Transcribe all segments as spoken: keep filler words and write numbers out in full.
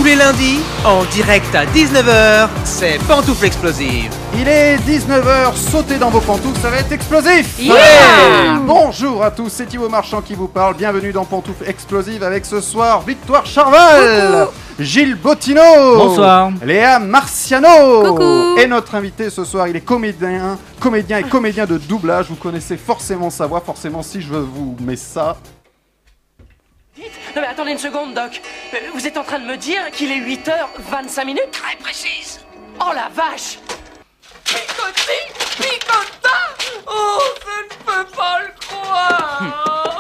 Tous les lundis, en direct à dix-neuf heures, c'est Pantoufles Explosives. Il est dix-neuf heures, sautez dans vos pantoufles, ça va être explosif. Yeah. Bonjour à tous, c'est Thibaut Marchand qui vous parle. Bienvenue dans Pantoufles Explosives avec ce soir Victoire Charval, Gilles Bottino, bonsoir, Léa Marciano. Coucou. Et notre invité ce soir, il est comédien, comédien et comédien de doublage. Vous connaissez forcément sa voix, forcément si je vous mets ça. Non mais attendez une seconde, Doc. Euh, Vous êtes en train de me dire qu'il est huit heures vingt-cinq minutes? Très précise. Oh la vache. Picotis, picota. Oh, je ne peux pas le croire.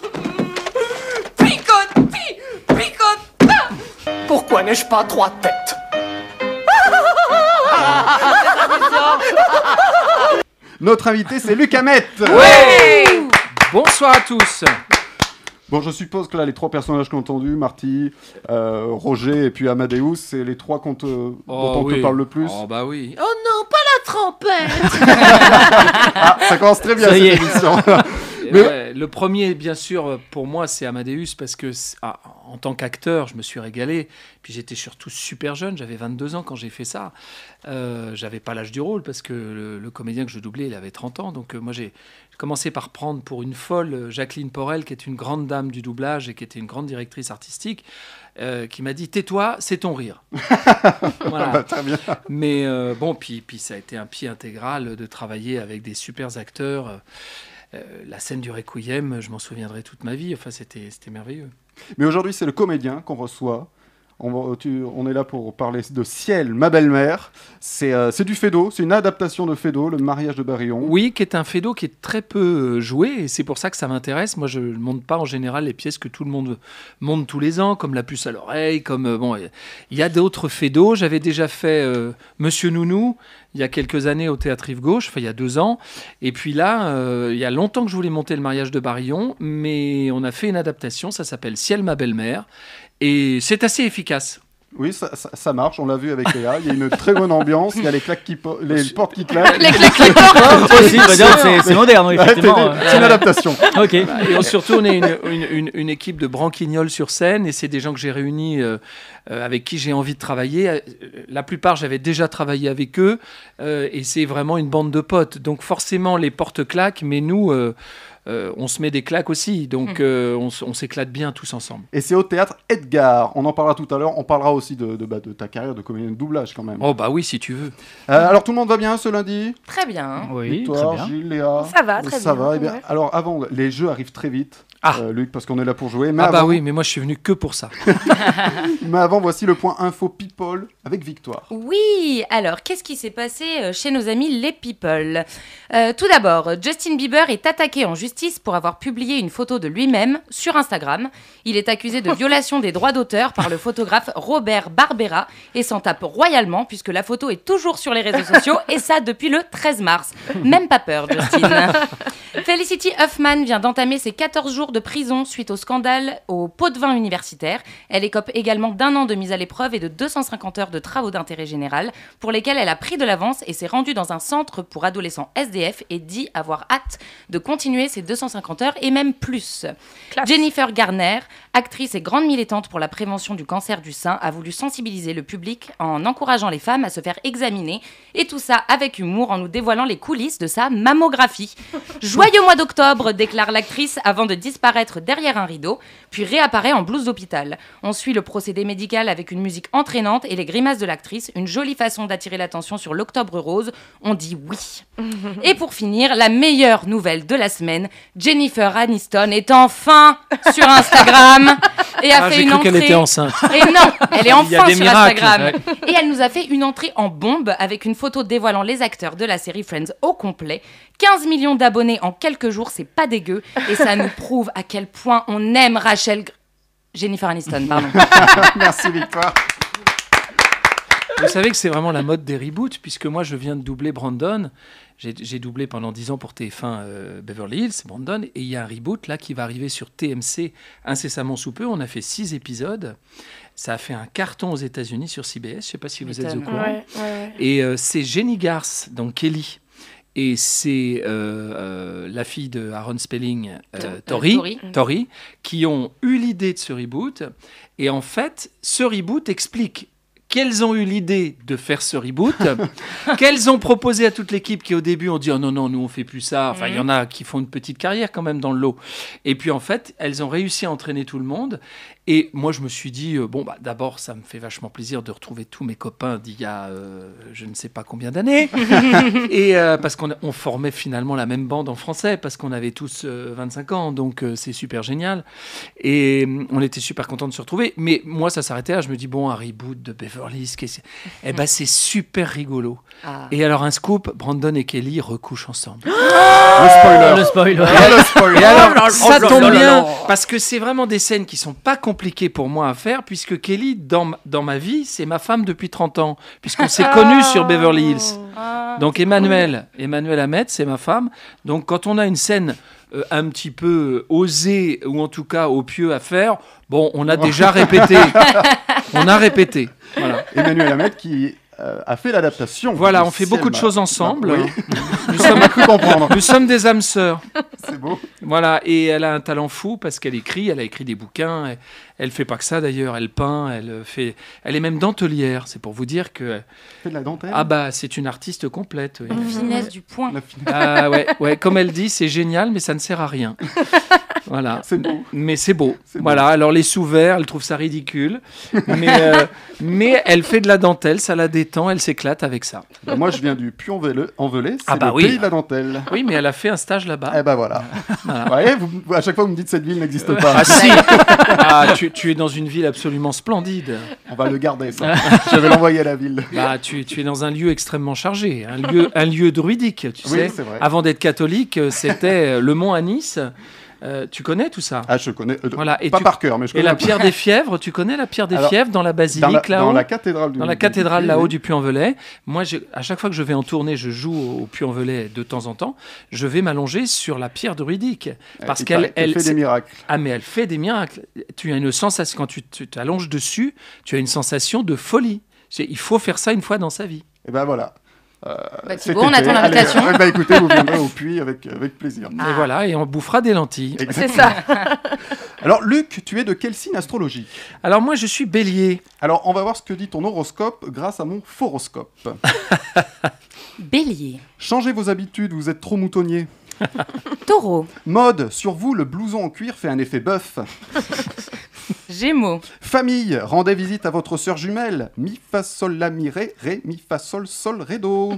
Picotis, picota. Pourquoi n'ai-je pas trois têtes? Notre invité, c'est Luc Hamet. Ouais. Bonsoir à tous. Bon, je suppose que là, les trois personnages qu'on a entendus, Marty, euh, Roger et puis Amadeus, c'est les trois qu'on te, Oh, dont on oui. te parle le plus. Oh bah oui. Oh non, pas la trompette. Ah, ça commence très bien Ça cette y est. émission. Et Mais- ouais, le premier, bien sûr, pour moi, c'est Amadeus parce que, c'est- ah, en tant qu'acteur, je me suis régalé. Puis j'étais surtout super jeune, j'avais vingt-deux ans quand j'ai fait ça. Euh, j'avais pas l'âge du rôle parce que le, le comédien que je doublais, il avait trente ans. Donc euh, moi, j'ai commencé par prendre pour une folle euh, Jacqueline Porel, qui est une grande dame du doublage et qui était une grande directrice artistique, euh, qui m'a dit « Tais-toi, c'est ton rire ». Voilà. Bah, très bien. Mais euh, bon, puis, puis ça a été un pied intégral de travailler avec des super acteurs. Euh, euh, la scène du Requiem, je m'en souviendrai toute ma vie. Enfin, c'était, c'était merveilleux. Mais aujourd'hui, c'est le comédien qu'on reçoit. On, va- tu- on est là pour parler de Ciel, ma belle-mère. C'est euh, c'est du Feydeau, c'est une adaptation de Feydeau, le mariage de Barillon. Oui, qui est un Feydeau qui est très peu euh, joué, et c'est pour ça que ça m'intéresse. Moi, je ne monte pas en général les pièces que tout le monde monte tous les ans, comme La puce à l'oreille, comme... euh, bon, il y a d'autres Feydeaux. J'avais déjà fait euh, Monsieur Nounou, il y a quelques années au Théâtre Rive Gauche, enfin il y a deux ans. Et puis là, euh, il y a longtemps que je voulais monter le mariage de Barillon, mais on a fait une adaptation, ça s'appelle Ciel, ma belle-mère, et c'est assez efficace. Oui, ça, ça- ça marche, on l'a vu avec Léa. Il y a une très bonne ambiance, il y a les, claques qui po- les portes qui claquent. Les claques, les portes. Aussi, bah, disons que c'est, c'est moderne, oui, Ouais, c'est effectivement. des- c'est une adaptation. Ok. Et on- surtout, on est une, une- une- une équipe de branquignoles sur scène, et c'est des gens que j'ai réunis, euh, euh, avec qui j'ai envie de travailler. Euh, La plupart, j'avais déjà travaillé avec eux, euh, et c'est vraiment une bande de potes. Donc forcément, les portes claquent, mais nous, euh, euh, on se met des claques aussi. Donc euh, on, s- on s'éclate bien tous ensemble. Et c'est au théâtre Edgar. On en parlera tout à l'heure. On parlera aussi de, de, bah, de ta carrière de comédien de doublage quand même. Oh bah oui, si tu veux. Euh, alors tout le monde va bien ce lundi? Très bien. Oui, Victoire, très bien. Gilles, Léa. Ça va, très Ça bien, va. Eh bien, ouais. alors avant, les jeux arrivent très vite. Ah. Euh, Luc, parce qu'on est là pour jouer. Mais Ah bah avant, oui, mais moi je suis venu que pour ça. mais avant, voici le point info people avec Victoire. Oui, alors qu'est-ce qui s'est passé euh, chez nos amis les people? Euh, Tout d'abord, Justin Bieber est attaqué en justice pour avoir publié une photo de lui-même sur Instagram. Il est accusé de violation des droits d'auteur par le photographe Robert Barbera et s'en tape royalement puisque la photo est toujours sur les réseaux sociaux et ça depuis le treize mars. Même pas peur, Justin. Felicity Huffman vient d'entamer ses quatorze jours de prison suite au scandale au pot de vin universitaire. Elle écope également d'un an de mise à l'épreuve et de deux cent cinquante heures de travaux d'intérêt général pour lesquels elle a pris de l'avance et s'est rendue dans un centre pour adolescents S D F et dit avoir hâte de continuer ces deux cent cinquante heures et même plus. Classe. Jennifer Garner, actrice et grande militante pour la prévention du cancer du sein, a voulu sensibiliser le public en encourageant les femmes à se faire examiner et tout ça avec humour en nous dévoilant les coulisses de sa mammographie. Joyeux mois d'octobre, déclare l'actrice avant de disparaître derrière un rideau, puis réapparaît en blouse d'hôpital. On suit le procédé médical avec une musique entraînante et les grimaces de l'actrice, une jolie façon d'attirer l'attention sur l'octobre rose. On dit oui. Et pour finir, la meilleure nouvelle de la semaine, Jennifer Aniston est enfin sur Instagram et a Ah, fait j'ai une cru entrée. qu'elle était enceinte. Et non, elle est Il y a enfin des sur miracles, Instagram. ouais. Et elle nous a fait une entrée en bombe avec une photo dévoilant les acteurs de la série Friends au complet. quinze millions d'abonnés en quelques jours, c'est pas dégueu. Et ça nous prouve à quel point on aime Rachel... Gr- Jennifer Aniston, pardon. Merci Victoire. Vous savez que c'est vraiment la mode des reboots, puisque moi je viens de doubler Brandon. J'ai, j'ai doublé pendant dix ans pour T F un euh, Beverly Hills, Brandon, et il y a un reboot là qui va arriver sur T M C incessamment sous peu. On a fait six épisodes. Ça a fait un carton aux États-Unis sur C B S. Je ne sais pas si vous êtes au M'étonne. courant. Ouais, ouais, ouais. Et euh, c'est Jenny Garth, donc Kelly, et c'est euh, euh, la fille de Aaron Spelling, euh, Euh, Tori, Tori. Tori, qui ont eu l'idée de ce reboot. Et en fait, ce reboot explique qu'elles ont eu l'idée de faire ce reboot, qu'elles ont proposé à toute l'équipe qui au début ont dit oh non non nous on fait plus ça. Enfin il y en a qui font une petite carrière quand même dans le lot. Et puis en fait elles ont réussi à entraîner tout le monde. Et moi je me suis dit euh, bon bah d'abord ça me fait vachement plaisir de retrouver tous mes copains d'il y a euh, je ne sais pas combien d'années. Et euh, parce qu'on on formait finalement la même bande en français parce qu'on avait tous euh, vingt-cinq ans donc euh, c'est super génial. Et euh, on était super contents de se retrouver. Mais moi ça s'arrêtait là. Je me dis bon un reboot de Beverly Hills, qu'est-ce que c'est Eh ben c'est super rigolo. Ah. Et alors un scoop, Brandon et Kelly recouchent ensemble. Le spoiler. Le spoil. Ah, le spoiler. Et alors, là ça là tombe là là bien, là. parce que c'est vraiment des scènes qui sont pas compliquées pour moi à faire, puisque Kelly, dans, ma- dans ma vie, c'est ma femme depuis trente ans, puisqu'on s'est connus sur Beverly Hills. Ah, Donc Emmanuel, Emmanuel Ahmed, c'est ma femme. Donc quand on a une scène euh, un petit peu osée, ou en tout cas au pieu à faire, bon, on a déjà répété. On a répété. Voilà. Emmanuel Ahmed qui euh, a fait l'adaptation. Voilà, de on fait Ciel beaucoup de Ma- choses ensemble. Oui, Nous on sommes, a cru comprendre. nous sommes des âmes sœurs. C'est beau. Voilà, et elle a un talent fou parce qu'elle écrit, elle a écrit des bouquins. Elle, elle fait pas que ça d'ailleurs, elle peint, elle fait, elle est même dentelière. C'est pour vous dire que Fait de la dentelle. ah bah c'est une artiste complète. Oui. Une finesse du point. La fin- Ah ouais, ouais, comme elle dit, c'est génial, mais ça ne sert à rien. Voilà. C'est beau. Mais c'est beau. C'est beau. Voilà. Alors les sous-verts, elle trouve ça ridicule, mais euh, mais elle fait de la dentelle, ça la détend, elle s'éclate avec ça. Bah, moi, je viens du Puy-en-Velay. C'est Ah bah le oui. pays de la dentelle. Oui, mais elle a fait un stage là-bas. Eh ben voilà. Voilà. Vous voyez, vous- à chaque fois, vous me dites cette ville n'existe pas. Ah si. Ah, tu, tu es dans une ville absolument splendide. On va le garder, ça. Je vais l'envoyer à la ville. Bah, tu, tu es dans un lieu extrêmement chargé, un lieu, un lieu druidique, tu Oui, sais. c'est vrai. Avant d'être catholique, euh, c'était euh, le mont à Nice. Euh, tu connais tout ça Ah, je connais. euh, Voilà, et pas tu- par cœur, mais je Et connais. la un peu. pierre des fièvres, tu connais la pierre des Alors, fièvres dans la dans basilique la, là-haut dans la cathédrale du Dans la du- cathédrale du- là-haut oui. du Puy-en-Velay. Moi, j'ai- à chaque fois que je vais en tournée, je joue au Puy-en-Velay de temps en temps. Je vais m'allonger sur la pierre druidique. Parce Il qu'elle paraît qu'elle elle, fait c'est- des miracles. Ah, mais elle fait des miracles. Tu as une sensation, quand tu tu t'allonges dessus, tu as une sensation de folie. C'est- Il faut faire ça une fois dans sa vie. Et ben voilà. Euh, Bah, cet Thibaut, on été, attend allez, l'invitation. eh ben, écoutez, vous viendrez au puits avec, avec plaisir. Et voilà, et on bouffera des lentilles. C'est ça. Alors, Luc, tu es de quel signe astrologique? Alors moi, je suis bélier. Alors, on va voir ce que dit ton horoscope grâce à mon foroscope. Bélier. Changez vos habitudes, vous êtes trop moutonnier. Taureau. Mode, sur vous, le blouson en cuir fait un effet bœuf. Gémeaux. Famille, rendez visite à votre sœur jumelle. Mi, fa, sol, la, mi, ré, ré, mi, fa, sol, sol, ré, do.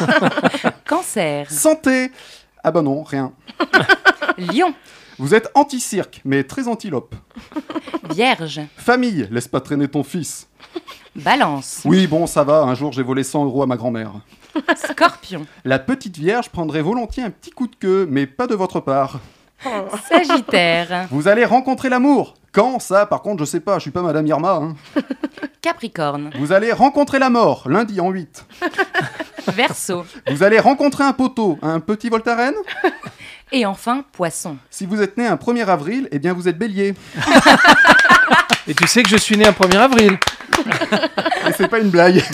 Cancer. Santé. Ah bah non, rien. Lion. Vous êtes anti-cirque, mais très antilope. Vierge. Famille, laisse pas traîner ton fils. Balance. Oui, bon, ça va, un jour j'ai volé cent euros à ma grand-mère. Scorpion. La petite vierge prendrait volontiers un petit coup de queue, mais pas de votre part. Sagittaire. Vous allez rencontrer l'amour. Quand ça, par contre, je sais pas, je suis pas Madame Irma. Hein. Capricorne. Vous allez rencontrer la mort, lundi en huit. Verseau. Vous allez rencontrer un poteau, un petit Voltaren. Et enfin, Poisson. Si vous êtes né un premier avril, eh bien vous êtes bélier. Et tu sais que je suis né un premier avril. Et c'est pas une blague.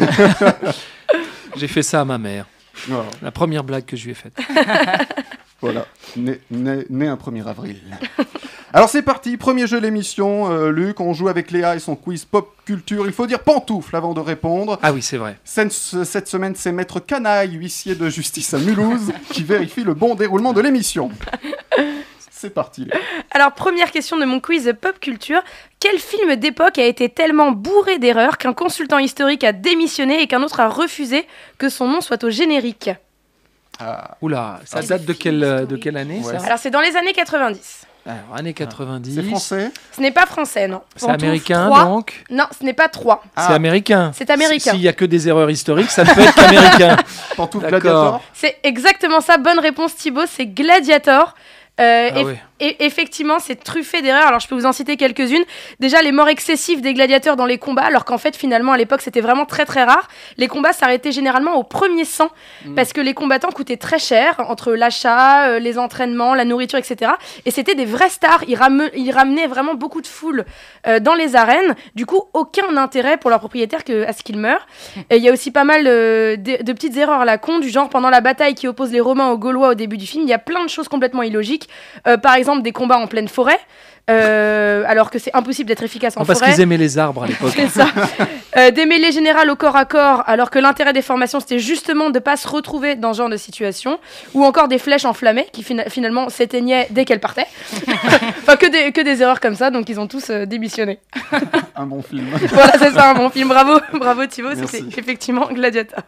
J'ai fait ça à ma mère. Oh, La première blague que je lui ai faite. voilà, né, né- né un premier avril. Alors c'est parti, premier jeu de l'émission. Euh, Luc, on joue avec Léa et son quiz pop culture. Il faut dire pantoufle avant de répondre. Ah oui, c'est vrai. Cette, cette semaine, c'est Maître Canaille, huissier de justice à Mulhouse, qui vérifie le bon déroulement de l'émission. C'est parti, Léa. Alors, première question de mon quiz pop culture. Quel film d'époque a été tellement bourré d'erreurs qu'un consultant historique a démissionné et qu'un autre a refusé que son nom soit au générique? Ah, Oula, ça Oh, date des de films quelle, de historiques. quelle année Ouais, ça Alors, c'est dans les années quatre-vingt-dix. Alors, années quatre-vingt-dix. c'est français. Ce n'est pas français, non. C'est Pantoufle, américain, trois. donc Non, ce n'est pas trois. Ah. C'est américain. C'est américain. S'il y a que des erreurs historiques, ça ne peut être qu'américain. Pantoufle D'accord. gladiator. C'est exactement ça. Bonne réponse, Thibaut. C'est Gladiator. Euh, Ah et ouais. Et effectivement, c'est truffé d'erreurs. Alors, je peux vous en citer quelques-unes. Déjà, les morts excessives des gladiateurs dans les combats, alors qu'en fait, finalement, à l'époque, c'était vraiment très très rare. Les combats s'arrêtaient généralement au premier sang, mmh. parce que les combattants coûtaient très cher, entre l'achat, euh, les entraînements, la nourriture, et cetera. Et c'était des vrais stars. Ils, ram- ils ramenaient vraiment beaucoup de foule euh, dans les arènes. Du coup, aucun intérêt pour leurs propriétaires que, à ce qu'ils meurent. Et il y a aussi pas mal euh, de, de petites erreurs à la con, du genre pendant la bataille qui oppose les Romains aux Gaulois au début du film, il y a plein de choses complètement illogiques. Euh, par exemple, des combats en pleine forêt, euh, alors que c'est impossible d'être efficace en non, parce forêt. Parce qu'ils aimaient les arbres à l'époque. C'est ça. Euh, des mêlées générales au corps à corps, alors que l'intérêt des formations, c'était justement de ne pas se retrouver dans ce genre de situation. Ou encore des flèches enflammées, qui fina- finalement s'éteignaient dès qu'elles partaient. Enfin, que des, que des erreurs comme ça, donc ils ont tous euh, démissionné. Un bon film. Voilà, c'est ça, un bon film. Bravo, bravo Thibaut, Merci. c'était effectivement Gladiator.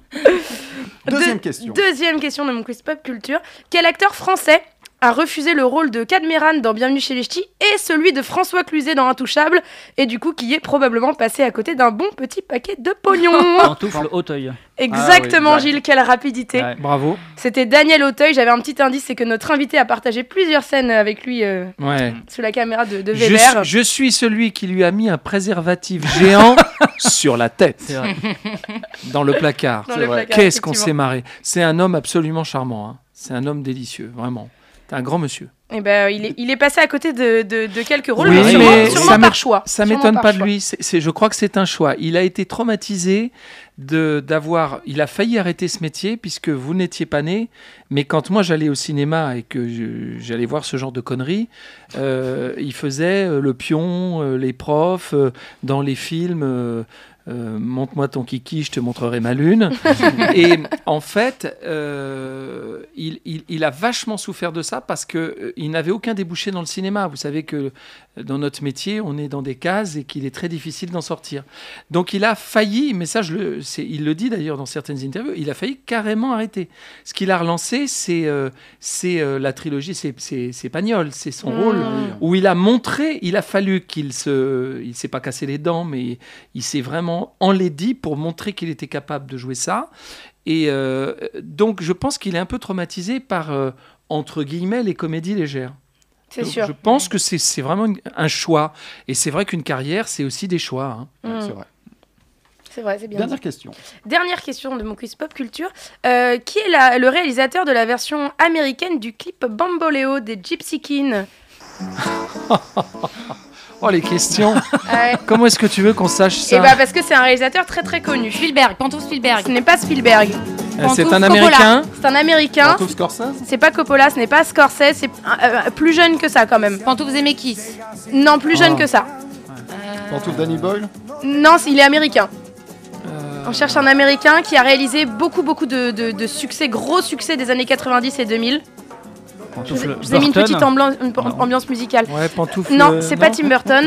Deuxième De- question. Deuxième question de mon quiz pop culture. Quel acteur français a refusé le rôle de Cadmeran dans Bienvenue chez les Ch'tis et celui de François Cluzet dans Intouchable, et du coup qui est probablement passé à côté d'un bon petit paquet de pognon. Pantoufle Auteuil. Exactement, Ah oui, Gilles, quelle rapidité. Ouais. Bravo. C'était Daniel Auteuil. J'avais un petit indice, c'est que notre invité a partagé plusieurs scènes avec lui euh, Ouais. sous la caméra de, de Je, Weber. suis- je suis celui qui lui a mis un préservatif géant sur la tête, C'est vrai. dans le placard. Dans c'est le vrai. placard, Qu'est-ce qu'on effectivement. s'est marré. C'est un homme absolument charmant. Hein. C'est un homme délicieux, vraiment. C'est un grand monsieur. Eh ben, il, est, il est passé à côté de, de, de quelques rôles, Oui, mais sûrement, mais sûrement ça par m'é- choix. Ça Sûrement m'étonne par pas de choix. lui. C'est, c'est- je crois que c'est un choix. Il a été traumatisé de d'avoir. Il a failli arrêter ce métier puisque vous n'étiez pas né. Mais quand moi j'allais au cinéma et que je- j'allais voir ce genre de conneries, euh, il faisait euh, le pion, euh, les profs euh, dans les films. euh, euh, montre-moi ton kiki, je te montrerai ma lune. Et en fait, euh, il, il- il a vachement souffert de ça parce que euh, il n'avait aucun débouché dans le cinéma. Vous savez que euh, dans notre métier, on est dans des cases et qu'il est très difficile d'en sortir. Donc il a failli, mais ça, je le, c'est, il le dit d'ailleurs dans certaines interviews, il a failli carrément arrêter. Ce qu'il a relancé, c'est, euh, c'est euh, la trilogie, c'est, c'est, c'est Pagnol, c'est son Mmh. rôle où il a montré, il a fallu qu'il se, il s'est pas cassé les dents, mais il s'est vraiment enlaidi pour montrer qu'il était capable de jouer ça. Et euh, donc, je pense qu'il est un peu traumatisé par, euh, entre guillemets, les comédies légères. C'est Donc, sûr. Je pense que c'est, c'est vraiment une- un choix. Et c'est vrai qu'une carrière, c'est aussi des choix. hein. Mm. C'est vrai. C'est vrai, c'est bien. Dernière dit. question. Dernière question de mon quiz pop culture. Euh, qui est la- le réalisateur de la version américaine du clip Bamboleo des Gypsy King? Oh, les questions. Ouais. Comment est-ce que tu veux qu'on sache ça Et bah parce que c'est un réalisateur très très connu. Spielberg, Pantouf Spielberg. Ce n'est pas Spielberg. Euh, C'est Pantouf un Coppola. Américain. C'est un Américain. Pantouf Scorsese. C'est pas Coppola, ce n'est pas Scorsese, c'est euh, plus jeune que ça quand même. Pantouf Zemeckis. Non, plus jeune Ah. que ça. Pantouf Danny Boyle. Non, il est américain. Euh, On cherche un Américain qui a réalisé beaucoup beaucoup de, de, de succès, gros succès des années quatre-vingt-dix et deux mille. Je Pantoufle vous ai mis une Burton. petite ambiance, une Non. ambiance musicale. Ouais, pantoufle. Non, euh, c'est pas Tim Burton.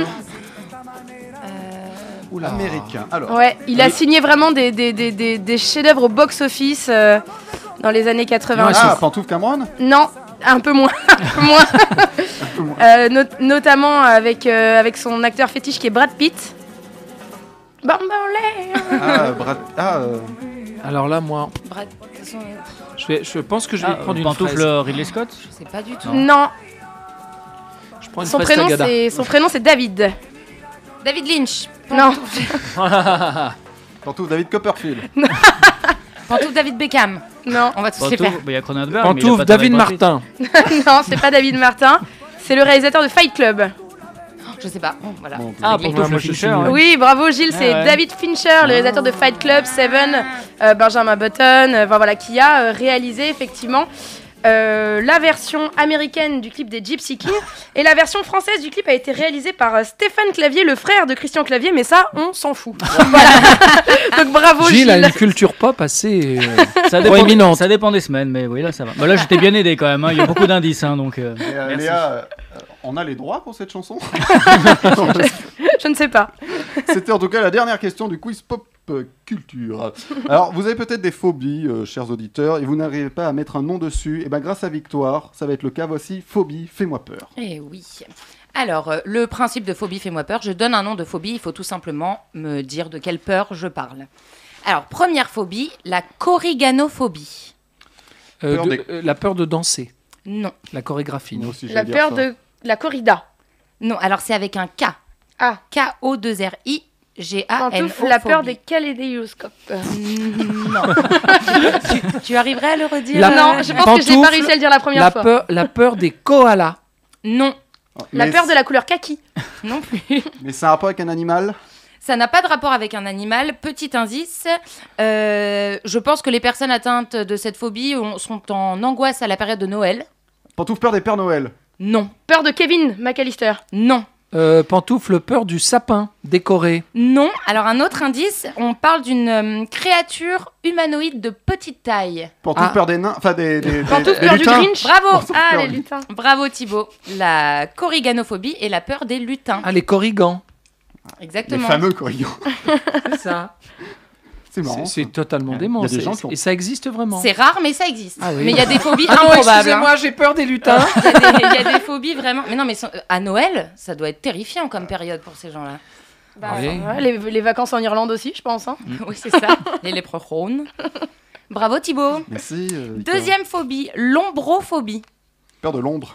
Oula. Américain. Alors. Ouais, il a Oui. signé vraiment des, des, des, des, des chefs-d'œuvre au box-office euh, dans les années quatre-vingts. Ah, Pantouf Cameron. Non, un peu moins. un peu moins. Euh, not- notamment avec, euh, avec son acteur fétiche qui est Brad Pitt. Bamboleo. Ah, Brad. Ah. euh, Alors là, moi, Brad, son- je, vais, je pense que je vais Ah, prendre une Pantoufle fraise. Ridley Scott. je sais pas du tout. Non, Je prends une son fraise prénom, Tagada. c'est, son prénom c'est David. David Lynch. Non, Pantouf David Copperfield. Pantouf David Beckham. non, On va tous les faire. Pantoufle, bah, il y a Cronenberg. mais il a Pantoufle pas David travaillé avec Martin. non, c'est pas David Martin. C'est le réalisateur de Fight Club. Je sais pas. Bon, voilà. Bon, Ah, Ouais, Pantoufle moi, je suis Fincher. nul. ouais. Oui, bravo Gilles, c'est ouais. David Fincher, le réalisateur de Fight Club, Seven, euh, Benjamin Button, euh, enfin, voilà, qui a euh, réalisé effectivement euh, la version américaine du clip des Gypsy Kings, et la version française du clip a été réalisée par euh, Stéphane Clavier, le frère de Christian Clavier, mais ça, on s'en fout. Voilà. Donc bravo Gilles Gilles. a une culture pop assez euh, Ça dépend, proéminente. ça dépend des semaines, mais oui, là ça va. Bah, là j'étais bien aidé quand même, hein. Il y a beaucoup d'indices, hein, donc. euh, Et, euh, merci. Léa, euh, on a les droits pour cette chanson. Je ne sais pas. C'était en tout cas la dernière question du quiz pop euh, culture. Alors, vous avez peut-être des phobies, euh, chers auditeurs, et vous n'arrivez pas à mettre un nom dessus. Et bien, grâce à Victoire, ça va être le cas. Voici Phobie, fais-moi peur. Eh oui. Alors, euh, le principe de phobie fait-moi peur. Je donne un nom de phobie. Il faut tout simplement me dire de quelle peur je parle. Alors, première phobie, la corriganophobie. Euh, Peur de- des- euh, la peur de danser. Non. La chorégraphie. Moi non. aussi, La j'allais dire peur ça. de la corrida. Non, alors c'est avec un K. Ah. K O deux R I G A N O. Pantouf, la peur des kaléidoscopes. Non. tu, tu arriverais à le redire La- euh, Non, je pense que je n'ai pas Pantoufle, réussi à le dire la première La fois. peur, la peur des koalas. Non, La Mais peur de la couleur kaki. non plus. Mais c'est un rapport avec un animal. Ça n'a pas de rapport avec un animal. Petit indice, euh, je pense que les personnes atteintes de cette phobie ont- sont en angoisse à la période de Noël. Pantouf peur des Pères Noël. Non, Peur de Kevin McAllister. non, Euh, pantoufle, peur du sapin décoré. non. Alors un autre indice, on parle d'une euh, créature humanoïde de petite taille. Pantouf Ah. peur des nains. Enfin, des, des, des, Pantouf, des peur du lutins. Grinch. Bravo, Pantouf Ah, peur les du- lutins. bravo Thibaut. La corriganophobie et la peur des lutins. Ah, les corrigans. Les Exactement. fameux corrigans. C'est ça. C'est marrant. C'est c'est ça. totalement Ouais. dément. Il y a des c'est- gens qui ont- Et ça existe vraiment. C'est rare, mais ça existe. Ah oui. Mais il y a des phobies Ah non, improbables. hein. excusez-moi, j'ai peur des lutins. Il y, a des- il y a des phobies vraiment. Mais non, mais sans- à Noël, ça doit être terrifiant comme période pour ces gens-là. Bah, Oui. ouais, les, les vacances en Irlande aussi, je pense. Hein. Oui, c'est ça. Les léprechauns. Bravo Thibaut. Merci. euh, Victor. Deuxième phobie, l'ombrophobie. Peur de Londres.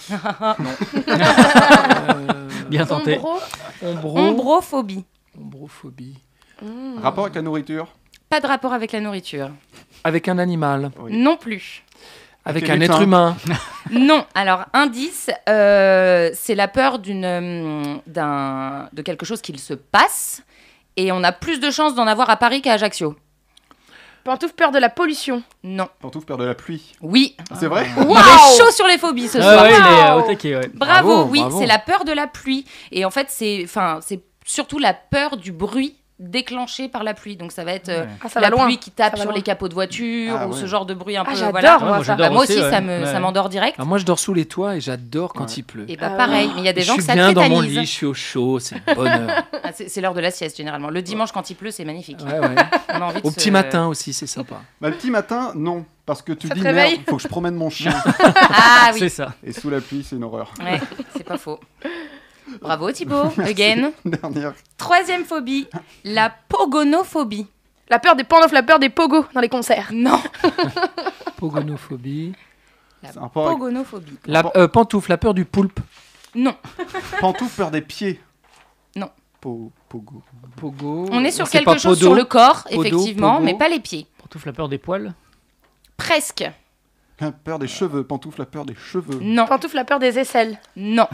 Euh, Bien tenté. Ombro. ombro. Ombrophobie. Ombrophobie. Mmh. Rapport avec la nourriture. Pas de rapport avec la nourriture. Avec un animal. Oui. Non plus. Avec les un lutins. être humain. Non. Alors, indice, euh, c'est la peur d'une, euh, d'un, de quelque chose qu'il se passe. Et on a plus de chances d'en avoir à Paris qu'à Ajaccio. Pantouf, peur de la pollution. Non. Pantouf peur de la pluie. Oui. C'est vrai. On est chaud sur les phobies ce Ah soir. ouais, il est euh, Wow. au taquet, ouais. Bravo, Bravo, oui, bravo. c'est la peur de la pluie. Et en fait, c'est, enfin, c'est surtout la peur du bruit déclenché par la pluie. Donc ça va être euh, Ouais. Ah, ça la va loin. pluie qui tape Ça va sur loin. les capots de voiture Ah ou ouais. ce genre de bruit un Ah, peu. j'adore, Voilà. moi, moi, ça. j'adore Bah, moi aussi, aussi, ouais. ça, me, Ouais. ça m'endort direct. Ah, moi, je dors sous les toits et j'adore quand Ouais. il pleut. Et bah Ah. pareil, mais il y a des Je gens que suis ça bien dans mon tétanise. lit, je suis au chaud, c'est le bonheur. Ah, c'est, c'est l'heure de la sieste généralement. Le dimanche quand il pleut, c'est magnifique. Ouais, ouais. On a envie de Au se- petit matin aussi, c'est sympa. Bah, le petit matin, non. Parce que tu Ça te dis, réveille merde, faut que je promène mon chien. Ah oui, C'est ça. Et sous la pluie, c'est une horreur. ouais, c'est pas faux. Bravo Thibaut, again. Dernière. Troisième phobie, la pogonophobie. La peur des pantoufles, la peur des pogos dans les concerts. Non, Pogonophobie. la C'est un rapport avec pogonophobie. La euh, pantoufle, la peur du poulpe. Non, pantouf peur des pieds. Non. Po- pogo. Pogo. on est sur C'est quelque pas chose podo. sur le corps, Podo, effectivement, pogo. mais pas les pieds. Pantoufle la peur des poils. Presque. La peur des cheveux. Pantouf la peur des cheveux. Non, Pantoufle, la peur des aisselles. non.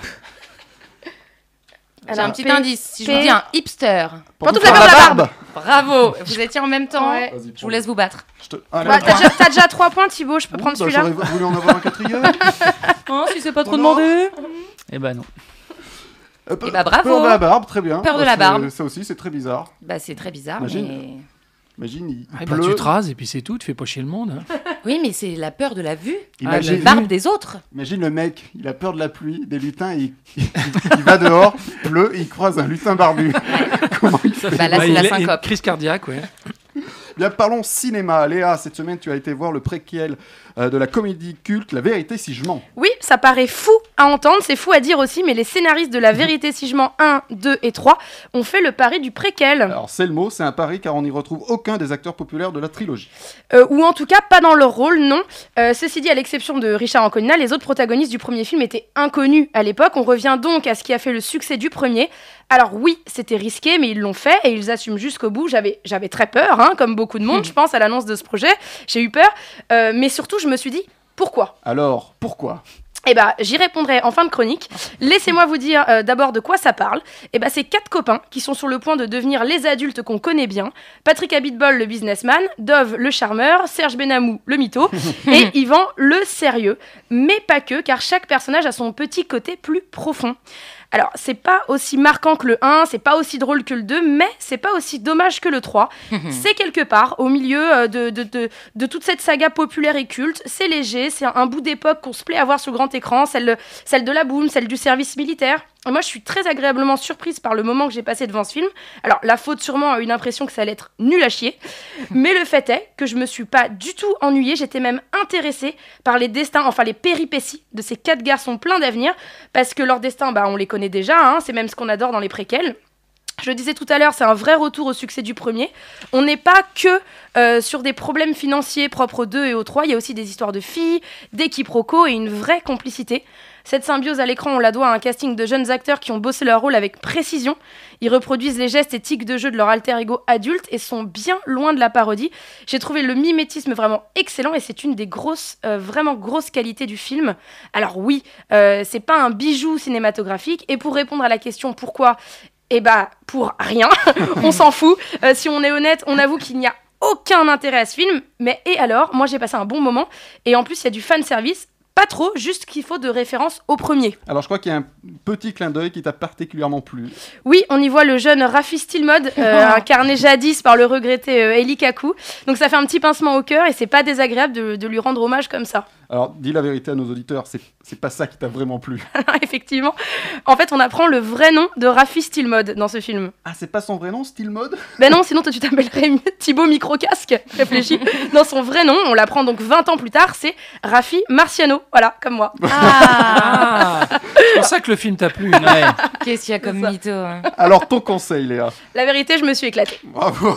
J'ai Alors, un petit P- indice. Si je P- vous dis un hipster. Pantouf, la peur de la barbe. Bravo, vous étiez en même temps. Ouais. Vas-y, Je vous laisse vous battre. Je te... Allez, Bah, attends. t'as déjà, t'as déjà trois points, Thibaut, je peux Ouh, prendre bah, celui-là. j'aurais voulu en avoir un quatrième. Oh, si c'est pas trop demandé. Eh ben non. Euh, Eh bah, bravo. Peur de la barbe, très bien. Peur de Parce la que barbe. Ça aussi, c'est très bizarre. Bah, c'est très bizarre. Imagine. mais- Imagine, il, il Ah, bah, pleut. tu te rases et puis c'est tout, tu fais pas chier le monde. hein. Oui, mais c'est la peur de la vue. Imagine, La barbe des autres. imagine le mec, il a peur de la pluie, des lutins, et il, il- il va dehors, il pleut, et il croise un lutin barbu. Comment il fait Bah là, Bah, c'est il la est- il- syncope. Crise cardiaque, ouais. Bien, parlons cinéma. Léa, cette semaine, tu as été voir le préquel euh, de la comédie culte La vérité si je mens. Oui, ça paraît fou à entendre, c'est fou à dire aussi, mais les scénaristes de La Vérité si je mens un, deux et trois ont fait le pari du préquel. Alors, c'est le mot, c'est un pari car on n'y retrouve aucun des acteurs populaires de la trilogie. Euh, ou en tout cas pas dans leur rôle, non. Euh, ceci dit, à l'exception de Richard Anconina, les autres protagonistes du premier film étaient inconnus à l'époque. On revient donc à ce qui a fait le succès du premier. Alors oui, c'était risqué, mais ils l'ont fait et ils assument jusqu'au bout. J'avais, j'avais très peur, hein, comme beaucoup de monde, je pense, à l'annonce de ce projet. J'ai eu peur, Euh, mais surtout, je me suis dit, pourquoi ? Alors, pourquoi? Eh ben, j'y répondrai en fin de chronique. Laissez-moi vous dire euh, d'abord de quoi ça parle. Eh ben, c'est quatre copains qui sont sur le point de devenir les adultes qu'on connaît bien. Patrick Abitbol, le businessman, Dove, le charmeur, Serge Benamou, le mytho, et Yvan, le sérieux. Mais pas que, car chaque personnage a son petit côté plus profond. Alors, c'est pas aussi marquant que le un, c'est pas aussi drôle que le deux, mais c'est pas aussi dommage que le trois. C'est quelque part, au milieu euh, de, de, de, de toute cette saga populaire et culte. C'est léger, c'est un, un bout d'époque qu'on se plaît à voir sur grand écran, celle, celle de la boum, celle du service militaire. Et moi, je suis très agréablement surprise par le moment que j'ai passé devant ce film. Alors, la faute sûrement a eu l'impression que ça allait être nul à chier. Mais le fait est que je me suis pas du tout ennuyée. J'étais même intéressée par les destins, enfin les péripéties de ces quatre garçons pleins d'avenir. Parce que leur destin, bah, on les connaît déjà. Hein, c'est même ce qu'on adore dans les préquels. Je le disais tout à l'heure, c'est un vrai retour au succès du premier. On n'est pas que euh, sur des problèmes financiers propres aux deux et aux trois, il y a aussi des histoires de filles, des quiproquos et une vraie complicité. Cette symbiose à l'écran, on la doit à un casting de jeunes acteurs qui ont bossé leur rôle avec précision. Ils reproduisent les gestes et tics de jeu de leur alter ego adulte et sont bien loin de la parodie. J'ai trouvé le mimétisme vraiment excellent et c'est une des grosses, euh, vraiment grosses qualités du film. Alors oui, euh, c'est pas un bijou cinématographique et pour répondre à la question pourquoi, eh bah pour rien, on s'en fout. Euh, si on est honnête, on avoue qu'il n'y a aucun intérêt à ce film, mais et alors, moi j'ai passé un bon moment et en plus il y a du fan service. Pas trop, juste qu'il faut de référence au premier. Alors je crois qu'il y a un petit clin d'œil qui t'a particulièrement plu. Oui, on y voit le jeune Rafi Stillmode, euh, incarné jadis par le regretté euh, Eli Kaku. Donc ça fait un petit pincement au cœur et c'est pas désagréable de, de lui rendre hommage comme ça. Alors dis la vérité à nos auditeurs, c'est, c'est pas ça qui t'a vraiment plu. Effectivement. En fait, on apprend le vrai nom de Rafi Stillmode dans ce film. Ah, c'est pas son vrai nom, Stillmode ? Ben non, sinon toi tu t'appellerais mieux Thibaut Microcasque. Réfléchis. Dans son vrai nom, on l'apprend donc vingt ans plus tard, c'est Rafi Marciano. Voilà, comme moi. Ah, c'est pour ça que le film t'a plu. Ouais. Qu'est-ce qu'il y a comme mytho hein. Alors ton conseil, Léa. La vérité, je me suis éclatée. Bravo.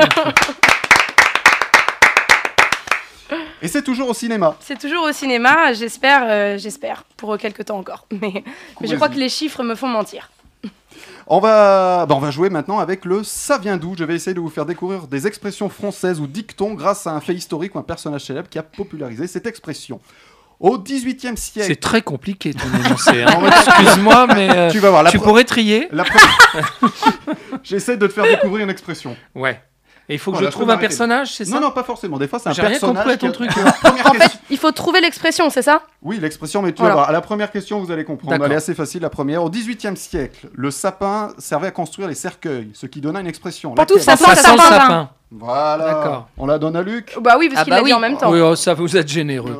Et c'est toujours au cinéma. C'est toujours au cinéma, j'espère, euh, j'espère, pour quelques temps encore. Mais, mais je crois que les chiffres me font mentir. On va, bah on va jouer maintenant avec le Ça vient d'où. Je vais essayer de vous faire découvrir des expressions françaises ou dictons grâce à un fait historique ou un personnage célèbre qui a popularisé cette expression. Au dix-huitième siècle... C'est très compliqué ton énoncé. Hein. Excuse-moi, mais euh, tu vas voir. La tu pre... pourrais trier. La pre... J'essaie de te faire découvrir une expression. Ouais. Et il faut que Voilà, je trouve un personnage, c'est ça? Non, non, pas forcément. Des fois, c'est un J'ai rien personnage... compris à ton qui a- truc. Première En question. fait, il faut trouver l'expression, c'est ça? Oui, l'expression, mais tu Voilà. vas voir. À la première question, vous allez comprendre. D'accord. Elle est assez facile, la première. Au dix-huitième siècle, le sapin servait à construire les cercueils, ce qui donna une expression. Pantoufle, Laquelle sapin, Ça sent le sapin. sapin. Voilà. D'accord. On la donne à Luc. Bah oui, parce Ah qu'il bah l'a oui. dit en même temps. Oui, oh, ça vous êtes généreux.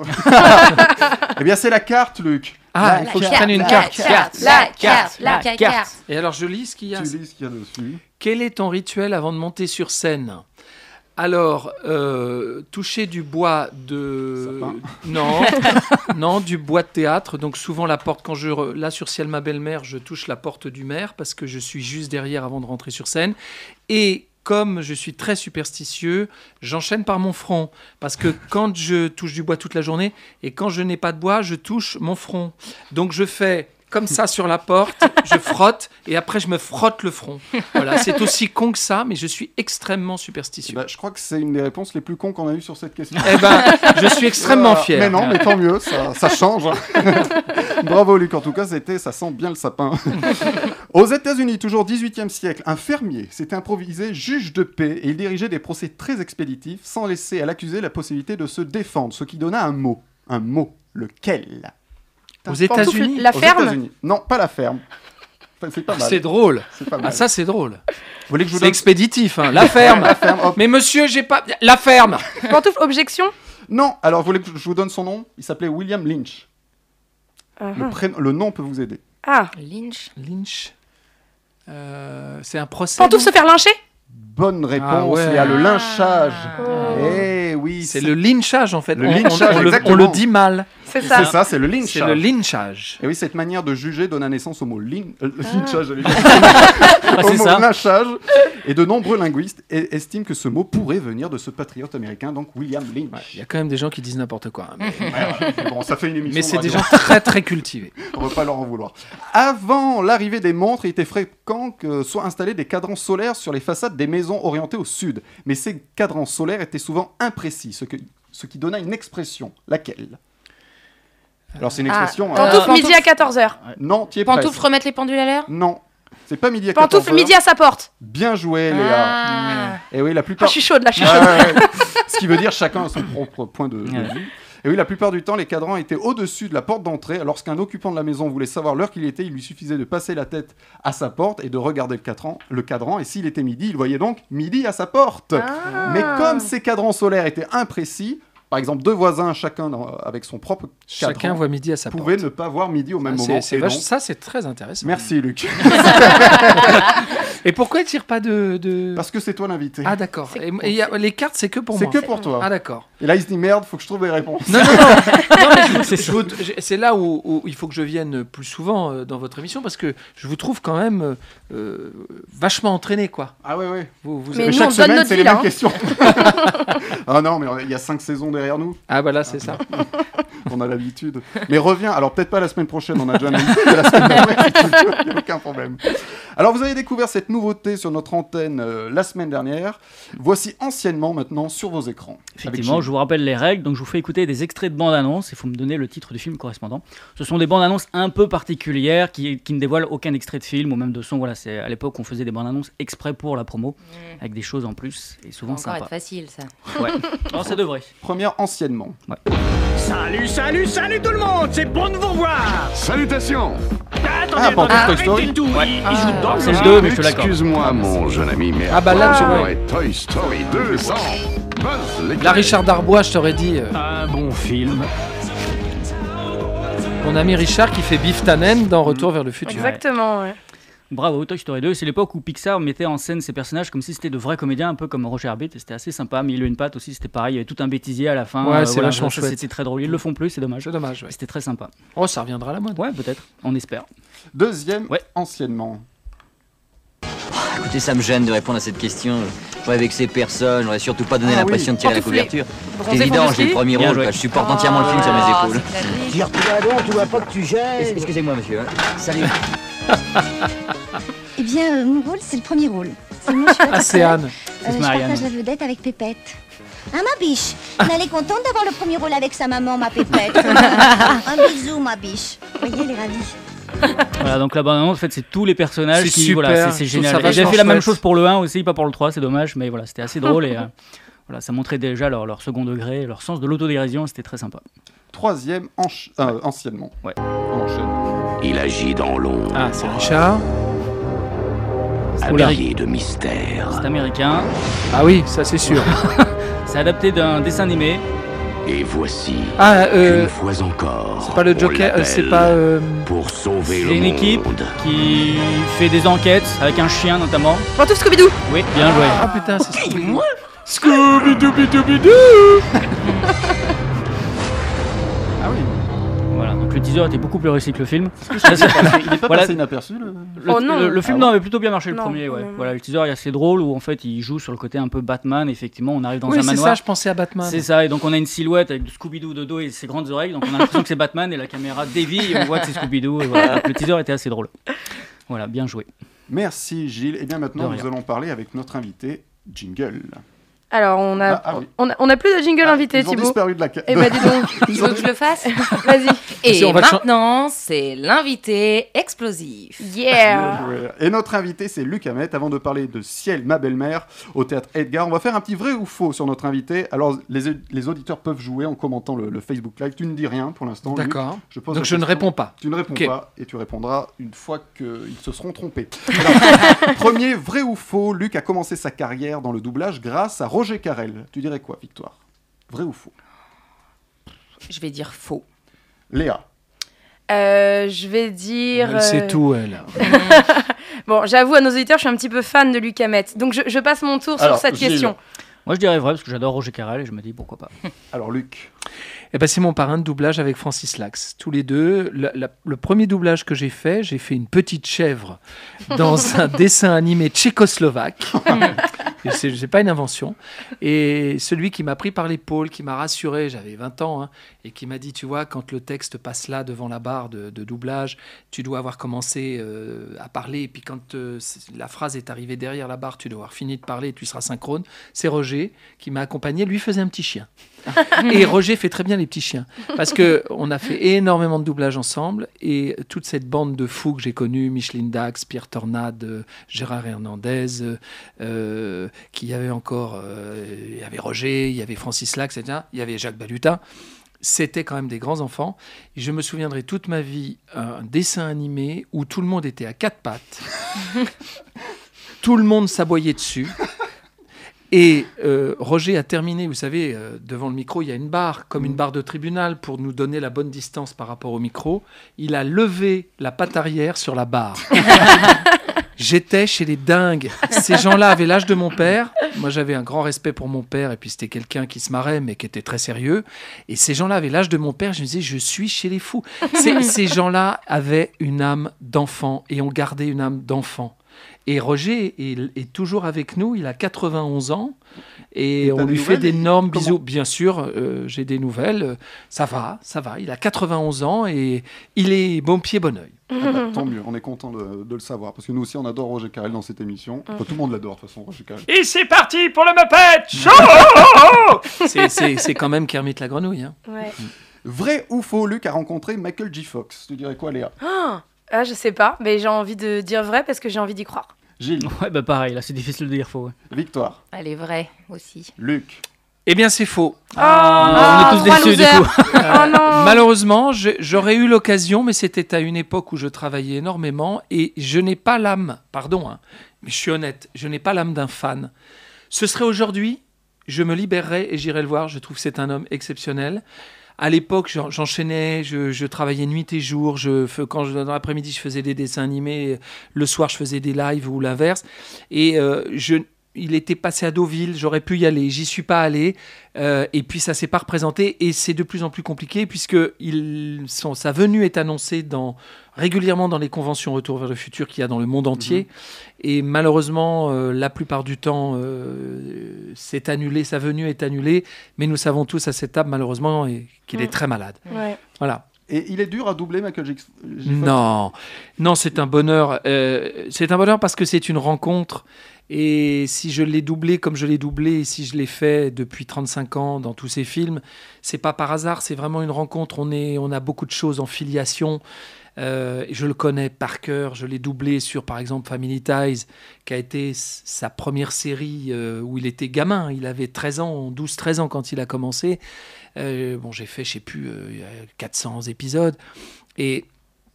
Eh bien, c'est la carte, Luc. Ah, La il faut que je carte. prenne une La carte. carte, la carte, la carte, carte. Et alors, je lis ce qu'il y a. Tu lis ce qu'il y a dessus. Quel est ton rituel avant de monter sur scène? Alors, euh, toucher du bois de... Sapin. Non, non, du bois de théâtre. Donc souvent la porte, quand je... re- Là, sur Ciel, ma belle-mère, je touche la porte du maire parce que je suis juste derrière avant de rentrer sur scène. Et comme je suis très superstitieux, j'enchaîne par mon front. Parce que quand je touche du bois toute la journée, et quand je n'ai pas de bois, je touche mon front. Donc je fais... comme ça sur la porte, je frotte et après je me frotte le front. Voilà, c'est aussi con que ça, mais je suis extrêmement superstitieux. Bah, je crois que c'est une des réponses les plus cons qu'on a eues sur cette question. Eh ben, je suis extrêmement Euh, fier. Mais non, mais tant mieux, ça, ça change. Bravo Luc, en tout cas, c'était, ça sent bien le sapin. Aux États-Unis, toujours dix-huitième siècle, un fermier s'était improvisé juge de paix et il dirigeait des procès très expéditifs sans laisser à l'accusé la possibilité de se défendre, ce qui donna un mot. Un mot. Lequel? Aux États-Unis, La Aux ferme. États-Unis. Non, pas la ferme. Enfin, c'est pas mal. c'est drôle. C'est pas mal. Ah ça c'est drôle. Vous voulez que je vous C'est donne expéditif. Hein. La ferme. la ferme hop. Mais monsieur, j'ai pas la ferme. Pantoufle, objection. Non, alors vous voulez que je vous donne son nom? Il s'appelait William Lynch. Ah, Le, prénom- le nom peut vous aider. ah. Lynch. Lynch. Euh, c'est un procès. Pantoufle, non se faire lyncher. Bonne réponse, Ah ouais. il y a le lynchage. Oh. Eh oui, C'est le lynchage en fait. Le On- on- lynchage, on, le, exactement. on le dit mal. C'est C'est ça. ça, c'est le C'est lynchage. le lynchage. Et oui, cette manière de juger donne naissance au mot lyn- euh, Ah. lynchage, j'allais dire. Ah, au c'est mot ça. lynchage. Et de nombreux linguistes e- estiment que ce mot pourrait venir de ce patriote américain, donc William Lynch. Il y a quand même des gens qui disent n'importe quoi. hein, Mais, Ouais, ouais. Bon, ça fait une émission. mais de c'est des radio. gens très très cultivés. On ne va pas leur en vouloir. Avant l'arrivée des montres, il était fréquent que soient installés des cadrans solaires sur les façades des maisons orientées au sud. Mais ces cadrans solaires étaient souvent imprécis, ce, que, ce qui donna une expression. Laquelle? Alors c'est une Ah, expression... hein. Pantoufle, Euh, midi à quatorze heures. Non, tu es Pantoufle, presque. remettre les pendules à l'heure. Non, c'est pas midi à quatorze Pantoufle, heures. midi à sa porte. Bien joué, Léa. Ah. Et oui, la Ah, plupart... je suis chaude là, je suis Ouais, chaude. ouais, ouais. Ce qui veut dire chacun a son propre point de, de Ouais. vue. Et oui, la plupart du temps, les cadrans étaient au-dessus de la porte d'entrée. Lorsqu'un occupant de la maison voulait savoir l'heure qu'il était, il lui suffisait de passer la tête à sa porte et de regarder le cadran. Le cadran et s'il était midi, il voyait donc midi à sa porte. Ah. Mais comme ces cadrans solaires étaient imprécis, par exemple deux voisins, chacun dans- avec son propre cadran, Chacun voit midi à sa porte. pouvaient ne pas voir midi au même Ah, c'est- moment. c'est Et vache- donc- Ça c'est très intéressant. Merci Luc. Et pourquoi il tire pas de, de... Parce que c'est toi l'invité. Ah d'accord. C'est- Et, et y a- les cartes c'est que pour c'est moi. que pour toi. Ah d'accord. Et là, il se dit merde, faut que je trouve les réponses. Non, non, non. Non, mais je- je vous- je- c'est là où, où il faut que je vienne plus souvent euh, dans votre émission parce que je vous trouve quand même euh, euh, vachement entraîné, quoi. Ah ouais, ouais. Vous, vous Mais Et nous, chaque on donne semaine, notre c'est vie, les là, mêmes hein. questions. Ah non, mais il y a cinq saisons derrière nous. Ah voilà, c'est ça. On a l'habitude. Mais reviens, alors peut-être pas la semaine prochaine, on a déjà un invité, mais la semaine d'après, si tu veux, il n'y a aucun problème. Alors vous avez découvert cette nouveauté sur notre antenne euh, la semaine dernière. Voici anciennement maintenant sur vos écrans. Effectivement, Avec je vous rappelle les règles, donc je vous fais écouter des extraits de bandes-annonces et il faut me donner le titre du film correspondant. Ce sont des bandes-annonces un peu particulières qui, qui ne dévoilent aucun extrait de film ou même de son. Voilà, c'est à l'époque on faisait des bandes-annonces exprès pour la promo, avec des choses en plus et Ça souvent va encore être sympa. facile, ça. Ouais. Non, ça devrait. Première anciennement. Salut, salut, salut tout le monde, c'est bon de vous revoir. Salutations. Attendez, Ah, pour attendez, Toy Story. arrêtez tout, il, il joue dans c'est le le deux, mais je te l'accorde. Excuse-moi, mon jeune ami, mais Ah bah là, à je- quoi ouais. est Toy Story deux cents. Buzz l'éclair. Là, Richard Darbois, je t'aurais dit. euh, Un bon film. mon ami Richard qui fait Biff Tannen dans Retour vers le futur. Exactement, ouais. Bravo, Toy Story deux, c'est l'époque où Pixar mettait en scène ses personnages comme si c'était de vrais comédiens, un peu comme Roger Rabbit, et c'était assez sympa. Mais il a une patte aussi, c'était pareil, il y avait tout un bêtisier à la fin. Ouais, c'est vachement ça, chouette. C'était très drôle, ils le font plus, c'est dommage. C'est dommage. Ouais. C'était très sympa. Oh, ça reviendra à la mode. Ouais, peut-être, on espère. Deuxième Ouais. anciennement. Écoutez, ça me gêne de répondre à cette question. J'aurais vexé personne, j'aurais surtout pas donné Ah l'impression oui. de tirer la Pantouflé. couverture. C'est Bronzé évident, Bronzé. j'ai le premier Bien rôle, joué. quoi. Je supporte entièrement le film sur mes Oh, épaules. c'est classique. Tire-toi donc, tu vois pas que tu gênes. Excusez-moi, monsieur. hein. Salut. Eh bien, euh, mon rôle, c'est le premier rôle. C'est moi, je suis pas Ah, toute c'est seule. Anne. Euh, C'est je Marianne. partage la vedette avec Pépette. Ah, ma biche, elle est contente d'avoir le premier rôle avec sa maman, ma Pépette. Un bisou, ma biche. Vous voyez, elle est ravie. Voilà, donc la bande-annonce, en fait, c'est tous les personnages C'est qui. super, Voilà, c'est- c'est je trouve ça génial. Et J'ai vachement fait la même chouette. chose pour le un aussi, pas pour le trois, c'est dommage, mais voilà, c'était assez drôle et euh, voilà, ça montrait déjà leur, leur second degré, leur sens de l'autodérision, c'était très sympa. Troisième ench- euh, anciennement. Ouais. On enchaîne. Il agit dans l'ombre, Ah, c'est Richard. habillé de mystère. C'est américain, Ah oui, ça c'est sûr. c'est adapté d'un dessin animé. Et voici, Ah, euh, une fois encore, c'est pas le on Joker, euh, c'est l'appelle pas. euh, pour sauver C'est le une monde. équipe qui fait des enquêtes avec un chien notamment. Pantouf Scooby-Doo. Oui, bien joué. Ah putain, c'est Scooby. Scooby-Dooby-Dooby-Doo. Ah oui. Voilà, donc le teaser était beaucoup plus réussi que le film. Il n'est pas Voilà. passé inaperçu, le... Le, Oh non. le- le film Ah non, bon avait plutôt bien marché le Non, premier. Ouais. non, non. Voilà, le teaser est assez drôle où en fait il joue sur le côté un peu Batman. Effectivement, on arrive dans Oui, un c'est manoir. ça, je pensais à Batman. C'est ça, et donc on a une silhouette avec du Scooby-Doo de dos et ses grandes oreilles, donc on a l'impression que c'est Batman et la caméra dévie et on voit que c'est Scooby-Doo. Et voilà. Donc le teaser était assez drôle. Voilà, bien joué. Merci Gilles. Et bien maintenant, De rien. nous allons parler avec notre invité, Jingle. Alors, on a, Ah, ah oui. on a, on a plus de jingle invité, Ils ont Thibaut. disparu de la ca- Eh bah, dis donc. Tu veux que je le fasse? Vas-y. Et Si, on va le chan- maintenant, c'est l'invité explosif. Yeah. Et notre invité, c'est Luc Hamet. Avant de parler de Ciel, ma belle-mère, au théâtre Edgar, on va faire un petit vrai ou faux sur notre invité. Alors, les, les auditeurs peuvent jouer en commentant le, le Facebook Live. Tu ne dis rien pour l'instant. Luc. D'accord. Je pose Donc la je ne question. réponds pas. Tu ne réponds Ok. pas et tu répondras une fois qu'ils se seront trompés. Alors, premier, vrai ou faux, Luc a commencé sa carrière dans le doublage grâce à Roger Carrel. Tu dirais quoi, Victoire? Vrai ou faux? Je vais dire faux. Léa. Euh, je vais dire. Elle sait euh, tout, elle. Bon, j'avoue à nos auditeurs, je suis un petit peu fan de Luc Hamet. Donc je, je passe mon tour Alors, sur cette Gilles. question. Moi je dirais vrai parce que j'adore Roger Carrel et je me dis pourquoi pas. Alors, Luc. Eh ben, c'est mon parrain de doublage avec Francis Lax. Tous les deux. La- la- le premier doublage que j'ai fait, j'ai fait une petite chèvre dans un dessin animé tchécoslovaque. Et c'est, c'est pas une invention. Et celui qui m'a pris par l'épaule, qui m'a rassuré, j'avais vingt ans, hein, et qui m'a dit, tu vois, quand le texte passe là devant la barre de, de doublage, tu dois avoir commencé euh, à parler, et puis quand euh, c'est- la phrase est arrivée derrière la barre, tu dois avoir fini de parler, et tu seras synchrone. C'est Roger qui m'a accompagné, lui faisait un petit chien. Et Roger fait très bien les petits chiens. Parce qu'on a fait énormément de doublage ensemble. Et toute cette bande de fous que j'ai connue, Micheline Dax, Pierre Tornade, euh, Gérard Hernandez, euh, euh, qui y avait encore... euh, il y avait Roger, il y avait Francis Lax, et cetera. Il y avait Jacques Balutin. C'était quand même des grands enfants. Et je me souviendrai toute ma vie un dessin animé où tout le monde était à quatre pattes. Tout le monde s'aboyait dessus. Et euh, Roger a terminé, vous savez, euh, devant le micro, il y a une barre, comme une barre de tribunal, pour nous donner la bonne distance par rapport au micro. Il a levé la patte arrière sur la barre. J'étais chez les dingues. Ces gens-là avaient l'âge de mon père. Moi, j'avais un grand respect pour mon père, et puis c'était quelqu'un qui se marrait, mais qui était très sérieux. Et ces gens-là avaient l'âge de mon père. Je me disais, je suis chez les fous. Ces, ces gens-là avaient une âme d'enfant et ont gardé une âme d'enfant. Et Roger est, est toujours avec nous. Il a quatre-vingt-onze ans. Et, Et on t'as lui des fait nouvelles, d'énormes comment bisous. Bien sûr, euh, j'ai des nouvelles. Ça va, ça va. Il a quatre-vingt-onze ans et il est bon pied, bon oeil. Ah bah, tant mieux, on est content de, de le savoir. Parce que nous aussi, on adore Roger Carrel dans cette émission. Enfin, tout le monde l'adore, de toute façon, Roger Carrel. Et c'est parti pour le Muppet Show. C'est, c'est, c'est quand même Kermit la grenouille. Hein. Ouais. Vrai ou faux, Luc a rencontré Michael J. Fox. Tu dirais quoi, Léa? Ah, ah, je sais pas, mais j'ai envie de dire vrai parce que j'ai envie d'y croire. Gilles? Ouais, bah pareil, là c'est difficile de dire faux. Ouais. Victoire? Elle est vraie aussi. Luc? Eh bien, c'est faux. Ah, on est tous trois déçus du losers. coup. Oh non. Malheureusement, je- j'aurais eu l'occasion, mais c'était à une époque où je travaillais énormément et je n'ai pas l'âme, pardon, hein, mais je suis honnête, je n'ai pas l'âme d'un fan. Ce serait aujourd'hui, je me libérerais et j'irais le voir. Je trouve que c'est un homme exceptionnel. À l'époque, j'en- j'enchaînais, je, je travaillais nuit et jour. Je, fais- quand je, dans l'après-midi, je faisais des dessins animés. Le soir, je faisais des lives ou l'inverse. Et euh, je, il était passé à Deauville, j'aurais pu y aller. J'y suis pas allé. Euh, et puis, ça s'est pas représenté. Et c'est de plus en plus compliqué puisque il, son, sa venue est annoncée dans, régulièrement dans les conventions Retour vers le futur qu'il y a dans le monde entier. Et malheureusement, euh, la plupart du temps, euh, c'est annulé. Sa venue est annulée. Mais nous savons tous à cette table, malheureusement, et- qu'il Mm. est très malade. Ouais. Voilà. Et il est dur à doubler, Michael J. J. Fox? Non, non, c'est un bonheur. Euh, c'est un bonheur parce que c'est une rencontre. Et si je l'ai doublé comme je l'ai doublé, et si je l'ai fait depuis trente-cinq ans dans tous ces films, c'est pas par hasard. C'est vraiment une rencontre. On est, on a beaucoup de choses en filiation. Euh, je le connais par cœur. Je l'ai doublé sur, par exemple, Family Ties, qui a été s- sa première série euh, où il était gamin. Il avait treize ans, douze treize ans quand il a commencé. Euh, bon, j'ai fait, je sais plus, euh, quatre cents épisodes. Et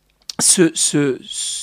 ce, ce,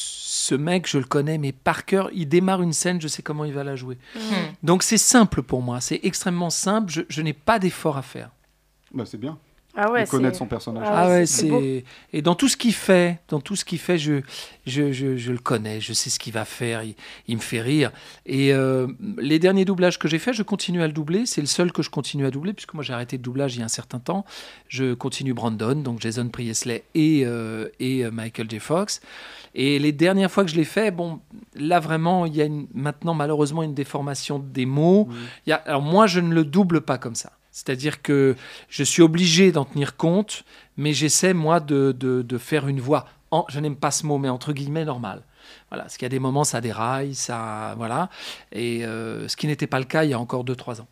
ce mec, je le connais, mais par cœur, il démarre une scène, je sais comment il va la jouer. Hmm. Donc c'est simple pour moi, c'est extrêmement simple, je, je n'ai pas d'effort à faire. Bah, c'est bien. Ah ouais, de connaître c'est- son personnage. Ah Ah ouais, c'est beau. c'est et dans tout ce qu'il fait, dans tout ce qu'il fait, je je, je, je le connais, je sais ce qu'il va faire, il, il me fait rire. Et euh, les derniers doublages que j'ai faits, je continue à le doubler. C'est le seul que je continue à doubler puisque moi j'ai arrêté le doublage il y a un certain temps. Je continue Brandon, donc Jason Priestley et euh, et euh, Michael J. Fox. Et les dernières fois que je l'ai fait, bon, là vraiment, il y a une, maintenant malheureusement une déformation des mots. Il y a, alors moi, je ne le double pas comme ça. C'est-à-dire que je suis obligé d'en tenir compte, mais j'essaie, moi, de, de, de faire une voix, en, je n'aime pas ce mot, mais entre guillemets, normale. Voilà, parce qu'il y a des moments, ça déraille, ça... Voilà. Et euh, ce qui n'était pas le cas il y a encore deux trois ans.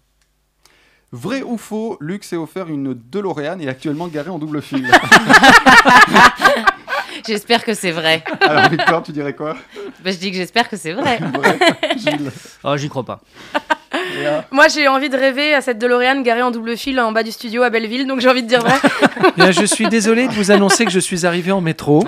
Vrai ou faux, Luc s'est offert une DeLorean et est actuellement garé en double fil. J'espère que c'est vrai. Alors, Victor, tu dirais quoi? Bah, je dis que j'espère que c'est vrai. Vrai. Gilles? Oh, j'y crois pas. Léa? Moi, j'ai envie de rêver à cette DeLorean garée en double fil en bas du studio à Belleville, donc j'ai envie de dire vrai. Bien, je suis désolé de vous annoncer que je suis arrivé en métro.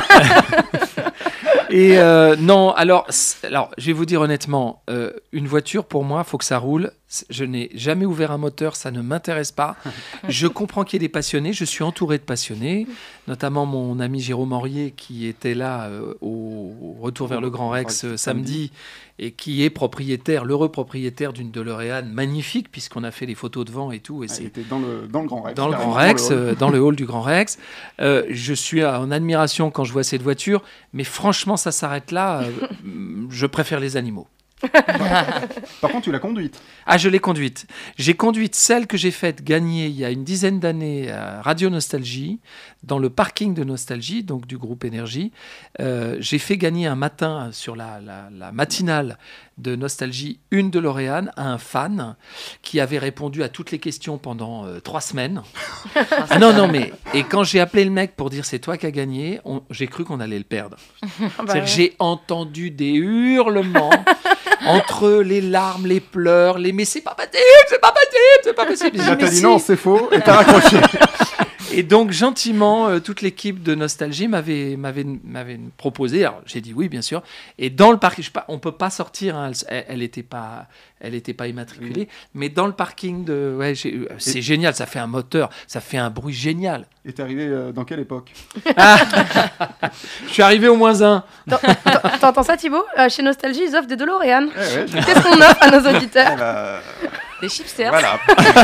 Et euh, non, alors, c- alors, je vais vous dire honnêtement, euh, une voiture, pour moi, il faut que ça roule. C- Je n'ai jamais ouvert un moteur, ça ne m'intéresse pas. Je comprends qu'il y ait des passionnés, je suis entouré de passionnés, notamment mon ami Jérôme Henrier, qui était là euh, au au Retour vers le Grand Rex euh, samedi, et qui est propriétaire, l'heureux propriétaire d'une DeLorean magnifique, puisqu'on a fait les photos devant et tout. Et Ah, c'est il était dans le, dans le Grand Rex. dans le carrément, Grand Rex, dans le hall. euh, dans le hall du Grand Rex. Euh, je suis en admiration quand je vois cette voiture, mais franchement, ça s'arrête là. euh, je préfère les animaux. Par contre, tu l'as conduite. Ah, je l'ai conduite. J'ai conduite celle que j'ai faite gagner il y a une dizaine d'années à Radio Nostalgie, dans le parking de Nostalgie, donc du groupe Énergie. Euh, j'ai fait gagner un matin sur la, la- la matinale de Nostalgie une DeLorean à un fan qui avait répondu à toutes les questions pendant euh, trois semaines. Ah non, non, mais... Et quand j'ai appelé le mec pour dire c'est toi qui as gagné, on- j'ai cru qu'on allait le perdre. bah C'est-à-dire ouais. que j'ai entendu des hurlements entre les larmes, les pleurs, les mais c'est pas possible, c'est pas possible, c'est pas possible. Là, Mais t'as dit si. non, c'est faux, et t'as raccroché. Et, Et donc, gentiment, euh, toute l'équipe de Nostalgie m'avait, m'avait, m'avait proposé. Alors, j'ai dit oui, bien sûr. Et dans le parking, je sais pas, on ne peut pas sortir. Hein, elle n'était pas, elle était pas immatriculée. Oui. Mais dans le parking, de, ouais, j'ai, c'est et... génial. Ça fait un moteur. Ça fait un bruit génial. Et t'es arrivé euh, dans quelle époque? Ah je suis arrivé au moins un. T'entends ça, Thibaut? euh, Chez Nostalgie, ils offrent des DeLorean. Eh ouais, Qu'est-ce qu'on offre à nos auditeurs? eh ben... Des chipsters. Voilà.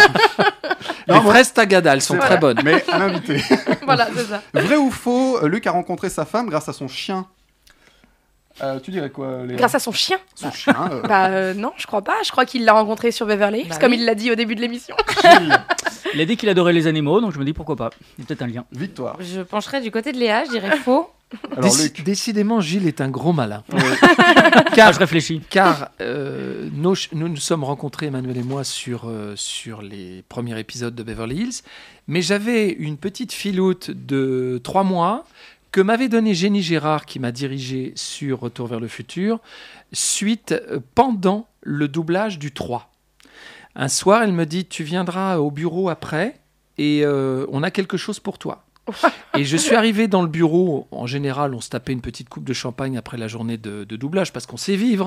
Les fraises Tagada, elles sont très bonnes. Mais à l'invité. Voilà, c'est ça. Vrai ou faux, Luc a rencontré sa femme grâce à son chien. Euh, tu dirais quoi, Léa? Grâce à son chien? Son chien euh... Bah euh, non, je crois pas. Je crois qu'il l'a rencontré sur Beverly Hills, bah comme oui. il l'a dit au début de l'émission. Il a dit qu'il adorait les animaux, donc je me dis pourquoi pas. Il y a peut-être un lien. Victoire. Je pencherai du côté de Léa, je dirais faux. Alors, Déc- Luc. Décidément, Gilles est un gros malin. Oui. car, je réfléchis. Car euh, nos, nous nous sommes rencontrés, Emmanuel et moi, sur, euh, sur les premiers épisodes de Beverly Hills. Mais j'avais une petite filoute de trois mois que m'avait donné Jenny Gérard, qui m'a dirigé sur Retour vers le futur, suite, euh, pendant le doublage du trois. Un soir, elle me dit, tu viendras au bureau après et euh, on a quelque chose pour toi. Et je suis arrivé dans le bureau. En général, on se tapait une petite coupe de champagne après la journée de, de doublage parce qu'on sait vivre.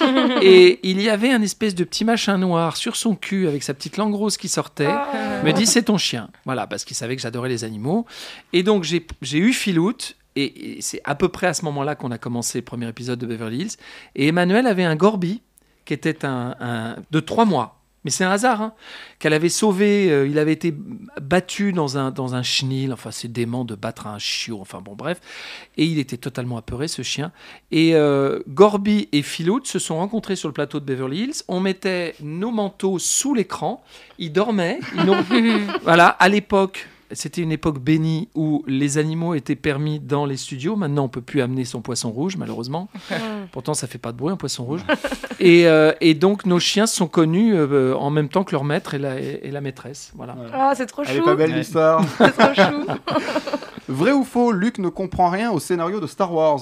Et il y avait un espèce de petit machin noir sur son cul avec sa petite langue rose qui sortait. Me dit, c'est ton chien. Voilà, parce qu'il savait que j'adorais les animaux. Et donc, j'ai, j'ai eu filoute. Et, et c'est à peu près à ce moment-là qu'on a commencé le premier épisode de Beverly Hills. Et Emmanuel avait un Gorby qui était un, un, de trois mois. Mais c'est un hasard, hein, qu'elle avait sauvé. Euh, il avait été battu dans un, dans un chenil. Enfin, c'est dément de battre un chiot. Enfin, bon, bref. Et il était totalement apeuré, ce chien. Et euh, Gorby et Philoute se sont rencontrés sur le plateau de Beverly Hills. On mettait nos manteaux sous l'écran. Ils dormaient. Ils nous... voilà, à l'époque... C'était une époque bénie où les animaux étaient permis dans les studios. Maintenant, on ne peut plus amener son poisson rouge, malheureusement. Pourtant, ça ne fait pas de bruit, un poisson rouge. et, euh, et donc, nos chiens sont connus euh, en même temps que leur maître et la, et la maîtresse. Voilà. Ah, c'est trop chou. Elle est pas belle, ouais. l'histoire. C'est trop chou. Vrai ou faux, Luc ne comprend rien au scénario de Star Wars?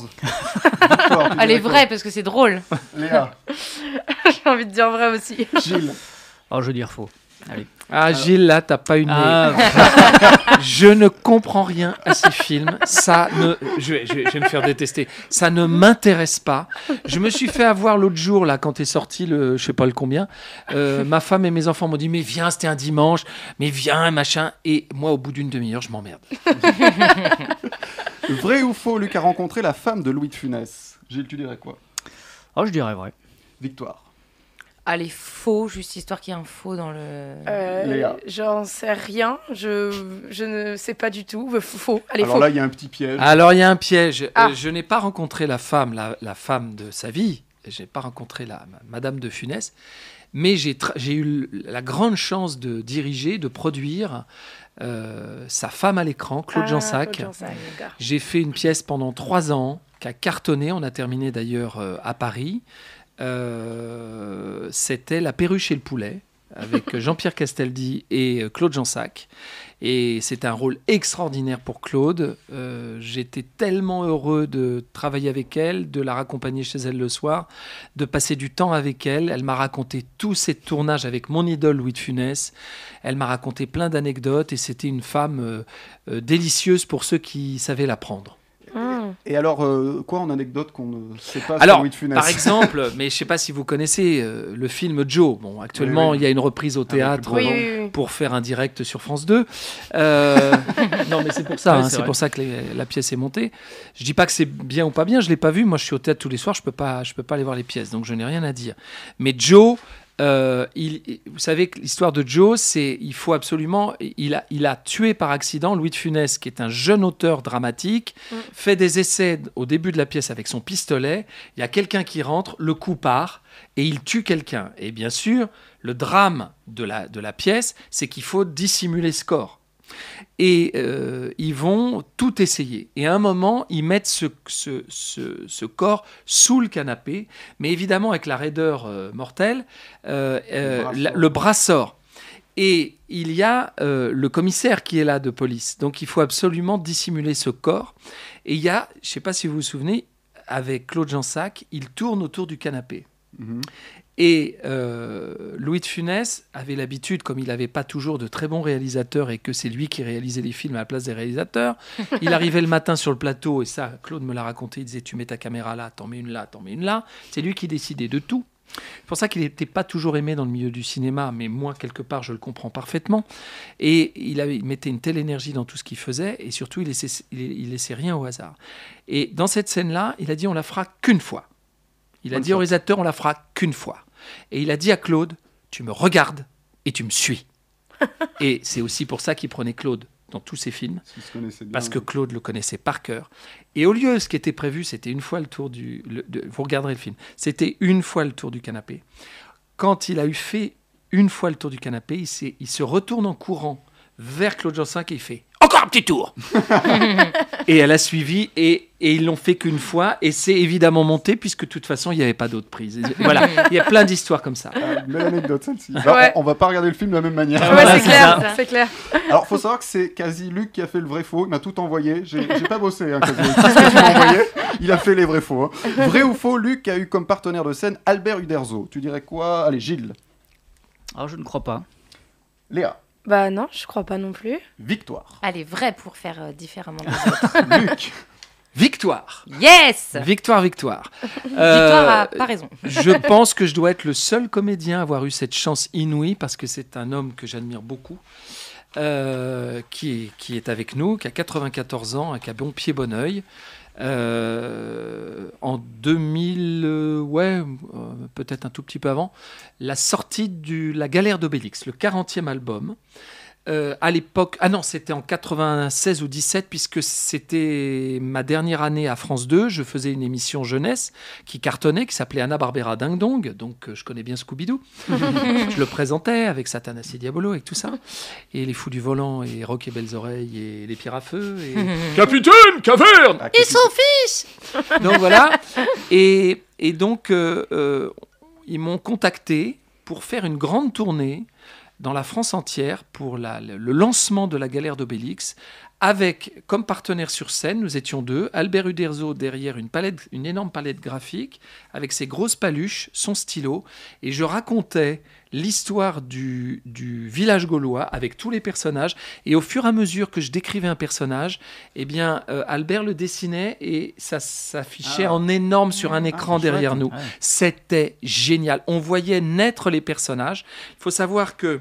Elle est vraie, parce que c'est drôle. Léa. J'ai envie de dire vrai aussi. Gilles. Alors, je veux dire faux. Allez. Ah, Alors... Gilles, là, t'as pas une... Ah, je ne comprends rien à ces films. Ça ne... Je vais, je, vais, je vais me faire détester. Ça ne m'intéresse pas. Je me suis fait avoir l'autre jour, là, quand t'es sorti, le, je sais pas le combien. Euh, ma femme et mes enfants m'ont dit, mais viens, c'était un dimanche. Mais viens, machin. Et moi, au bout d'une demi-heure, je m'emmerde. Vrai ou faux, Luc a rencontré la femme de Louis de Funès? Gilles, tu dirais quoi? Oh, je dirais vrai. Victoire. Allez, faux, juste histoire qu'il y ait un faux dans le... Euh, j'en sais rien, je, je ne sais pas du tout. Faux, allez, Alors faux. là, il y a un petit piège. Alors, il y a un piège. Ah. Euh, je n'ai pas rencontré la femme, la, la femme de sa vie. Je n'ai pas rencontré la Madame de Funès. Mais j'ai, tra- j'ai eu la grande chance de diriger, de produire euh, sa femme à l'écran, Claude ah, Jansac. Claude Jansac, d'accord. J'ai fait une pièce pendant trois ans, qui a cartonné. On a terminé d'ailleurs euh, à Paris. Euh, c'était La Perruche et le poulet avec Jean-Pierre Castaldi et Claude Jansac, et c'est un rôle extraordinaire pour Claude. Euh, j'étais tellement heureux de travailler avec elle, de la raccompagner chez elle le soir, de passer du temps avec elle. Elle m'a raconté tous ces tournages avec mon idole Louis de Funès. Elle m'a raconté plein d'anecdotes et c'était une femme euh, euh, délicieuse pour ceux qui savaient la prendre. Et alors, euh, quoi en anecdote qu'on ne sait pas alors, sur Louis de Funès? Par exemple, mais je ne sais pas si vous connaissez euh, le film Joe. Bon, actuellement, oui, oui. il y a une reprise au théâtre oui, oui, oui. pour faire un direct sur France deux. Euh, non, mais c'est pour ça, ouais, hein, c'est, c'est pour ça que les, la pièce est montée. Je ne dis pas que c'est bien ou pas bien, je ne l'ai pas vu. Moi, je suis au théâtre tous les soirs, je ne peux pas, je peux pas aller voir les pièces, donc je n'ai rien à dire. Mais Joe... Euh, il, vous savez que l'histoire de Joe, c'est il faut absolument. Il a, il a tué par accident Louis de Funès, qui est un jeune auteur dramatique, mm. fait des essais au début de la pièce avec son pistolet. Il y a quelqu'un qui rentre, le coup part et il tue quelqu'un. Et bien sûr, le drame de la, de la pièce, c'est qu'il faut dissimuler ce corps. Et euh, ils vont tout essayer. Et à un moment, ils mettent ce, ce, ce, ce corps sous le canapé, mais évidemment avec la raideur euh, mortelle, euh, euh, le, bras la, le bras sort. Et il y a euh, le commissaire qui est là de police. Donc il faut absolument dissimuler ce corps. Et il y a, je ne sais pas si vous vous souvenez, avec Claude Jansac, il tourne autour du canapé. Mhm. Et euh, Louis de Funès avait l'habitude, comme il n'avait pas toujours de très bons réalisateurs et que c'est lui qui réalisait les films à la place des réalisateurs, il arrivait le matin sur le plateau, et ça, Claude me l'a raconté, il disait « tu mets ta caméra là, t'en mets une là, t'en mets une là ». C'est lui qui décidait de tout. C'est pour ça qu'il n'était pas toujours aimé dans le milieu du cinéma, mais moi, quelque part, je le comprends parfaitement. Et il, avait, il mettait une telle énergie dans tout ce qu'il faisait, et surtout, il laissait, il, il laissait rien au hasard. Et dans cette scène-là, il a dit « on la fera qu'une fois ». Il a dit au réalisateur, on la fera qu'une fois. Et il a dit à Claude, tu me regardes et tu me suis. Et c'est aussi pour ça qu'il prenait Claude dans tous ses films, bien, parce que ouais. Claude le connaissait par cœur. Et au lieu, ce qui était prévu, c'était une fois le tour du... Le, de, vous regarderez le film. C'était une fois le tour du canapé. Quand il a eu fait une fois le tour du canapé, il, s'est, il se retourne en courant vers Claude Jansin et il fait « Encore un petit tour !» Et elle a suivi et, et ils l'ont fait qu'une fois et c'est évidemment monté puisque de toute façon il n'y avait pas d'autres prises. Voilà, il y a plein d'histoires comme ça. Ah, une belle anecdote celle-ci. Bah, Ouais. on, on va pas regarder le film de la même manière. Ouais, Voilà, c'est c'est clair, ça. c'est clair. Alors, faut savoir que c'est quasi Luc qui a fait le vrai faux. Il m'a tout envoyé. J'ai, j'ai pas bossé, hein, quasi. Tout ce que tu m'as envoyé, il a fait les vrais faux. Hein. Vrai ou faux, Luc a eu comme partenaire de scène Albert Uderzo. Tu dirais quoi? Allez, Gilles. Alors, je ne crois pas. Léa. Bah non, je crois pas non plus. Victoire. Allez, vrai pour faire euh, différemment des autres. Luc. Victoire. Yes. Victoire, victoire. Victoire a pas raison. Je pense que je dois être le seul comédien à avoir eu cette chance inouïe parce que c'est un homme que j'admire beaucoup. Euh, qui, est, qui est avec nous, qui a quatre-vingt-quatorze ans, qui a bon pied, bon oeil. Euh, en deux mille, euh, ouais, euh, peut-être un tout petit peu avant, la sortie de La Galère d'Obélix, le quarantième album. Euh, à l'époque, ah non, c'était en quatre-vingt-seize ou dix-sept, puisque c'était ma dernière année à France deux. Je faisais une émission jeunesse qui cartonnait, qui s'appelait Anna Barbera Ding Dong, donc euh, je connais bien Scooby-Doo. Je le présentais avec Satanas et Diabolo, avec tout ça. Et Les Fous du Volant, et Rock et Belles Oreilles, et Les Pierres à Feu, et Capitaine Caverne Ah, Et son fils. donc voilà. Et, et donc, euh, euh, ils m'ont contacté pour faire une grande tournée dans la France entière pour la, le lancement de La Galère d'Obélix, avec comme partenaire sur scène, nous étions deux, Albert Uderzo derrière une, palette, une énorme palette graphique, avec ses grosses paluches, son stylo, et je racontais l'histoire du, du village gaulois avec tous les personnages, et au fur et à mesure que je décrivais un personnage, eh bien, euh, Albert le dessinait et ça s'affichait Ah. en énorme sur un écran Ah, c'est derrière chouette. nous. Ouais. C'était génial. On voyait naître les personnages. Il faut savoir que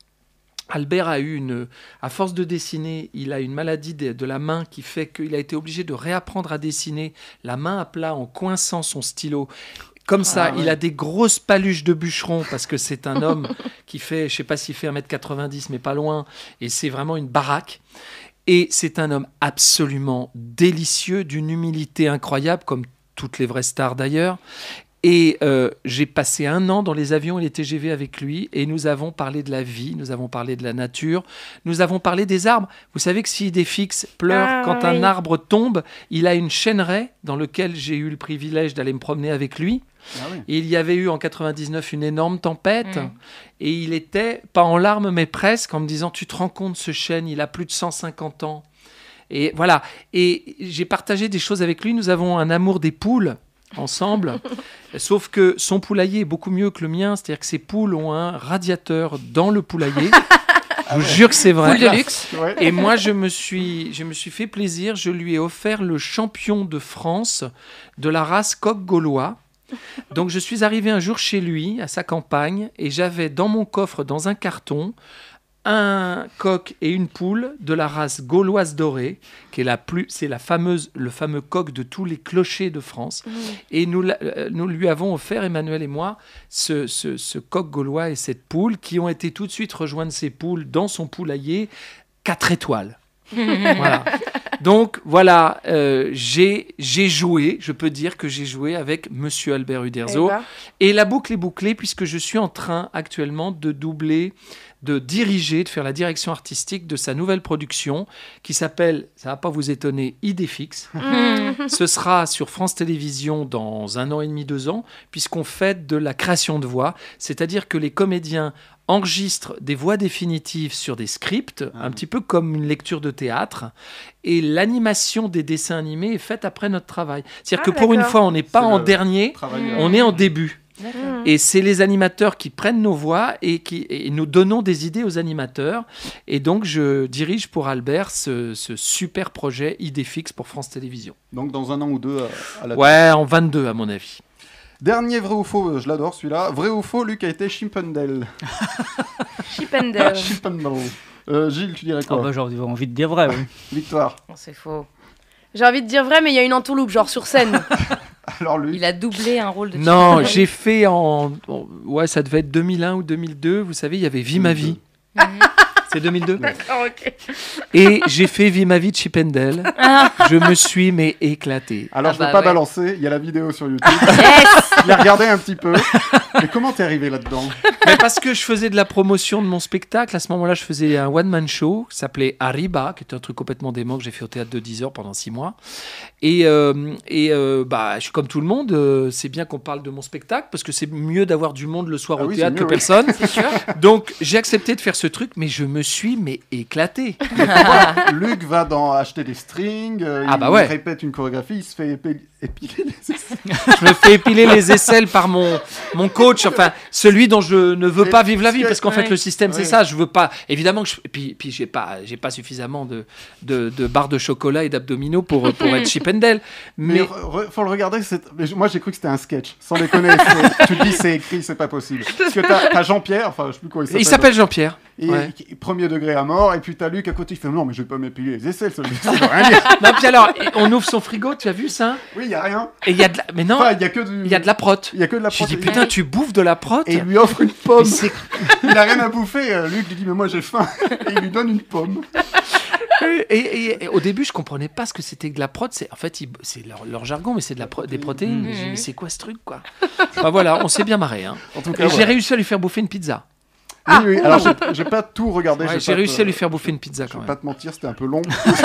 Albert a eu une, à force de dessiner, il a une maladie de, de la main qui fait qu'il a été obligé de réapprendre à dessiner la main à plat en coinçant son stylo. Comme ça, Ah, ouais. il a des grosses paluches de bûcheron parce que c'est un homme qui fait, je sais pas s'il fait un mètre quatre-vingt-dix, mais pas loin, et c'est vraiment une baraque. Et c'est un homme absolument délicieux, d'une humilité incroyable, comme toutes les vraies stars d'ailleurs. Et euh, j'ai passé un an dans les avions et les T G V avec lui et nous avons parlé de la vie, nous avons parlé de la nature, nous avons parlé des arbres. Vous savez que si Idéfix pleure Ah, quand oui. un arbre tombe, il a une chêneraie dans laquelle j'ai eu le privilège d'aller me promener avec lui. Ah oui. Et il y avait eu en quatre-vingt-dix-neuf une énorme tempête Mm. et il était, pas en larmes mais presque, en me disant « Tu te rends compte, ce chêne, il a plus de cent cinquante ans ». Et voilà, et j'ai partagé des choses avec lui, nous avons un amour des poules ensemble, sauf que son poulailler est beaucoup mieux que le mien, c'est-à-dire que ses poules ont un radiateur dans le poulailler. Je vous jure que c'est vrai. Poule de luxe. Ouais. Et moi, je me suis, je me suis fait plaisir. Je lui ai offert le champion de France de la race coq gaulois. Donc, je suis arrivé un jour chez lui, à sa campagne, et j'avais dans mon coffre, dans un carton, un coq et une poule de la race gauloise dorée, qui est la plus, c'est la fameuse, le fameux coq de tous les clochers de France. Et nous, l'a- euh, nous lui avons offert, Emmanuel et moi, ce, ce, ce coq gaulois et cette poule, qui ont été tout de suite rejoindre ces poules dans son poulailler, quatre étoiles. Voilà. Donc voilà, euh, j'ai j'ai joué, je peux dire que j'ai joué avec Monsieur Albert Uderzo. Eh ben. Et la boucle est bouclée puisque je suis en train actuellement de doubler, de diriger, de faire la direction artistique de sa nouvelle production qui s'appelle, ça va pas vous étonner, Idéfix. Ce sera sur France Télévisions dans un an et demi, deux ans, puisqu'on fait de la création de voix, c'est-à-dire que les comédiens enregistrent des voix définitives sur des scripts, Ah. un petit peu comme une lecture de théâtre, et l'animation des dessins animés est faite après notre travail. C'est-à-dire Ah, que pour une d'accord. fois, on n'est pas C'est en le dernier, Travail, euh, on est en début. Mmh. Et c'est les animateurs qui prennent nos voix et qui et nous donnons des idées aux animateurs. Et donc, je dirige pour Albert ce, ce super projet Idée fixe pour France Télévisions. Donc, dans un an ou deux à, à la Ouais, en vingt-deux, à mon avis. Dernier vrai ou faux, je l'adore celui-là. Vrai ou faux, Luc a été Chippendale. Chippendale. Chippendale. Euh, Gilles, tu dirais quoi? Oh bah, j'ai envie de dire vrai, oui. Victoire. Oh, c'est faux. J'ai envie de dire vrai, mais il y a une entourloupe, genre sur scène. Alors Luc. Il a doublé un rôle de Non, Chippendale. j'ai fait en... Ouais, ça devait être deux mille un ou deux mille deux. Vous savez, il y avait Vie ma vie. C'est deux mille deux. D'accord, ok. Et j'ai fait Vie ma vie de Chippendale. Je me suis mais éclaté. Alors Ah je ne vais bah pas ouais. balancer, il y a la vidéo sur YouTube. Il a regardé un petit peu. Mais comment t'es arrivé là-dedans? Mais parce que je faisais de la promotion de mon spectacle. À ce moment-là, je faisais un one-man show qui s'appelait Arriba, qui était un truc complètement dément que j'ai fait au théâtre de dix heures pendant six mois. Et, euh, et euh, bah, je suis comme tout le monde. euh, c'est bien qu'on parle de mon spectacle parce que c'est mieux d'avoir du monde le soir Ah au oui, théâtre c'est que mieux, oui. personne. C'est sûr. Donc, j'ai accepté de faire ce truc, mais je me suis mais éclaté. Luc va dans acheter des strings, euh, Ah il bah ouais. répète une chorégraphie, il se fait épi- épiler les aisselles. Je me fais épiler les aisselles par mon, mon coach, enfin celui dont je ne veux Et pas vivre la vie, parce que- parce qu'en fait ouais. le système c'est Ouais. ça. Je veux pas, évidemment que je, et puis puis j'ai pas j'ai pas suffisamment de, de de barres de chocolat et d'abdominaux pour pour être Chippendale. Mais, Mais re- re- faut le regarder, c'est- mais moi j'ai cru que c'était un sketch, sans déconner. c'est- Tu te dis c'est écrit, c'est pas possible. Parce que t'as, t'as Jean-Pierre, enfin je sais plus comment il s'appelle. il s'appelle Jean-Pierre. Et, Ouais. qui- premier degré à mort, et puis t'as Luc à côté, il fait non mais je vais pas m'épiler les aisselles, ça veut ça veut rien dire. Non, puis alors on ouvre son frigo, tu as vu ça? Oui, il y a rien. Et il y a de la, mais non, Enfin, il y a que du... il y a de la prot. Il y a que de la Je dis protéine. putain, tu bouffes de la prot? Et il lui offre une pomme. Mais c'est- Il a rien à bouffer. euh, Luc lui dit mais moi j'ai faim. Et il lui donne une pomme. Et, et- et au début, je comprenais pas ce que c'était que de la prot. C'est, en fait, ils- c'est leur, leur jargon, mais c'est de la pro- des protéines. Mmh. Mais j'ai dit, mais c'est quoi ce truc, quoi? Enfin voilà, on s'est bien marré. Hein. En tout Et cas, j'ai voilà. réussi à lui faire bouffer une pizza. Oui, oui. Alors j'ai, j'ai pas tout regardé. Ouais, j'ai j'ai pas réussi te- à lui faire bouffer une pizza Je quand vais même. pas te mentir, c'était un peu long.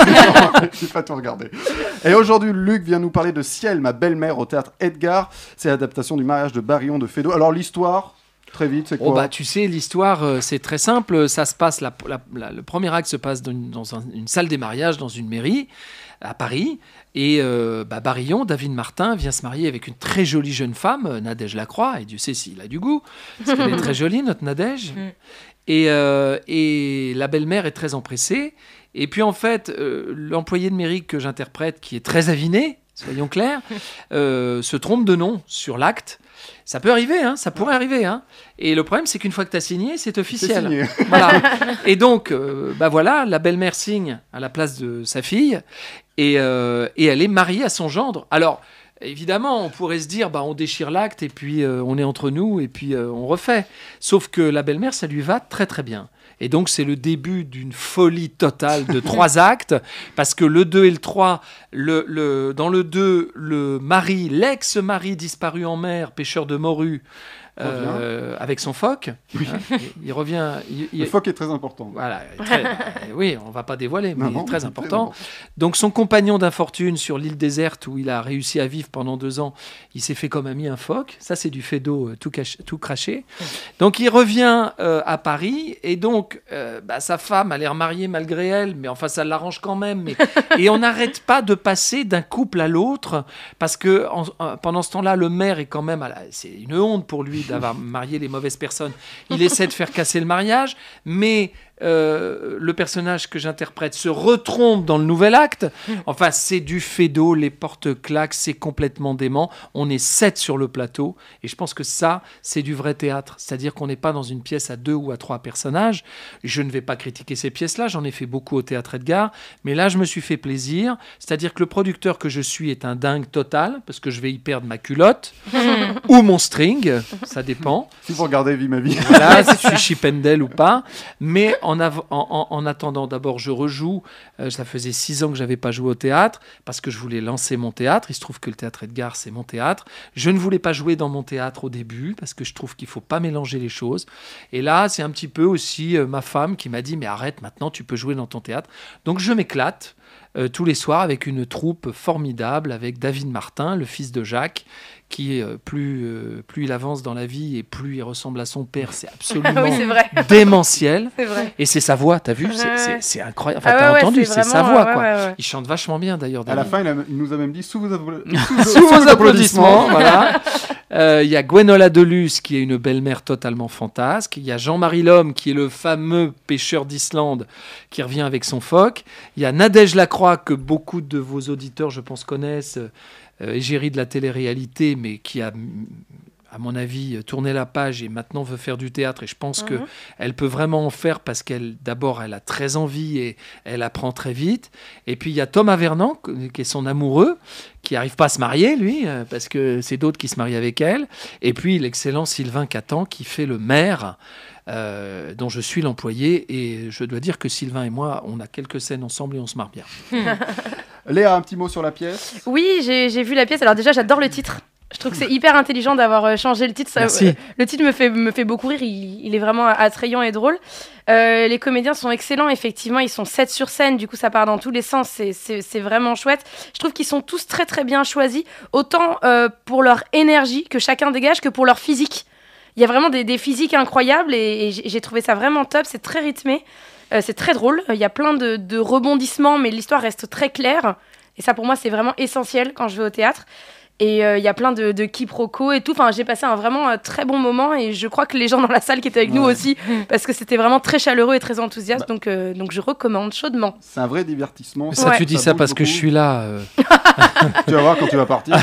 J'ai pas tout regardé. Et aujourd'hui, Luc vient nous parler de Ciel, ma belle-mère au théâtre Edgar. C'est l'adaptation du mariage de Barillon de Feydeau. Alors l'histoire, très vite, c'est quoi? Oh bah tu sais, l'histoire euh, c'est très simple. Ça se passe, la, la- la- le premier acte se passe dans une, dans un- une salle des mariages dans une mairie à Paris. Et euh, bah, Barillon, David Martin, vient se marier avec une très jolie jeune femme, euh, Nadège Lacroix. Et Dieu sait s'il a du goût, parce qu'elle est très jolie, notre Nadège. Et, euh, et la belle-mère est très empressée. Et puis en fait, euh, l'employé de mairie que j'interprète, qui est très aviné, soyons clairs, euh, se trompe de nom sur l'acte. Ça peut arriver, hein, ça pourrait arriver. Hein. Et le problème, c'est qu'une fois que tu as signé, c'est officiel. signé. Voilà. Et donc, euh, bah voilà, la belle-mère signe à la place de sa fille et, euh, et elle est mariée à son gendre. Alors, évidemment, on pourrait se dire, bah, on déchire l'acte et puis euh, on est entre nous et puis euh, on refait. Sauf que la belle-mère, ça lui va très très bien. Et donc, c'est le début d'une folie totale de trois actes, parce que le deux et le trois, le, le, dans le deux, le mari, l'ex-mari disparu en mer, pêcheur de morue, euh, avec son phoque, Oui. hein, il, il revient... Il, il- Le phoque est très important. voilà, très- euh, oui, on va pas dévoiler, mais Non, il est non, très c'est important. très Donc son compagnon d'infortune sur l'île déserte où il a réussi à vivre pendant deux ans, il s'est fait comme ami un phoque. Ça, c'est du Feydeau euh, tout, caché- tout craché. Donc il revient euh, à Paris et donc euh, bah, sa femme a l'air mariée malgré elle, mais enfin ça l'arrange quand même. Mais... et on n'arrête pas de passer d'un couple à l'autre parce que en- en- pendant ce temps-là, le maire est quand même, à la... c'est une honte pour lui d'avoir marié les mauvaises personnes. Il essaie de faire casser le mariage, mais euh, le personnage que j'interprète se retrompe dans le nouvel acte. Enfin, c'est du Feydeau, les portes claquent, c'est complètement dément. On est sept sur le plateau, et je pense que ça, c'est du vrai théâtre. C'est-à-dire qu'on n'est pas dans une pièce à deux ou à trois personnages. Je ne vais pas critiquer ces pièces-là, j'en ai fait beaucoup au théâtre Edgar, mais là, je me suis fait plaisir. C'est-à-dire que le producteur que je suis est un dingue total, parce que je vais y perdre ma culotte ou mon string, ça dépend. Si vous regardez Vie ma vie. Voilà, si je suis Chippendale ou pas. Mais en, av- en, en, en attendant, d'abord, je rejoue. Euh, ça faisait six ans que je n'avais pas joué au théâtre parce que je voulais lancer mon théâtre. Il se trouve que le théâtre Edgar, c'est mon théâtre. Je ne voulais pas jouer dans mon théâtre au début parce que je trouve qu'il ne faut pas mélanger les choses. Et là, c'est un petit peu aussi euh, ma femme qui m'a dit « Mais arrête, maintenant, tu peux jouer dans ton théâtre. » Donc, je m'éclate. Euh, tous les soirs avec une troupe formidable, avec David Martin, le fils de Jacques, qui, euh, plus, euh, plus il avance dans la vie et plus il ressemble à son père, c'est absolument Oui, c'est vrai. démentiel. C'est vrai. Et c'est sa voix, t'as vu? Ouais, C'est- c'est ouais. c'est incroyable. Enfin, Ah t'as ouais, ouais, entendu, c'est c'est sa vraiment, voix, ouais, quoi. ouais, ouais. Il chante vachement bien, d'ailleurs. À la David. fin, il, a- il nous a même dit sous vos, appla- Sous vos applaudissements, voilà. Euh, Il y a Gwenola Delus, qui est une belle-mère totalement fantasque. Il y a Jean-Marie Lhomme, qui est le fameux pêcheur d'Islande, qui revient avec son phoque. Il y a Nadège Lacroix, que beaucoup de vos auditeurs, je pense, connaissent, euh, égérie de la télé-réalité, mais qui a, à mon avis, tourné la page et maintenant veut faire du théâtre. Et je pense Mhm. qu'elle peut vraiment en faire parce qu'elle, d'abord, elle a très envie et elle apprend très vite. Et puis, il y a Thomas Vernant, qui est son amoureux, qui n'arrive pas à se marier, lui, euh, parce que c'est d'autres qui se marient avec elle. Et puis, l'excellent Sylvain Catan, qui fait le maire, euh, dont je suis l'employé. Et je dois dire que Sylvain et moi, on a quelques scènes ensemble et on se marre bien. Léa, un petit mot sur la pièce. Oui, j'ai j'ai vu la pièce. Alors déjà, j'adore le titre. Je trouve que c'est hyper intelligent d'avoir euh, changé le titre. Ça, Merci. euh, le titre me fait, me fait beaucoup rire. Il, il est vraiment attrayant et drôle. Euh, les comédiens sont excellents. Effectivement, ils sont sept sur scène. Du coup, ça part dans tous les sens. C'est- C'est c'est vraiment chouette. Je trouve qu'ils sont tous très, très bien choisis. Autant euh, pour leur énergie que chacun dégage que pour leur physique. Il y a vraiment des, des physiques incroyables et, et j'ai j'ai trouvé ça vraiment top. C'est très rythmé. Euh, c'est très drôle. Il y a plein de, de rebondissements, mais l'histoire reste très claire. Et ça, pour moi, c'est vraiment essentiel quand je vais au théâtre. Et euh, il y a plein de, de quiproquos et tout. Enfin, j'ai passé un vraiment euh, très bon moment et je crois que les gens dans la salle qui étaient avec nous Ouais. aussi, parce que c'était vraiment très chaleureux et très enthousiaste. Donc, euh, donc je recommande chaudement. C'est un vrai divertissement. Mais ça, Ouais. tu dis ça bouge parce que je beaucoup. suis là. euh. Tu vas voir quand tu vas partir.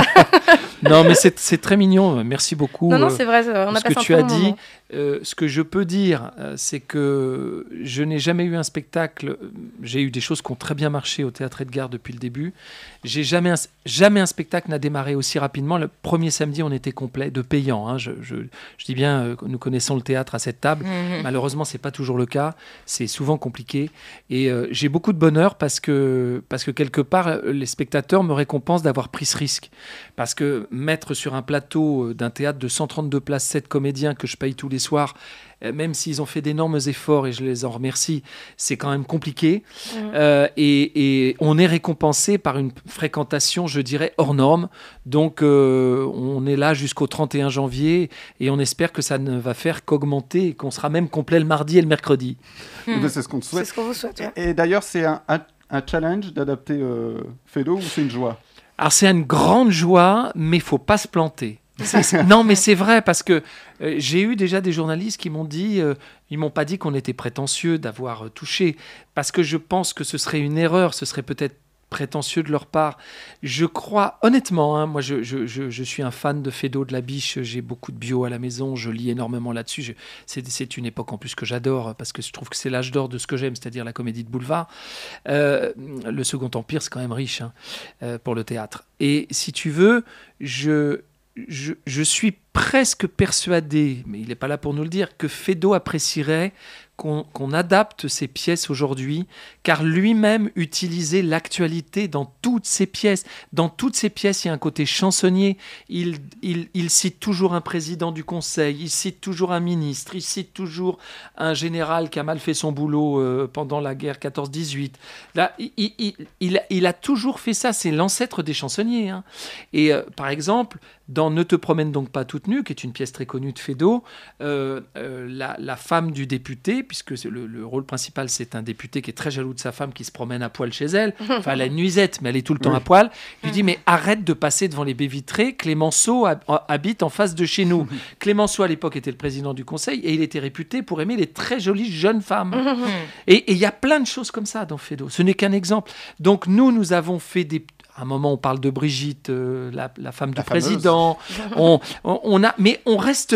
Non, mais c'est c'est très mignon. Merci beaucoup. Non, non, euh, c'est vrai, euh, on a ce que passé un tu très as bon dit. moment. Euh, ce que je peux dire, euh, c'est que je n'ai jamais eu un spectacle. J'ai eu des choses qui ont très bien marché au Théâtre Edgar depuis le début. J'ai jamais un, jamais un spectacle n'a démarré aussi rapidement. Le premier samedi, on était complet, de payant. Hein. Je, je, je dis bien, euh, nous connaissons le théâtre à cette table. Mhm. Malheureusement, c'est pas toujours le cas. C'est souvent compliqué. Et euh, j'ai beaucoup de bonheur parce que, parce que quelque part, euh, les spectateurs me récompensent d'avoir pris ce risque. Parce que mettre sur un plateau euh, d'un théâtre de cent trente-deux places, sept comédiens que je paye tous les soirs, euh, même s'ils ont fait d'énormes efforts et je les en remercie, c'est quand même compliqué. Mhm. Euh, et, et on est récompensé par une fréquentation, je dirais, hors norme. Donc, euh, on est là jusqu'au trente et un janvier et on espère que ça ne va faire qu'augmenter et qu'on sera même complet le mardi et le mercredi. Eh ben, c'est ce qu'on te C'est souhaite. ce qu'on vous souhaite. ouais. Et d'ailleurs, c'est un, un- un challenge d'adapter euh, Fédo ou c'est une joie? Alors c'est une grande joie, mais il faut pas se planter. C'est- c'est- non, mais c'est vrai parce que euh, j'ai eu déjà des journalistes qui m'ont dit, euh, ils m'ont pas dit qu'on était prétentieux d'avoir euh, touché, parce que je pense que ce serait une erreur, ce serait peut-être prétentieux de leur part. Je crois, honnêtement, hein, moi je, je, je, je suis un fan de Fédo de la Biche, j'ai beaucoup de bio à la maison, je lis énormément là-dessus. Je- C'est, c'est une époque en plus que j'adore, parce que je trouve que c'est l'âge d'or de ce que j'aime, c'est-à-dire la comédie de boulevard. Euh, le Second Empire, c'est quand même riche hein, euh, pour le théâtre. Et si tu veux, je, je, je suis presque persuadé, mais il n'est pas là pour nous le dire, que Fédo apprécierait qu'on qu'on adapte ses pièces aujourd'hui, car lui-même utilisait l'actualité dans toutes ses pièces. Dans toutes ses pièces, il y a un côté chansonnier. Il, il, il cite toujours un président du conseil, il cite toujours un ministre, il cite toujours un général qui a mal fait son boulot euh, pendant la guerre quatorze dix-huit. Là, il, il, il, il a, il a toujours fait ça, c'est l'ancêtre des chansonniers. Hein. Et euh, par exemple, dans Ne te promène donc pas toute nue, qui est une pièce très connue de Fédo, euh, euh, la, la femme du député, puisque c'est le, le rôle principal, c'est un député qui est très jaloux de sa femme qui se promène à poil chez elle. Enfin, elle a une nuisette, mais elle est tout le temps Oui. à poil. Il lui dit, mais arrête de passer devant les baies vitrées. Clémenceau hab- habite en face de chez nous. Clémenceau, à l'époque, était le président du conseil et il était réputé pour aimer les très jolies jeunes femmes. Et il y a plein de choses comme ça dans Fédo. Ce n'est qu'un exemple. Donc, nous, nous avons fait des... À un moment, on parle de Brigitte, euh, la, la femme du La fameuse. président. On, on, on a, mais on reste...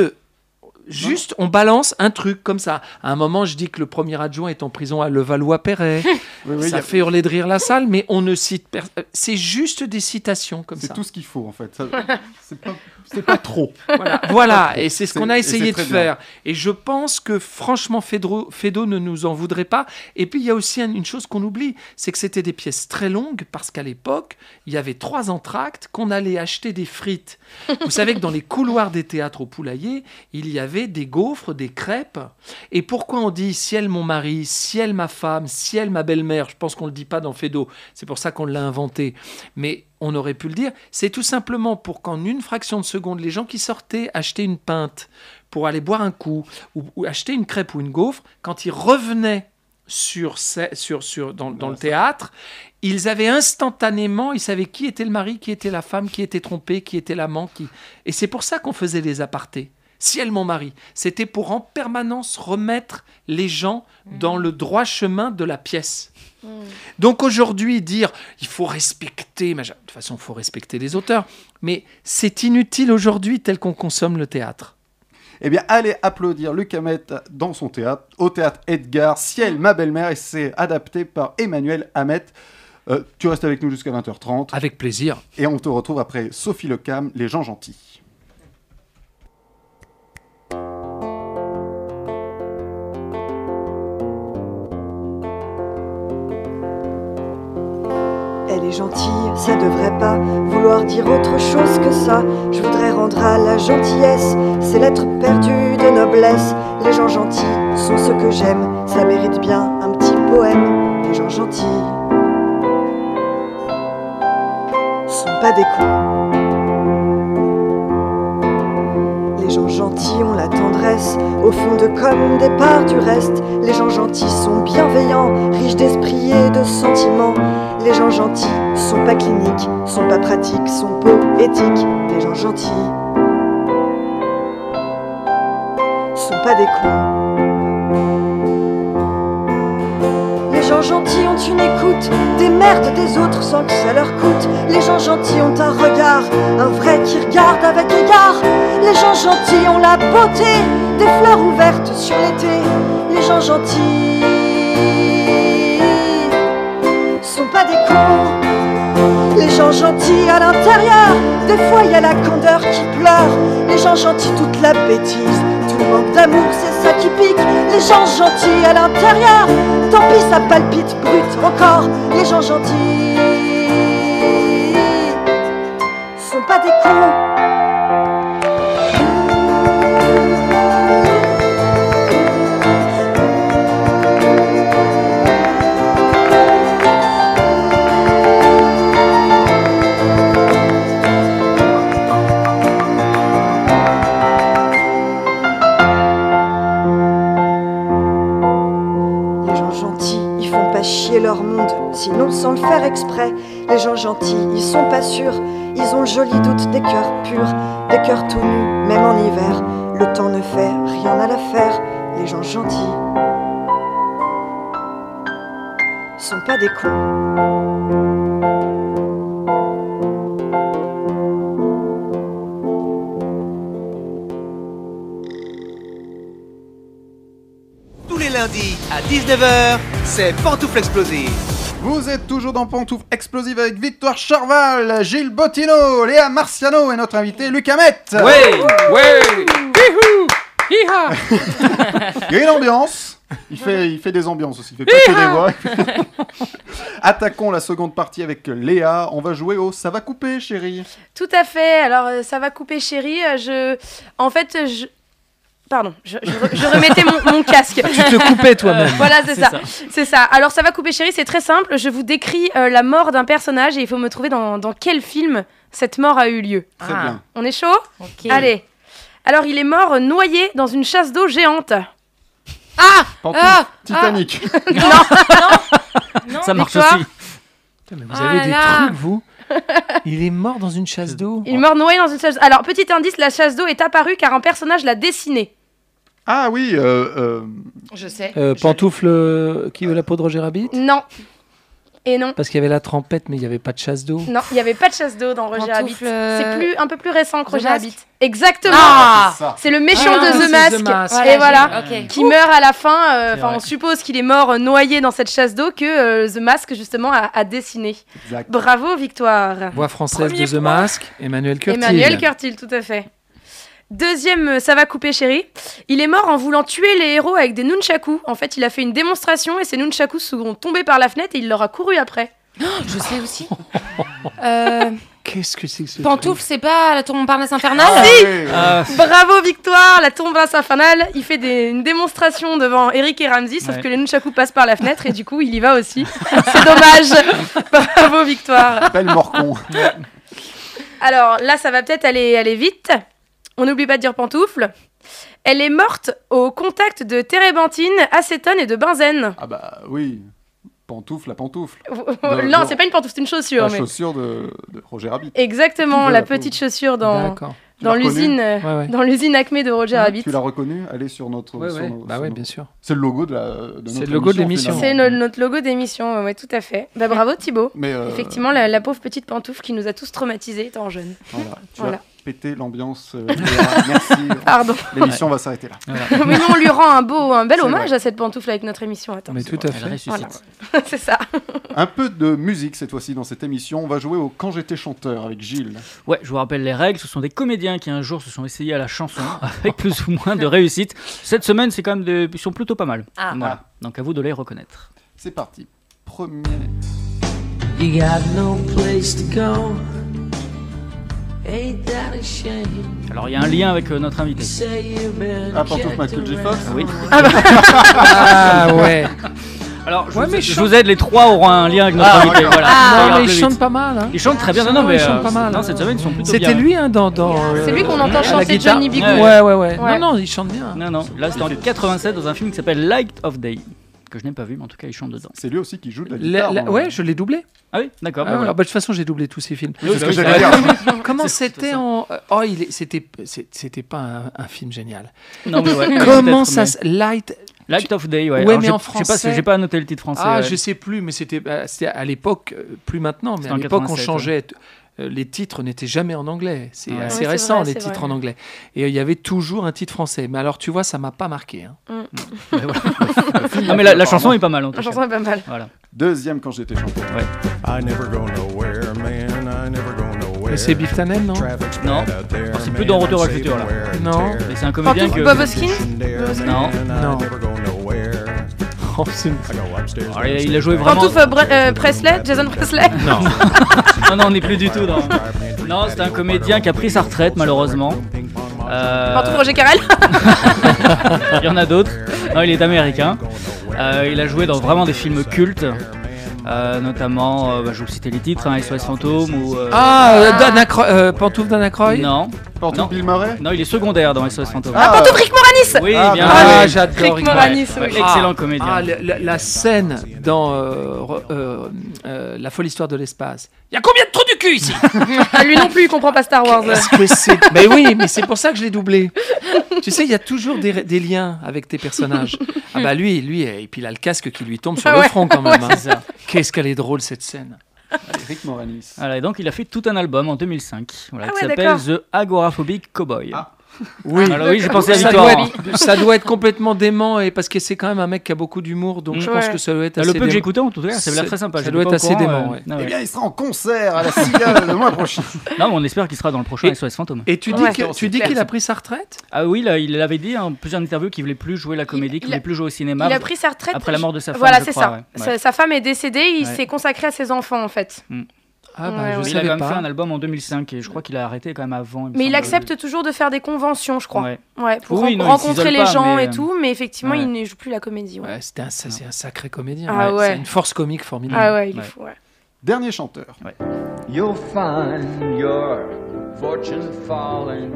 Juste, on balance un truc comme ça. À un moment, je dis que le premier adjoint est en prison à Levallois-Perret. Oui, oui, ça y a- fait hurler de rire la salle, mais on ne cite... per- euh, C'est juste des citations comme C'est ça. tout ce qu'il faut en fait. Ça- C'est pas, c'est pas trop. Voilà, voilà. et c'est ce C'est- qu'on a et essayé c'est de très faire. Et je pense que franchement, Fédo, Fédo ne nous en voudrait pas. Et puis, il y a aussi un- une chose qu'on oublie, c'est que c'était des pièces très longues, parce qu'à l'époque, il y avait trois entr'actes qu'on allait acheter des frites. Vous savez que dans les couloirs des théâtres au Poulailler, il y avait des gaufres, des crêpes. Et pourquoi on dit ciel mon mari, ciel ma femme, ciel ma belle-mère? Je pense qu'on ne le dit pas dans Fédo. C'est pour ça qu'on l'a inventé. Mais on aurait pu le dire. C'est tout simplement pour qu'en une fraction de seconde, les gens qui sortaient acheter une pinte pour aller boire un coup ou, ou acheter une crêpe ou une gaufre, quand ils revenaient sur, sur, sur, dans, dans le théâtre, ils avaient instantanément, ils savaient qui était le mari, qui était la femme, qui était trompé, qui était l'amant. Qui... Et c'est pour ça qu'on faisait les apartés. Si elle, mon mari, c'était pour en permanence remettre les gens dans le droit chemin de la pièce. Mmh. Donc aujourd'hui, dire il faut respecter, de toute façon, il faut respecter les auteurs, mais c'est inutile aujourd'hui tel qu'on consomme le théâtre. Eh bien, allez applaudir Luc Hamet dans son théâtre, au théâtre Edgar, Ciel, ma belle-mère, et c'est adapté par Emmanuel Hamet. Euh, tu restes avec nous jusqu'à vingt heures trente. Avec plaisir. Et on te retrouve après Sophie Lecam, Les gens gentils. Elle est gentille, ça devrait pas vouloir dire autre chose que ça. Je voudrais rendre à la gentillesse ces lettres perdues de noblesse. Les gens gentils sont ceux que j'aime, ça mérite bien un petit poème. Les gens gentils sont pas des cons. Les gens gentils ont la tendresse, au fond de comme des parts du reste. Les gens gentils sont bienveillants, riches d'esprit et de sentiments. Les gens gentils sont pas cliniques, sont pas pratiques, sont poétiques. Les gens gentils sont pas des cons. Les gens gentils ont une écoute des merdes des autres sans que ça leur coûte. Les gens gentils ont un regard, un vrai qui regarde avec égard. Les gens gentils ont la beauté des fleurs ouvertes sur l'été. Les gens gentils sont pas des cons. Les gens gentils à l'intérieur, des fois y a la candeur qui pleure. Les gens gentils toute la bêtise, tout le manque d'amour c'est ça qui pique. Les gens gentils à l'intérieur, tant pis ça palpite brut encore. Les gens gentils sont pas des cons. Chier leur monde, sinon sans le faire exprès. Les gens gentils, ils sont pas sûrs, ils ont le joli doute des cœurs purs, des cœurs tout nus, même en hiver. Le temps ne fait rien à l'affaire. Les gens gentils sont pas des cons. Lundi à dix-neuf heures, c'est Pantoufle Explosive. Vous êtes toujours dans Pantoufle Explosive avec Victoire Charval, Gilles Bottino, Léa Marciano et notre invité Luc Hamet. Ouais, ouais, hihou, hiha. Il y a une ambiance. Il fait, il fait des ambiances aussi, il fait pas que des voix. Attaquons la seconde partie avec Léa. On va jouer au Ça va couper, chérie. Tout à fait. Alors, euh, ça va couper, chérie. Je... En fait, je... Pardon, je, je, je remettais mon, mon casque. Tu te coupais toi-même. Voilà, c'est, c'est ça. ça. C'est ça. Alors, ça va couper, chérie, c'est très simple. Je vous décris euh, la mort d'un personnage et il faut me trouver dans, dans quel film cette mort a eu lieu. Très ah. bien. On est chaud ? Ok. Allez. Alors, il est mort noyé dans une chasse d'eau géante. Ah, ah Titanic. Ah. Non, non, non. Ça marche Victoire. aussi. Putain, mais vous avez Ah des là. trucs, vous. Il est mort dans une chasse d'eau. Il est mort noyé dans une chasse d'eau. Alors, petit indice, la chasse d'eau est apparue car un personnage l'a dessinée. Ah oui, euh, euh... Je sais. Euh, je... Pantoufle euh, qui veut la peau de Roger Rabbit. Non. Et non. Parce qu'il y avait la trempette, mais il n'y avait pas de chasse d'eau. Non, il n'y avait pas de chasse d'eau dans Roger Rabbit. euh... C'est plus, un peu plus récent que The Roger Mask. Rabbit. Exactement. Ah, c'est, ça. C'est le méchant Ah, de The c'est Mask. The Mask. Et Voilà, voilà. j'ai- ok. Qui meurt à la fin. Enfin, vrai. on suppose qu'il est mort euh, noyé dans cette chasse d'eau que euh, The Mask, justement, a, a dessiné. Exact. Bravo, Victoire. Voix française Premier de The point. Mask, Emmanuel Curtil. Emmanuel Curtil, tout à fait. Deuxième, euh, ça va couper, chérie. Il est mort en voulant tuer les héros avec des nunchakus. En fait, il a fait une démonstration et ces nunchakus sont tombés par la fenêtre et il leur a couru après. Je sais aussi. euh, Qu'est-ce que c'est que ce Pantoufle, c'est pas la tour Montparnasse infernale Ah, Si. oui, oui. Ah, Bravo, Victoire. La tombe infernale. Il fait des, une démonstration devant Eric et Ramsey, sauf Ouais. que les nunchakus passent par la fenêtre et du coup, il y va aussi. C'est dommage. Bravo, Victoire. Belle morcon. Alors là, ça va peut-être aller, aller vite. On n'oublie pas de dire pantoufle. Elle est morte au contact de térébenthine, acétone et de benzène. Ah bah oui, pantoufle, la pantoufle. De, non, de... c'est pas une pantoufle, c'est une chaussure. La mais... chaussure de, de Roger Rabbit. Exactement, de la, la pauvre. petite chaussure dans... D'accord. Dans l'usine, euh, ouais, ouais. dans l'usine Acme de Roger ah, Rabbit. Tu l'as reconnu? Elle est sur notre. Ouais, sur ouais. nos, bah sur ouais, nos... bien sûr. C'est le logo de, la, de notre C'est le logo de l'émission. C'est no, notre logo d'émission, ouais, tout à fait. Bah, bravo Thibaut. Mais euh... Effectivement, la, la pauvre petite pantoufle qui nous a tous traumatisés étant jeunes. Voilà, tu voilà. as pété l'ambiance. Euh, Merci. Pardon. L'émission ouais. va s'arrêter là. Voilà. Mais non, on lui rend un beau, un bel hommage vrai. à cette pantoufle avec notre émission. Attends, Mais tout à fait. Voilà. C'est ça. Un peu de musique cette fois-ci dans cette émission. On va jouer au Quand j'étais chanteur avec Gilles. Ouais, je vous rappelle les règles. Ce sont des comédiens qui un jour se sont essayés à la chanson avec plus ou moins de réussite. Cette semaine, c'est quand même des... ils sont plutôt pas mal. Ah. Voilà. Donc à vous de les reconnaître. C'est parti. Premier. You got no place to go. Ain't that a shame? Alors il y a un lien avec euh, notre invité. Ah, pantoufle Michael J. Fox. Oui. Ah, bah. ah ouais. Alors, je, ouais, vous, mais je chante... vous aide, les trois auront un lien avec notre ah, invité. Voilà. Ah, non, mais ils chantent pas mal. Hein. Ils chantent très bien. Non, non, non, mais ils chantent euh, pas mal. Non, cette semaine, ils sont plutôt C'était bien. lui, hein, dans. dans C'est lui qu'on euh, entend chanter guitare. Johnny B. Ouais, ouais, ouais, ouais. Ouais. Non, non, il chante bien. Non, non. Là, c'est en quatre-vingt-sept dans un film qui s'appelle Light of Day, que je n'ai pas vu, mais en tout cas, il chante dedans. C'est lui aussi qui joue de la La, guitare. la, hein. ouais, je l'ai doublé. Ah oui, d'accord. Ah, bah, voilà. bah, de toute façon, j'ai doublé tous ces films. Oui, c'est ce que j'allais dire. Comment c'était en. Oh, il est... c'était... c'était pas un, un film génial. Non, mais ouais. Comment ça. Mais... Light. Light of Day, ouais. Ouais, Alors, mais je, en je sais français. pas, j'ai pas noté le titre français. Ah, ouais. je sais plus, mais c'était, c'était à l'époque, plus maintenant, mais C'était à en l'époque, on quatre-vingt-sept, changeait. Ouais. Les titres n'étaient jamais en anglais. C'est ouais. assez oui, c'est récent, vrai, les c'est titres vrai. en anglais. Et il y avait toujours un titre français. Mais alors, tu vois, ça m'a pas marqué. Hein. Mm. Non, mais la, la chanson est pas mal en tout La cas. chanson est pas mal. Voilà. Deuxième Quand j'étais chanteur. Ouais. I never go nowhere, man. I never go nowhere. C'est Biff Tannen, non? Non. Oh, c'est plus dans Retour vers le futur là. Non. Mais c'est un comédien que. Bob Hoskins. Non. Non. Oh, c'est une... Alors, il, il a joué vraiment. Pantouf euh, euh, Presley, Jason Presley. Non. non, non, on n'est plus du tout dans. Non, c'est un comédien qui a pris sa retraite malheureusement. Euh... Pantouf Roger Carrel. Il y en a d'autres. Non, il est américain. Euh, il a joué dans vraiment des films cultes. Euh, notamment, euh, bah, je vais vous citer les titres, hein, S O S Fantôme ou... Euh... Ah, euh, Dan Acro- euh, Pantouf Dan Aykroyd. Non. Pantouf Bill Murray. Non, il est secondaire dans S O S Fantôme. Ah, Ah, Pantouf Rick Moranis. Oui, Ah, bien Ah, joué. j'adore Rick Moranis, Ouais, oui. excellent Ah, comédien. Ah, la, la- la scène dans euh, re- euh, euh, La folle histoire de l'espace. Il y a combien de trous du cul ici? Ah, lui non plus, il comprend pas Star Wars. Est-ce que c'est... Mais oui, mais c'est pour ça que je l'ai doublé. Tu sais, il y a toujours des, des liens avec tes personnages. Ah bah lui, lui, et puis il a le casque qui lui tombe sur Ah le ouais, front quand même. ouais, hein. c'est ça. Qu'est-ce qu'elle est drôle cette scène. Rick Moranis. Voilà, et donc il a fait tout un album en deux mille cinq voilà, Ah qui ouais, s'appelle d'accord. The Agoraphobic Cowboy. Ah. Oui, Alors oui, j'ai pensé à ça Victoire. doit, être, ça doit être complètement dément et parce que c'est quand même un mec qui a beaucoup d'humour, donc Mm. je pense Ouais. que ça doit être Le assez peu que j'ai dément. écouté en tout cas, ça avait l'air C'est- très sympa. ça j'étais doit pas être au assez courant, dément, euh, ouais. non, Eh ouais. bien, il sera en concert à la Cigale le mois prochain. Non, mais on espère qu'il sera dans le prochain Et- S O S Fantôme. Et tu dis Ouais. que- tu dis qu'il a pris sa retraite? Ah oui, là, il avait dit en plusieurs interviews qu'il voulait plus jouer la comédie, qu'il il a- voulait plus jouer au cinéma. Il a pris sa retraite. Après la mort de sa femme, Voilà, je c'est crois, ça. ouais. Sa, Ouais. sa femme est décédée, il Ouais. s'est consacré à ses enfants en fait. Ah bah Ouais, je ouais. Mais il a quand savais même pas. fait un album en deux mille cinq et je crois qu'il a arrêté quand même avant. me Mais il semble. accepte toujours de faire des conventions, je crois. Ouais. Ouais, pour Oui, ren- non, il rencontrer s'isole les pas, gens mais, et tout, mais effectivement, ouais. il ne joue plus la comédie. Ouais. Ouais, c'était un, ça, c'est un sacré comédien. Ah ouais. C'est une force comique formidable. Ah ouais, il est Ouais. fou. Ouais. Dernier chanteur. You'll find your fortune falling.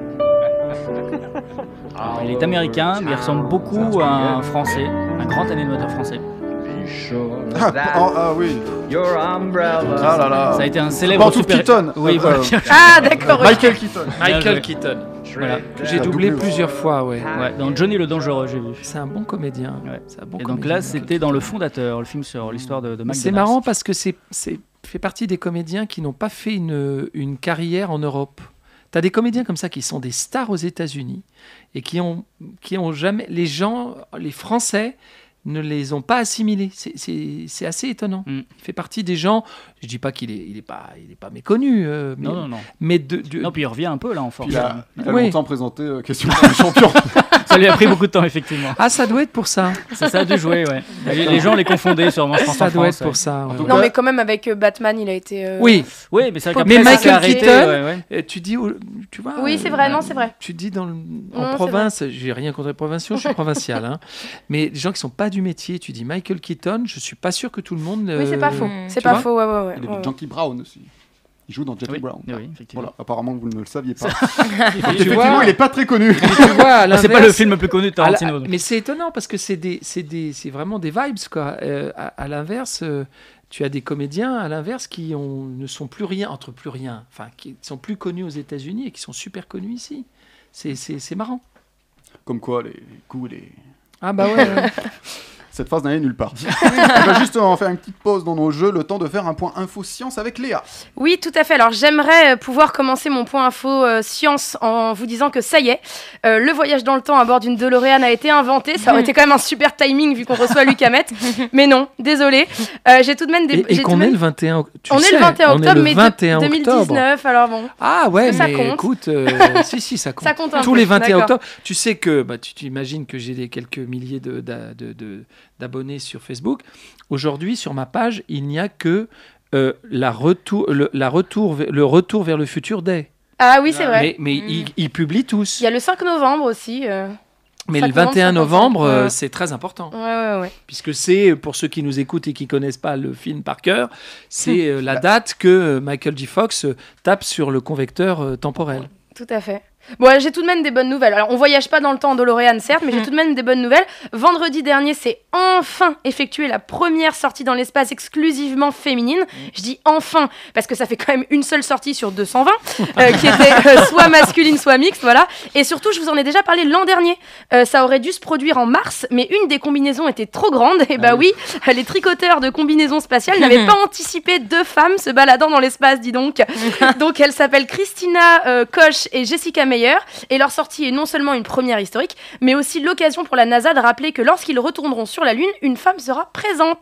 Alors, il est américain, mais il ressemble beaucoup à un français, un grand animateur français. Ah, ah, ah oui. Your umbrella. Ah là là. Ça a été un célèbre Pantouf super... Keaton. Oui, Euh, voilà. Ah d'accord. ok. Michael Keaton. Michael joué. Keaton. Voilà. Que j'ai Ah, doublé doublé, plusieurs fois, ouais. Ouais, dans Johnny le Dangereux, j'ai vu. C'est un bon comédien. Ouais. C'est un bon Et donc comédien, là, Michael c'était dans Le Fondateur, le film sur l'histoire de, de Mais McDonald's. c'est marrant parce que c'est, c'est fait partie des comédiens qui n'ont pas fait une, une carrière en Europe. T'as des comédiens comme ça qui sont des stars aux États-Unis et qui ont, qui ont jamais. Les gens, les Français ne les ont pas assimilés. C'est, c'est, c'est assez étonnant. Mm. Il fait partie des gens. Je dis pas qu'il est, il est pas, il est pas méconnu. euh, mais, Non, non, non. Mais de, de- Non, puis il revient un peu là en force. Il a, il a Oui. longtemps présenté euh, Question pour les champions. Ça lui a pris beaucoup de temps, effectivement. Ah, ça doit être pour ça. Ça, ça a dû jouer, ouais. Les, les gens les confondaient sûrement, je pense, Ça en doit France, être pour ouais. ça. ouais, tout ouais. Non cas- mais quand même avec euh, Batman, il a été. euh, Oui. Oui, mais c'est vrai Mais qu'après, ça s'est Michael arrêté. Keaton, ouais, ouais. euh, tu dis, oh, tu vois. Oui, c'est vrai, non, c'est vrai. Tu dis dans le- en Non, c'est province, j'ai rien contre les provinciaux, je suis provincial, hein. Mais les gens qui sont pas du métier, tu dis Michael Keaton, je suis pas sûr que tout le monde. Oui, c'est euh, pas faux. Mm. C'est tu pas vois faux, ouais, ouais, ouais. Il y ouais, avait ouais. Junkie Brown aussi. Il joue dans Jackie Oui, Brown. oui, effectivement. Voilà, apparemment vous ne le saviez pas. Tu Effectivement, vois- il est pas très connu. Tu vois, à Ah, c'est pas l'inverse- le film le plus connu de Tarantino, à la- donc. Mais c'est étonnant parce que c'est des, c'est des, c'est vraiment des vibes quoi. Euh, à, à l'inverse, euh, tu as des comédiens à l'inverse qui ont, ne sont plus rien entre plus rien, enfin qui sont plus connus aux États-Unis et qui sont super connus ici. C'est, c'est, c'est marrant. Comme quoi, les coups, les... Ah bah ouais. ouais. Cette phrase n'allait nulle part. On va juste en faire une petite pause dans nos jeux, le temps de faire un point info science avec Léa. Oui, tout à fait. Alors, j'aimerais euh, pouvoir commencer mon point info euh, science en vous disant que ça y est, euh, le voyage dans le temps à bord d'une DeLorean a été inventé. Ça aurait été quand même un super timing vu qu'on reçoit Luc Hamet. Mais non, désolé. Euh, j'ai tout de même des. Et, et j'ai qu'on tout de est même- le vingt et un octobre. On est le vingt et un octobre, mais de- deux mille octobre. dix-neuf. Alors bon. Ah ouais, Ça mais compte. écoute, euh, si si ça compte. Ça compte un Tous peu, les vingt et un d'accord. octobre, tu sais que bah, tu t'imagines que j'ai des quelques milliers de, d'a- de, de- d'abonnés sur Facebook. Aujourd'hui, sur ma page, il n'y a que euh, la retour, le, la retour, ve- le retour vers le futur day. Ah oui, c'est vrai. Mais, mais ils, ils publient tous. Il y a le cinq novembre aussi. euh, Mais ça le commence, vingt et un ça novembre, commence. euh, Ouais. c'est très important. Ouais, ouais, ouais. Puisque c'est, pour ceux qui nous écoutent et qui connaissent pas le film par cœur, c'est euh, la date que euh, Michael J. Fox euh, tape sur le convecteur euh, temporel. Tout à fait. Bon, euh, j'ai tout de même des bonnes nouvelles. Alors, on voyage pas dans le temps en DeLorean, certes, mais j'ai tout de même des bonnes nouvelles. Vendredi dernier, c'est enfin effectué la première sortie dans l'espace exclusivement féminine. Je dis enfin, parce que ça fait quand même une seule sortie sur deux cent vingt, euh, qui était euh, soit masculine, soit mixte, voilà. Et surtout, je vous en ai déjà parlé l'an dernier. Euh, ça aurait dû se produire en mars, mais une des combinaisons était trop grande. Et bah oui, les tricoteurs de combinaisons spatiales n'avaient pas anticipé deux femmes se baladant dans l'espace, dis donc. Donc, elles s'appellent Christina euh, Koch et Jessica Meyer. Et leur sortie est non seulement une première historique, mais aussi l'occasion pour la NASA de rappeler que lorsqu'ils retourneront sur la Lune, une femme sera présente.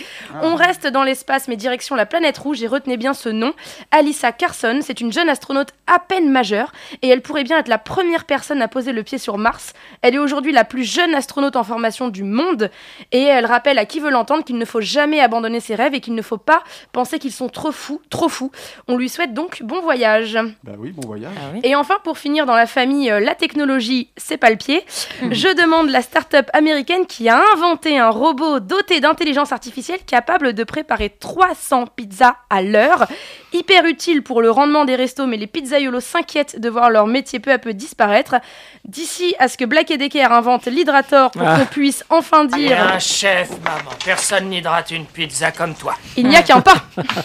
On reste dans l'espace, mais direction la planète rouge, et retenez bien ce nom. Alyssa Carson, c'est une jeune astronaute à peine majeure, et elle pourrait bien être la première personne à poser le pied sur Mars. Elle est aujourd'hui la plus jeune astronaute en formation du monde, et elle rappelle à qui veut l'entendre qu'il ne faut jamais abandonner ses rêves et qu'il ne faut pas penser qu'ils sont trop fous, trop fous. On lui souhaite donc bon voyage. Bah oui, bon voyage. Et enfin, pour finir dans la famille euh, la technologie, c'est pas le pied, je demande la start-up américaine qui a inventé un robot doté d'intelligence artificielle capable de préparer trois cents pizzas à l'heure. Hyper utile pour le rendement des restos, mais les pizzaiolos s'inquiètent de voir leur métier peu à peu disparaître. D'ici à ce que Black Decker invente l'hydrator pour Ah. qu'on puisse enfin Il y dire... a un chef, maman. Personne n'hydrate une pizza comme toi. Il n'y a qu'un pas.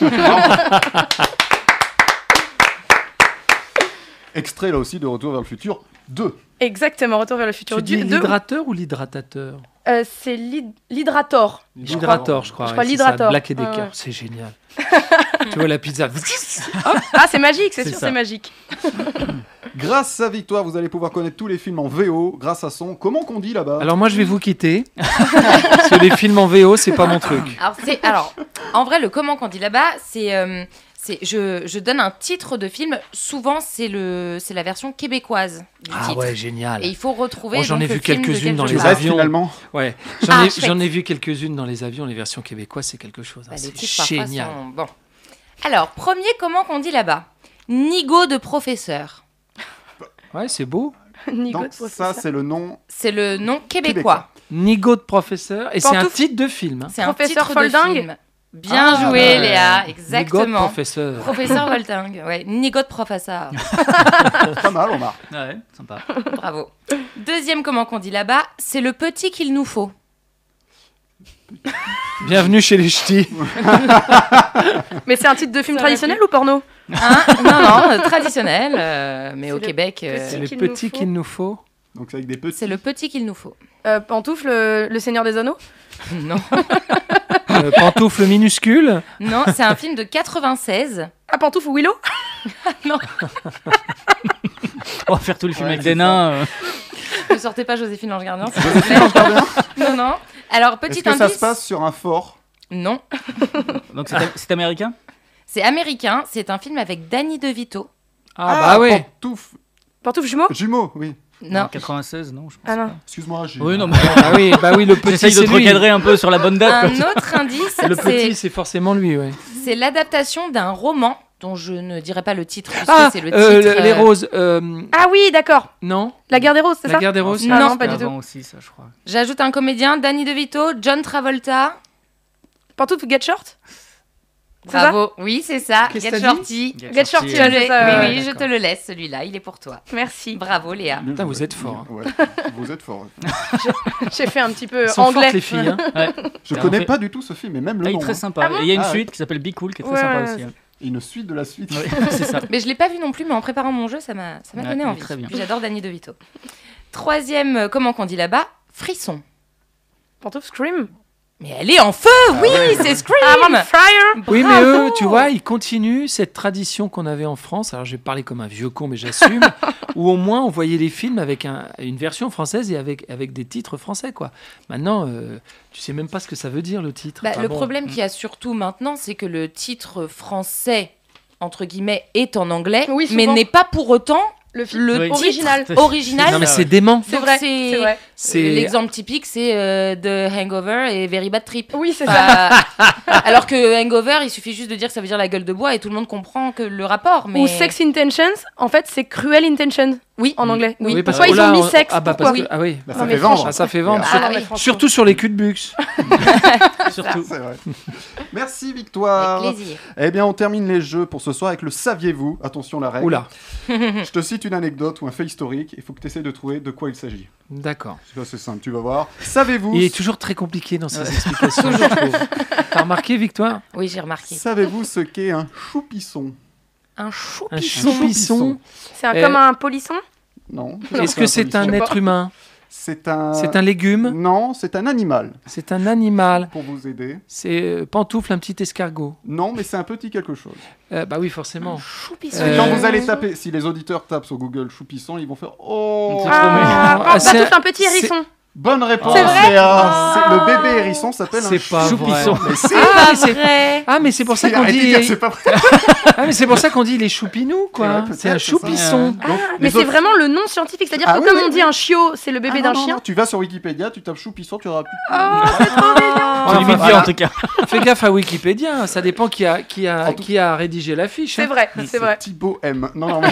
Extrait là aussi de Retour vers le futur deux. Exactement, Retour vers le futur. Tu dis Du- deux- l'hydrateur ou l'hydratateur Euh, c'est l'hyd- l'hydrator. L'hydrator, je crois. Je ouais, crois c'est l'hydrator. ça, Black et Decker, Ouais, ouais. c'est génial. Tu vois la pizza. Ah, c'est magique, c'est C'est sûr, ça. c'est magique. Grâce à Victoire, vous allez pouvoir connaître tous les films en V O grâce à son... Comment qu'on dit là-bas Alors moi je vais vous quitter. Parce que les films en V O, c'est pas mon truc. Alors, c'est, alors, en vrai, le comment qu'on dit là-bas, c'est, euh, c'est je, je donne un titre de film. Souvent, c'est, le, c'est la version québécoise du Ah titre. ouais, génial. Et il faut retrouver. Oh, j'en ai donc, vu le film de quelques-unes quel dans je les parle. avions. finalement Ouais, j'en, Ah, ai, chouette. j'en ai vu quelques-unes dans les avions. Les versions québécoises, c'est quelque chose. hein. Bah, les c'est titres, parfois, génial. sont- Bon. Alors, premier comment qu'on dit là-bas. Nigo de professeur. Ouais, c'est beau. Nigo Donc ça, c'est le nom... C'est le nom québécois. Nigo de professeur. Et c'est un Pantouf- titre de film. hein. C'est un Professeur titre de Folding. film. Bien Ah, joué, ouais. Léa. Nigo de Exactement. professeur. Professeur Volting. Ouais, Nigo de professeur. Pas mal, on marque. Ouais, sympa. Bravo. Deuxième comment qu'on dit là-bas, c'est le petit qu'il nous faut. Bienvenue chez les ch'tis. Mais c'est un titre de film Ça traditionnel ou porno? Hein non, non, euh, traditionnel, euh, mais au le Québec, euh, C'est le qu'il nous petit faut. qu'il nous faut. Donc c'est avec des petits... c'est le petit qu'il nous faut. Euh, Pantoufle, le, le Seigneur des Anneaux? Non, Euh, pantoufle minuscule. non, c'est un film de quatre-vingt-seize. Ah, Pantoufle ou Willow? Non, On va faire tout le film Ouais, avec c'est des nains. euh. ne sortez pas Joséphine Ange Gardien. s'il vous plaît. Non, non. Alors, petit Est-ce que indice. ça se passe sur un fort? Non, Donc c'est c'est américain. c'est américain. C'est un film avec Danny DeVito. Ah, bah oui. Pantoufle... Pantoufle jumeau? Jumeau, oui. Non, quatre-vingt-seize, non, je pense. Ah non. Excuse-moi, j'ai... Oui, non, mais Ah oui, bah oui, le petit j'essaye de c'est te lui. recadrer un peu sur la bonne date. un quoi. autre indice. Le c'est, petit, c'est forcément lui, ouais. c'est l'adaptation d'un roman dont je ne dirai pas le titre puisque Ah, c'est le euh, titre. le- les euh, roses. euh, Ah oui, d'accord. non La guerre des roses, c'est La ça? guerre des roses. Ah Non, non, pas du Avant tout. aussi, ça, je crois. J'ajoute un comédien, Danny DeVito, John Travolta. Pantoufle Get Short? C'est ça Bravo. Oui, c'est ça. Qu'est-ce Get que t'as dit Shorty. Get Get Shorty, Shorty, Je ouais, l'ai- c'est ça. oui, ouais. oui, je d'accord. te le laisse, celui-là, il est pour toi. Merci. Bravo, Léa. Putain, vous êtes fort. Ouais, vous êtes fort. J'ai fait un petit peu Elles sont anglais. fortes, les filles. Hein. Ouais. Je Et connais on fait- pas du tout ce film, et même le Ah, il nom. est très hein. sympa. Ah bon Et il y a une Ah, suite qui s'appelle Be Cool qui est très Ouais, sympa ouais, aussi. hein. Une suite de la suite. Ouais, c'est ça. Mais je l'ai pas vu non plus, mais en préparant mon jeu, ça m'a ça m'a Ouais, donné il est envie. très bien. Puis j'adore Danny DeVito. Troisième, euh, comment qu'on dit là-bas Frisson. Pantouf Scream. Mais elle est en feu, oui, c'est Scream. I'm on fire. Oui, mais Bravo. eux, tu vois, ils continuent cette tradition qu'on avait en France. Alors, je vais parler comme un vieux con, mais j'assume. Où au moins, on voyait les films avec un- une version française et avec, avec des titres français, quoi. Maintenant, euh, tu sais même pas ce que ça veut dire, le titre. Bah, Enfin, le bon. problème qu'il y a surtout maintenant, c'est que le titre français, entre guillemets, est en anglais, Oui, mais souvent. n'est pas pour autant Le film le Oui. titre original. original. Non, mais c'est dément. C'est Donc vrai. c'est- C'est vrai. C'est- L'exemple typique, c'est euh, The Hangover et Very Bad Trip. Oui, c'est ça. Enfin, alors que Hangover, il suffit juste de dire que ça veut dire la gueule de bois et tout le monde comprend que le rapport. Mais... Ou Sex Intentions, en fait, c'est Cruel Intentions. Oui, en anglais. Oui, Oui, parce Pourquoi que ils là, ont mis on- sexe Ah, bah, Pourquoi parce que, ah oui. Bah, Non, ça mais fait vendre. franchement- Ah, ça fait vendre. Ah, Sur- oui. franchement. Surtout sur les culs de bux. Surtout. C'est vrai. Merci Victoire. Avec plaisir. Eh bien, on termine les jeux pour ce soir avec le saviez-vous. Attention la règle. Oula. Je te cite une anecdote ou un fait historique. Il faut que tu essaies de trouver de quoi il s'agit. D'accord. C'est assez simple, tu vas voir. Savez-vous Il est toujours très compliqué dans ses explications, je trouve. T'as remarqué, Victoire Oui, j'ai remarqué. Savez-vous ce qu'est un choupisson? Un Un choupisson. choupisson. C'est un- Euh, comme un polisson. Non. Est-ce que c'est un polisson. être humain C'est un. C'est un légume Non, c'est un animal. C'est un animal. Pour vous aider. C'est euh, pantoufle, un petit escargot. Non, mais c'est un petit quelque chose. Euh, bah oui, forcément. Choupisson. Euh, Quand vous allez taper, si les auditeurs tapent sur Google choupisson, ils vont faire Oh. C'est Ah, Ah, c'est- Pantouf, un petit c'est- hérisson. Bonne réponse, C'est vrai Léa. C'est- Le bébé hérisson s'appelle un C'est pas choupisson. vrai. Mais c'est Ah, mais c'est vrai. ah, mais c'est pour ça qu'on Arrêtez de dit. dire que c'est pas vrai. Ah, mais c'est pour ça qu'on dit les choupinous, Ouais, quoi. peut-être, C'est un c'est ça. choupisson. Ah, Donc, mais les c'est autres- vraiment le nom scientifique. C'est-à-dire Ah que oui, comme oui, on dit oui. un chiot, c'est le bébé Ah, d'un non, non, chien. non, tu vas sur Wikipédia, tu tapes choupisson, tu auras plus. Oh, C'est limite enfin, bien en tout cas. Fais gaffe à Wikipédia, ça dépend qui a, qui a, En tout- qui a rédigé la fiche. C'est hein. vrai, c'est vrai. Thibaut M. Non, non, mais...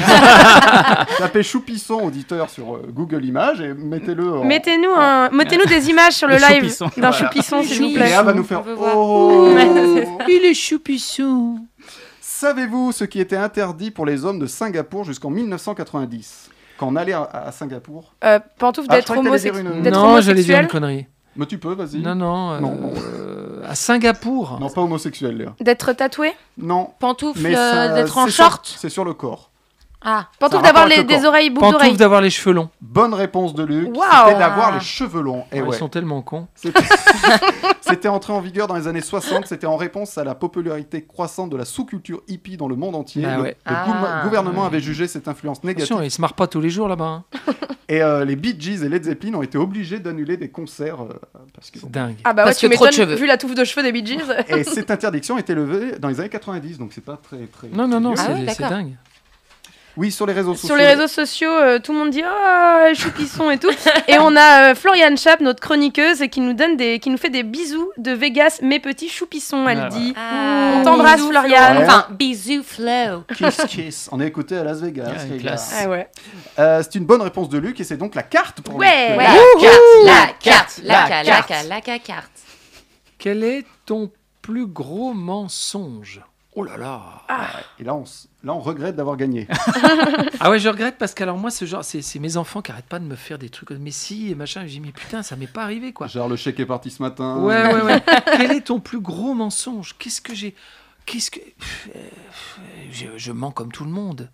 Tapez choupisson auditeur sur euh, Google Images et mettez-le en... Mettez-nous un... Mettez-nous des images sur le Le live choupisson. d'un Voilà. choupisson, s'il vous Oui. plaît. Léa va nous faire On veut voir. Oh. Il est choupisson. Savez-vous ce qui était interdit pour les hommes de Singapour jusqu'en mille neuf cent quatre-vingt-dix? Quand on allait à, à Singapour? Euh, Pantouf Ah, je d'être croyais que t'allais dire homosexuel. une- d'être Non, j'allais dire une homosexuel. connerie. Mais tu peux, vas-y. Non, non. Non. euh, à Singapour. Non, pas homosexuel, Léa. D'être tatoué. Non. Pantoufle, Mais euh, ça- d'être en c'est sur- short. C'est sur le corps. Ah, Pantouf Ça a d'avoir rapport les- avec le des corps. oreilles, boucles Pantoufle d'oreilles. d'avoir les cheveux longs. Bonne réponse de Luc. Waouh. C'était d'avoir les cheveux longs. Et Ah, ouais. Ils sont tellement cons. C'était- C'était entré en vigueur dans les années soixante. C'était en réponse à la popularité croissante de la sous-culture hippie dans le monde entier. Bah le ouais. le Ah. gou- gouvernement avait jugé cette influence négative. Attention, ils se marrent pas tous les jours là-bas. hein. Et euh, les Bee Gees et Led Zeppelin ont été obligés d'annuler des concerts euh, parce que C'est dingue. Ah bah ouais, Parce tu que trop de m'étonnes, cheveux. vu la touffe de cheveux des Bee Gees. et cette interdiction a été levée dans les années quatre-vingt-dix, donc c'est pas très très. Non, non, non, très c'est vieux. Ah ouais, c'est d'accord. dingue. Oui, sur les réseaux sociaux. Sur les réseaux sociaux, euh, tout le monde dit oh choupisson et tout. Et on a euh, Floriane Chap, notre chroniqueuse, qui nous donne des, qui nous fait des bisous de Vegas, mes petits choupissons. Elle Ah, dit. Ah, On t'embrasse, bisous, Floriane. Ouais. Enfin, bisous, Flo. Kiss Kiss. On est écouté à Las Vegas. Ah, les une gars. classe. Ah ouais. Euh, c'est une bonne réponse de Luc et c'est donc la carte pour Ouais. Luc. Ouais, Wouhou. la carte, la La carte, la carte. carte, la carte, carte. Quel est ton plus gros mensonge? Oh là là. Et là, on, s- là, on regrette d'avoir gagné. Ah ouais, je regrette parce que alors moi, ce genre, c'est c'est mes enfants qui arrêtent pas de me faire des trucs comme mais si et machin. Je dis mais putain, ça m'est pas arrivé quoi. Genre le chèque est parti ce matin. Ouais, ouais, ouais. Quel est ton plus gros mensonge? Qu'est-ce que j'ai. Qu'est-ce que. Pff, euh, Je, je mens comme tout le monde.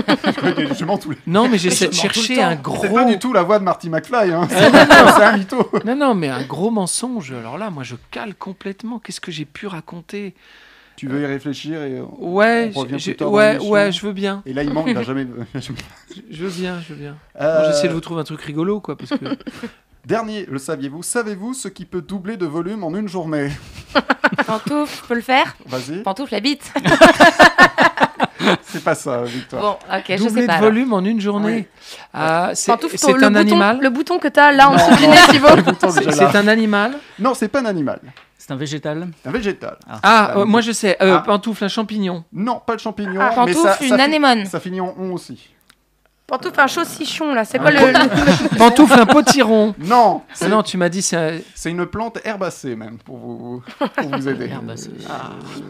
Je mens tous les. Non, mais j'essaie de Je mens tout le chercher temps. un gros. C'est pas du tout la voix de Marty McFly. Hein. C'est c'est un mytho. Non, non, mais un gros mensonge. Alors là, moi, je cale complètement. Qu'est-ce que j'ai pu raconter? Tu veux y réfléchir et euh, Ouais, on revient j'ai- plus tard dans ouais, l'émission. ouais, je veux bien. Et là, il ment, il va jamais. Je veux bien, je veux bien. Euh, Bon, J'essaie de vous trouver un truc rigolo, quoi, parce que. Dernier, le saviez-vous? Savez-vous ce qui peut doubler de volume en une journée? Pantoufle, je peux le faire? Vas-y. Pantoufle, la bite. C'est pas ça, Victoire. Bon, ok, je Doubler sais pas. de alors. volume en une journée. Ah, c'est Pantoufle, c'est le un bouton- animal. Le bouton que t'as là en Non, dessous du non. nez, Thibaut. Le bouton C'est déjà là. c'est un animal. Non, c'est pas un animal. C'est un végétal. Un végétal. Ah, Ah, euh, moi je sais. Euh, Ah. Pantoufle, un champignon. Non, pas le champignon. Ah, mais pantoufle, ça, une ça fi- anémone. Ça finit en on aussi. Pantoufle, un chaussichon, là. C'est quoi Un le... pot- Pantoufle, un potiron. Non. Ah non, tu m'as dit c'est un... C'est une plante herbacée, même, pour vous, pour vous aider. Ah.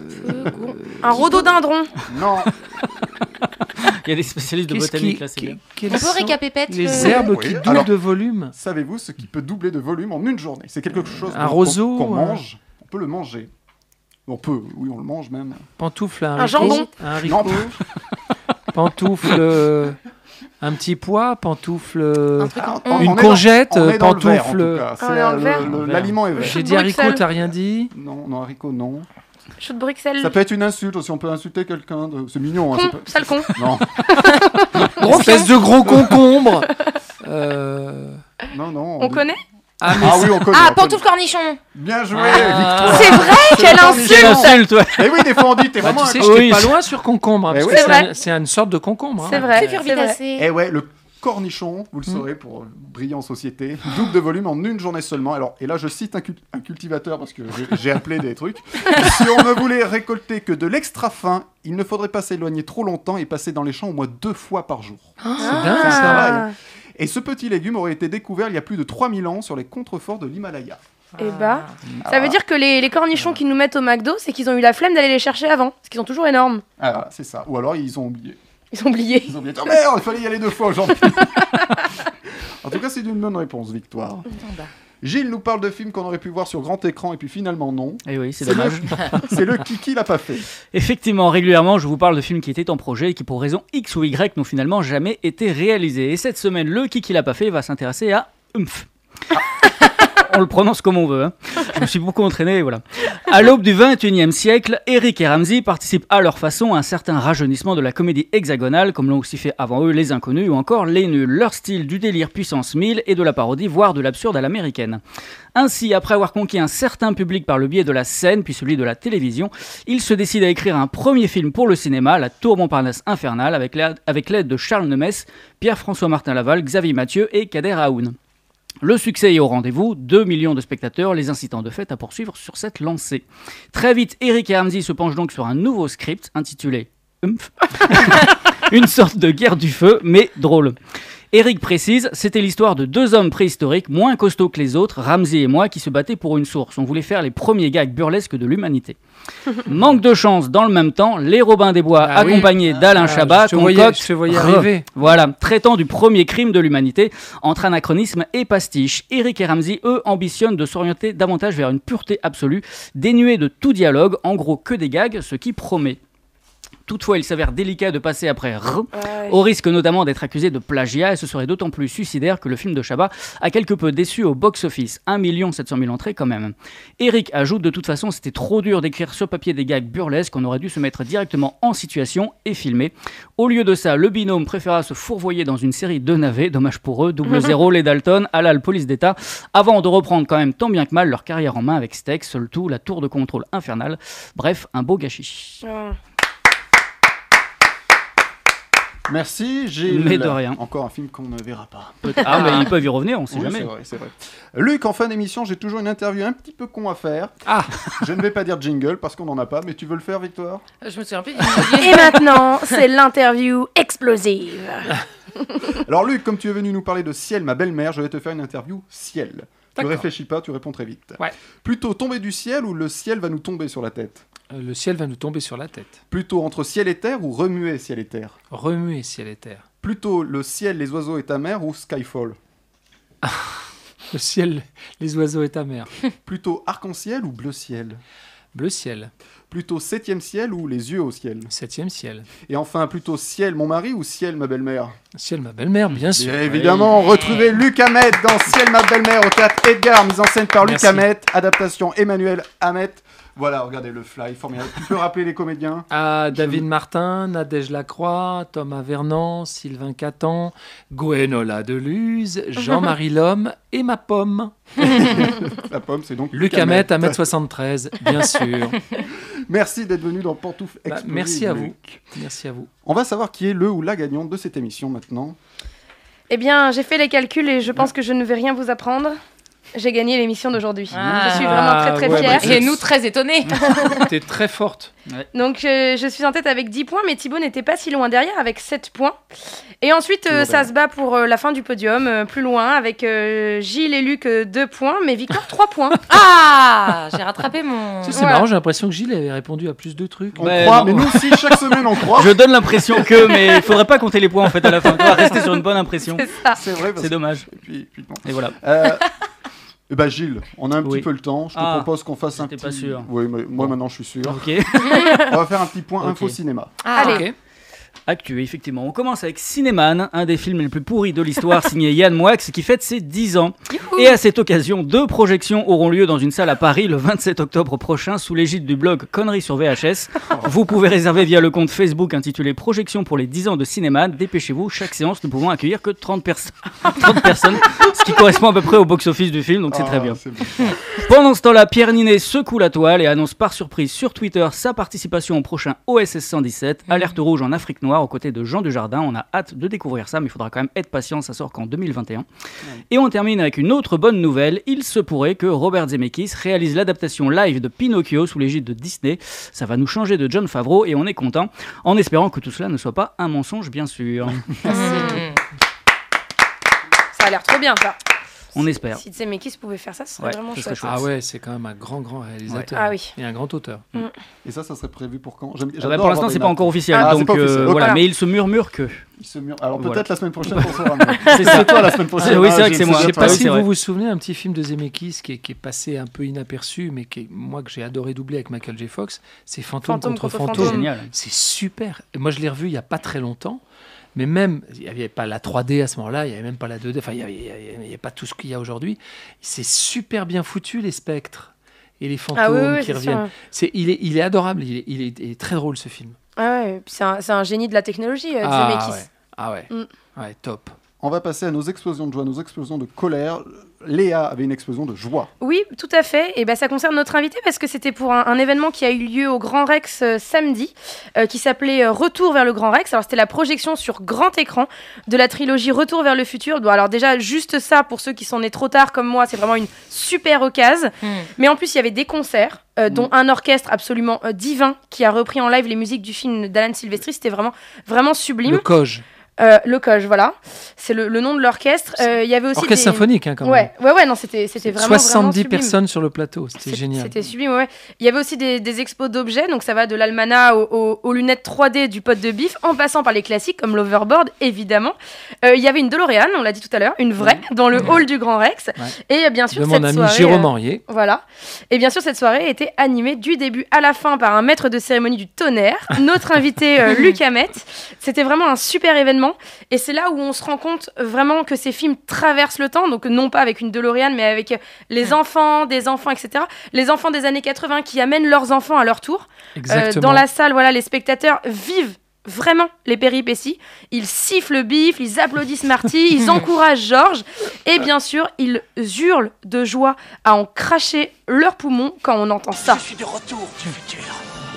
Un rhododendron. Non. Il y a des spécialistes de Qu'est-ce botanique, qui- là, c'est qui- bien. quels On peut sont récapépète les le- herbes Oui, qui doublent alors, de volume. Savez-vous ce qui peut doubler de volume en une journée? C'est quelque chose Un qu'on- roseau, qu'on un- mange. On peut le manger. On peut, oui, on le mange même. Pantoufle, un, Un haricot, jambon. un haricot. Pantoufle, euh, un petit pois. Pantoufle, euh, Ah, une on est dans- congette. on est dans le vert, en pantoufle. tout cas. C'est, On est dans le euh, vert. le- L'aliment est vert. J'ai dit Bruxelles. haricot, t'as rien dit. Non, non, haricot, non. Chou de Bruxelles. Ça peut être une insulte aussi, on peut insulter quelqu'un. De... C'est mignon. Hein, Con, c'est pas- sale con. Non. Espèce de gros concombre. Euh, non, non. On dit- connaît Ah, mais Ah c'est- oui, on connaît. Ah, on connaît. pantoufle cornichon. Bien joué, Ah. Victoire. C'est vrai, quelle cornichon. insulte. Insulte, ouais. Eh oui, des fois on dit, t'es Bah, vraiment tu sais, un je con. t'ai Oui, pas c'est- loin sur concombre. hein, Eh parce oui. que C'est c'est vrai. un- c'est une sorte de concombre. hein. C'est vrai, c'est vrai. Cucurbitacé. Eh ouais, le cornichon, vous le saurez pour euh, brillant en société, double de volume en une journée seulement. Alors, et là, je cite un, cul- un cultivateur parce que j'ai- j'ai appelé des trucs. Si on ne voulait récolter que de l'extra fin, il ne faudrait pas s'éloigner trop longtemps et passer dans les champs au moins deux fois par jour. C'est dingue C'est un ça. travail. Et ce petit légume aurait été découvert il y a plus de trois mille ans sur les contreforts de l'Himalaya. Eh bah, ça veut dire que les, les cornichons qu'ils nous mettent au McDo, c'est qu'ils ont eu la flemme d'aller les chercher avant. Parce qu'ils sont toujours énormes. Ah, voilà, c'est ça. Ou alors ils ont oublié. Ils ont oublié. Ils ont oublié. Oh merde, il fallait y aller deux fois aujourd'hui. En tout cas, c'est une bonne réponse, Victoire. Gilles nous parle de films qu'on aurait pu voir sur grand écran et puis finalement non. Eh oui, c'est C'est dommage. le, c'est le Kiki l'a pas fait. Effectivement, régulièrement, je vous parle de films qui étaient en projet et qui, pour raison X ou Y, n'ont finalement jamais été réalisés. Et cette semaine, le Qui qui l'a pas fait va s'intéresser à Humph. On le prononce comme on veut. Hein. Je me suis beaucoup entraîné, et voilà. À l'aube du vingt et unième siècle, Eric et Ramsey participent à leur façon à un certain rajeunissement de la comédie hexagonale, comme l'ont aussi fait avant eux Les Inconnus ou encore Les Nuls. Leur style du délire puissance mille et de la parodie, voire de l'absurde à l'américaine. Ainsi, après avoir conquis un certain public par le biais de la scène, puis celui de la télévision, ils se décident à écrire un premier film pour le cinéma, La Tour Montparnasse Infernale, avec l'aide, avec l'aide de Charles Nemesse, Pierre-François Martin Laval, Xavier Mathieu et Kader Aoun. Le succès est au rendez-vous, deux millions de spectateurs, les incitant de fait à poursuivre sur cette lancée. Très vite, Eric et Ramsey se penchent donc sur un nouveau script intitulé Humph. Une sorte de guerre du feu, mais drôle. Eric précise, c'était l'histoire de deux hommes préhistoriques moins costauds que les autres, Ramsey et moi, qui se battaient pour une source. On voulait faire les premiers gags burlesques de l'humanité. Manque de chance, dans le même temps, les Robins des Bois, Ah oui. accompagnés d'Alain Ah, Chabat, je te voyais- concoctent- je te voyais arriver. Voilà, traitant du premier crime de l'humanité, entre anachronisme et pastiche. Eric et Ramsey, eux, ambitionnent de s'orienter davantage vers une pureté absolue, dénuée de tout dialogue, en gros que des gags, ce qui promet. Toutefois, il s'avère délicat de passer après R, Ouais. au risque notamment d'être accusé de plagiat, et ce serait d'autant plus suicidaire que le film de Chabat a quelque peu déçu au box-office, un million sept cent mille entrées quand même. Eric ajoute, de toute façon, c'était trop dur d'écrire sur papier des gags burlesques, on aurait dû se mettre directement en situation et filmer. Au lieu de ça, le binôme préféra se fourvoyer dans une série de navets, dommage pour eux, double zéro, les Dalton, halal, police d'État, avant de reprendre quand même tant bien que mal leur carrière en main avec Steak, le tout, la tour de contrôle infernale. Bref, un beau gâchis. Oh. Merci, Gilles. Mais de rien. Encore un film qu'on ne verra pas. Ah, mais ils peuvent y revenir, on sait Oui, jamais. c'est vrai, c'est vrai. Luc, en fin d'émission, j'ai toujours une interview un petit peu con à faire. Ah. Je ne vais pas dire jingle parce qu'on n'en a pas, mais tu veux le faire, Victoire? Je me souviens plus. Et maintenant, c'est l'interview explosive. Alors Luc, comme tu es venu nous parler de Ciel, ma belle-mère, je vais te faire une interview Ciel. Tu D'accord. réfléchis pas, tu réponds très vite. Ouais. Plutôt tomber du ciel ou le ciel va nous tomber sur la tête? Euh, Le ciel va nous tomber sur la tête. Plutôt entre ciel et terre ou remuer ciel et terre? Remuer ciel et terre. Plutôt le ciel, les oiseaux et ta mère ou Skyfall? Le ciel, les oiseaux et ta mère. Plutôt arc-en-ciel ou bleu ciel? Bleu ciel. Plutôt septième ciel ou les yeux au ciel? Septième ciel. Et enfin, plutôt ciel mon mari ou ciel ma belle-mère? Ciel ma belle-mère, bien sûr. Bien évidemment, retrouvez Luc Hamet dans Ciel ma belle-mère au théâtre Edgar, mise en scène par Luc Merci. Hamet, adaptation Emmanuel Hamet. Voilà, regardez le fly, formidable. Tu peux rappeler les comédiens? Ah, David Martin, Nadège Lacroix, Thomas Vernant, Sylvain Catan, Gwenola Deluse, Jean-Marie Lhomme et ma pomme. La pomme, c'est donc Luc Hamet, un mètre soixante-treize, bien sûr. Merci d'être venu dans Pantoufles Bah, Explosives. merci à vous. Luc. Merci à vous. On va savoir qui est le ou la gagnante de cette émission maintenant. Eh bien, j'ai fait les calculs et je pense que je ne vais rien vous apprendre. j'ai gagné l'émission d'aujourd'hui. Ah. Je suis vraiment très très Ouais, fière. bah, Et nous, très étonnés. T'es très forte. Ouais. Donc euh, je suis en tête avec dix points, mais Thibaut n'était pas si loin derrière avec sept points. Et ensuite, euh, ça se bat pour euh, la fin du podium, euh, plus loin, avec euh, Gilles et Luc deux points, mais Victoire trois points. Ah, j'ai rattrapé mon... Ça, c'est Voilà. marrant, j'ai l'impression que Gilles avait répondu à plus de trucs. On Ouais, croit, non. mais nous aussi, chaque semaine, on croit. Je donne l'impression que, mais il faudrait pas compter les points en fait à la fin. On va rester sur une bonne impression. C'est ça. C'est vrai. parce C'est que- dommage. Et puis, puis non. Et voilà. Euh, eh ben Gilles, on a un Oui. petit peu le temps. Je te Ah, propose qu'on fasse un j'étais petit. pas sûr. Oui, mais moi Bon. maintenant je suis sûr. Ok. On va faire un petit point Ok. info cinéma. Ah, Allez. Ok. Actu, effectivement. On commence avec Cinéman, un des films les plus pourris de l'histoire, signé Yann Moix, qui fête ses dix ans. Et à cette occasion, deux projections auront lieu dans une salle à Paris le vingt-sept octobre prochain, sous l'égide du blog Conneries sur V H S. Vous pouvez réserver via le compte Facebook intitulé Projection pour les dix ans de Cinéman. Dépêchez-vous, chaque séance ne pouvant accueillir que trente, perso- trente personnes, ce qui correspond à peu près au box-office du film, donc c'est Ah, très bien. c'est bon. Pendant ce temps-là, Pierre Ninet secoue la toile et annonce par surprise sur Twitter sa participation au prochain O S S cent dix-sept, Alerte rouge en Afrique noire, aux côtés de Jean Dujardin. On a hâte de découvrir ça, mais il faudra quand même être patient, ça sort qu'en deux mille vingt et un. Et on termine avec une autre bonne nouvelle. Il se pourrait que Robert Zemeckis réalise l'adaptation live de Pinocchio sous l'égide de Disney. Ça va nous changer de Jon Favreau et on est content, en espérant que tout cela ne soit pas un mensonge, bien sûr. Mmh. Ça a l'air trop bien, ça. On espère. Si Zemeckis pouvait faire ça, ce serait Ouais, vraiment ce serait chouette. Ah ouais, c'est quand même un grand, grand réalisateur. Ouais. Ah oui. Et un grand auteur. Et ça, ça serait prévu pour quand J'aime- Ah bah, j'adore pour l'instant, avoir c'est des pas dates. encore officiel, Ah, c'est donc pas officiel. euh, Ok. voilà. Mais il se murmure que. Il se mure- Alors Voilà. peut-être la semaine prochaine pour saura. mais- C'est ça. C'est toi la semaine prochaine. Oui, c'est Ah, vrai que je- c'est moi. Je sais toi. pas oui, si c'est vous vrai. vous souvenez, un petit film de Zemeckis qui est, qui est passé un peu inaperçu, mais qui est, moi que j'ai adoré doubler avec Michael J. Fox, c'est Fantôme, Fantôme contre, contre Fantôme. Fantôme. Génial. C'est super. Et moi, je l'ai revu il y a pas très longtemps. Mais même, il n'y avait pas la trois D à ce moment-là, il n'y avait même pas la deux D, enfin, il n'y avait, il y avait- il y avait pas tout ce qu'il y a aujourd'hui. C'est super bien foutu, les spectres et les fantômes Ah oui, oui, qui c'est reviennent. sûr, ouais. C'est, il, est, il est adorable, il est, il est- il est très drôle, ce film. Ah ouais, puis c'est un, c'est un génie de la technologie, euh, Ah Zemeckis. ouais, ah ouais. Mm. Ouais, top. On va passer à nos explosions de joie, nos explosions de colère. Léa avait une explosion de joie. Oui, tout à fait. Et ben, ça concerne notre invité parce que c'était pour un, un événement qui a eu lieu au Grand Rex euh, samedi, euh, qui s'appelait euh, Retour vers le Grand Rex. Alors, c'était la projection sur grand écran de la trilogie Retour vers le futur. Bon, alors déjà, juste ça, pour ceux qui sont nés trop tard comme moi, c'est vraiment une super occasion. Mm. Mais en plus, il y avait des concerts, euh, dont un orchestre absolument euh, divin qui a repris en live les musiques du film d'Alan Silvestri. C'était vraiment, vraiment sublime. Le Coge. Euh, le Coge, voilà. C'est le, le nom de l'orchestre. Euh, Il y avait aussi Orchestre des... symphonique, hein, quand même. Ouais, ouais, ouais, non, c'était, c'était vraiment, vraiment soixante-dix sublime. personnes sur le plateau, c'était C'est- génial. C'était sublime, ouais. Il y avait aussi des, des expos d'objets, donc ça va de l'almanach au- au- aux lunettes trois D du pote de bif, en passant par les classiques comme l'overboard, évidemment. Euh, il y avait une DeLorean, on l'a dit tout à l'heure, une vraie, dans le hall du Grand Rex. Ouais. Et euh, bien sûr, De mon cette ami soirée... Jérôme euh, Henriet. Voilà. Et bien sûr, cette soirée était animée du début à la fin par un maître de cérémonie du tonnerre, notre invité euh, Luc Hamet. C'était vraiment un super événement. Et c'est là où on se rend compte vraiment que ces films traversent le temps, donc non pas avec une DeLorean, mais avec euh, les enfants, des enfants, et cetera. Les enfants des années quatre-vingts qui amènent leurs enfants à leur tour. Exactement. Euh, dans la salle, voilà, les spectateurs vivent vraiment les péripéties. Ils sifflent le bif, ils applaudissent Marty, ils encouragent Georges et bien sûr, ils hurlent de joie à en cracher leurs poumons quand on entend ça. Je suis de retour du futur.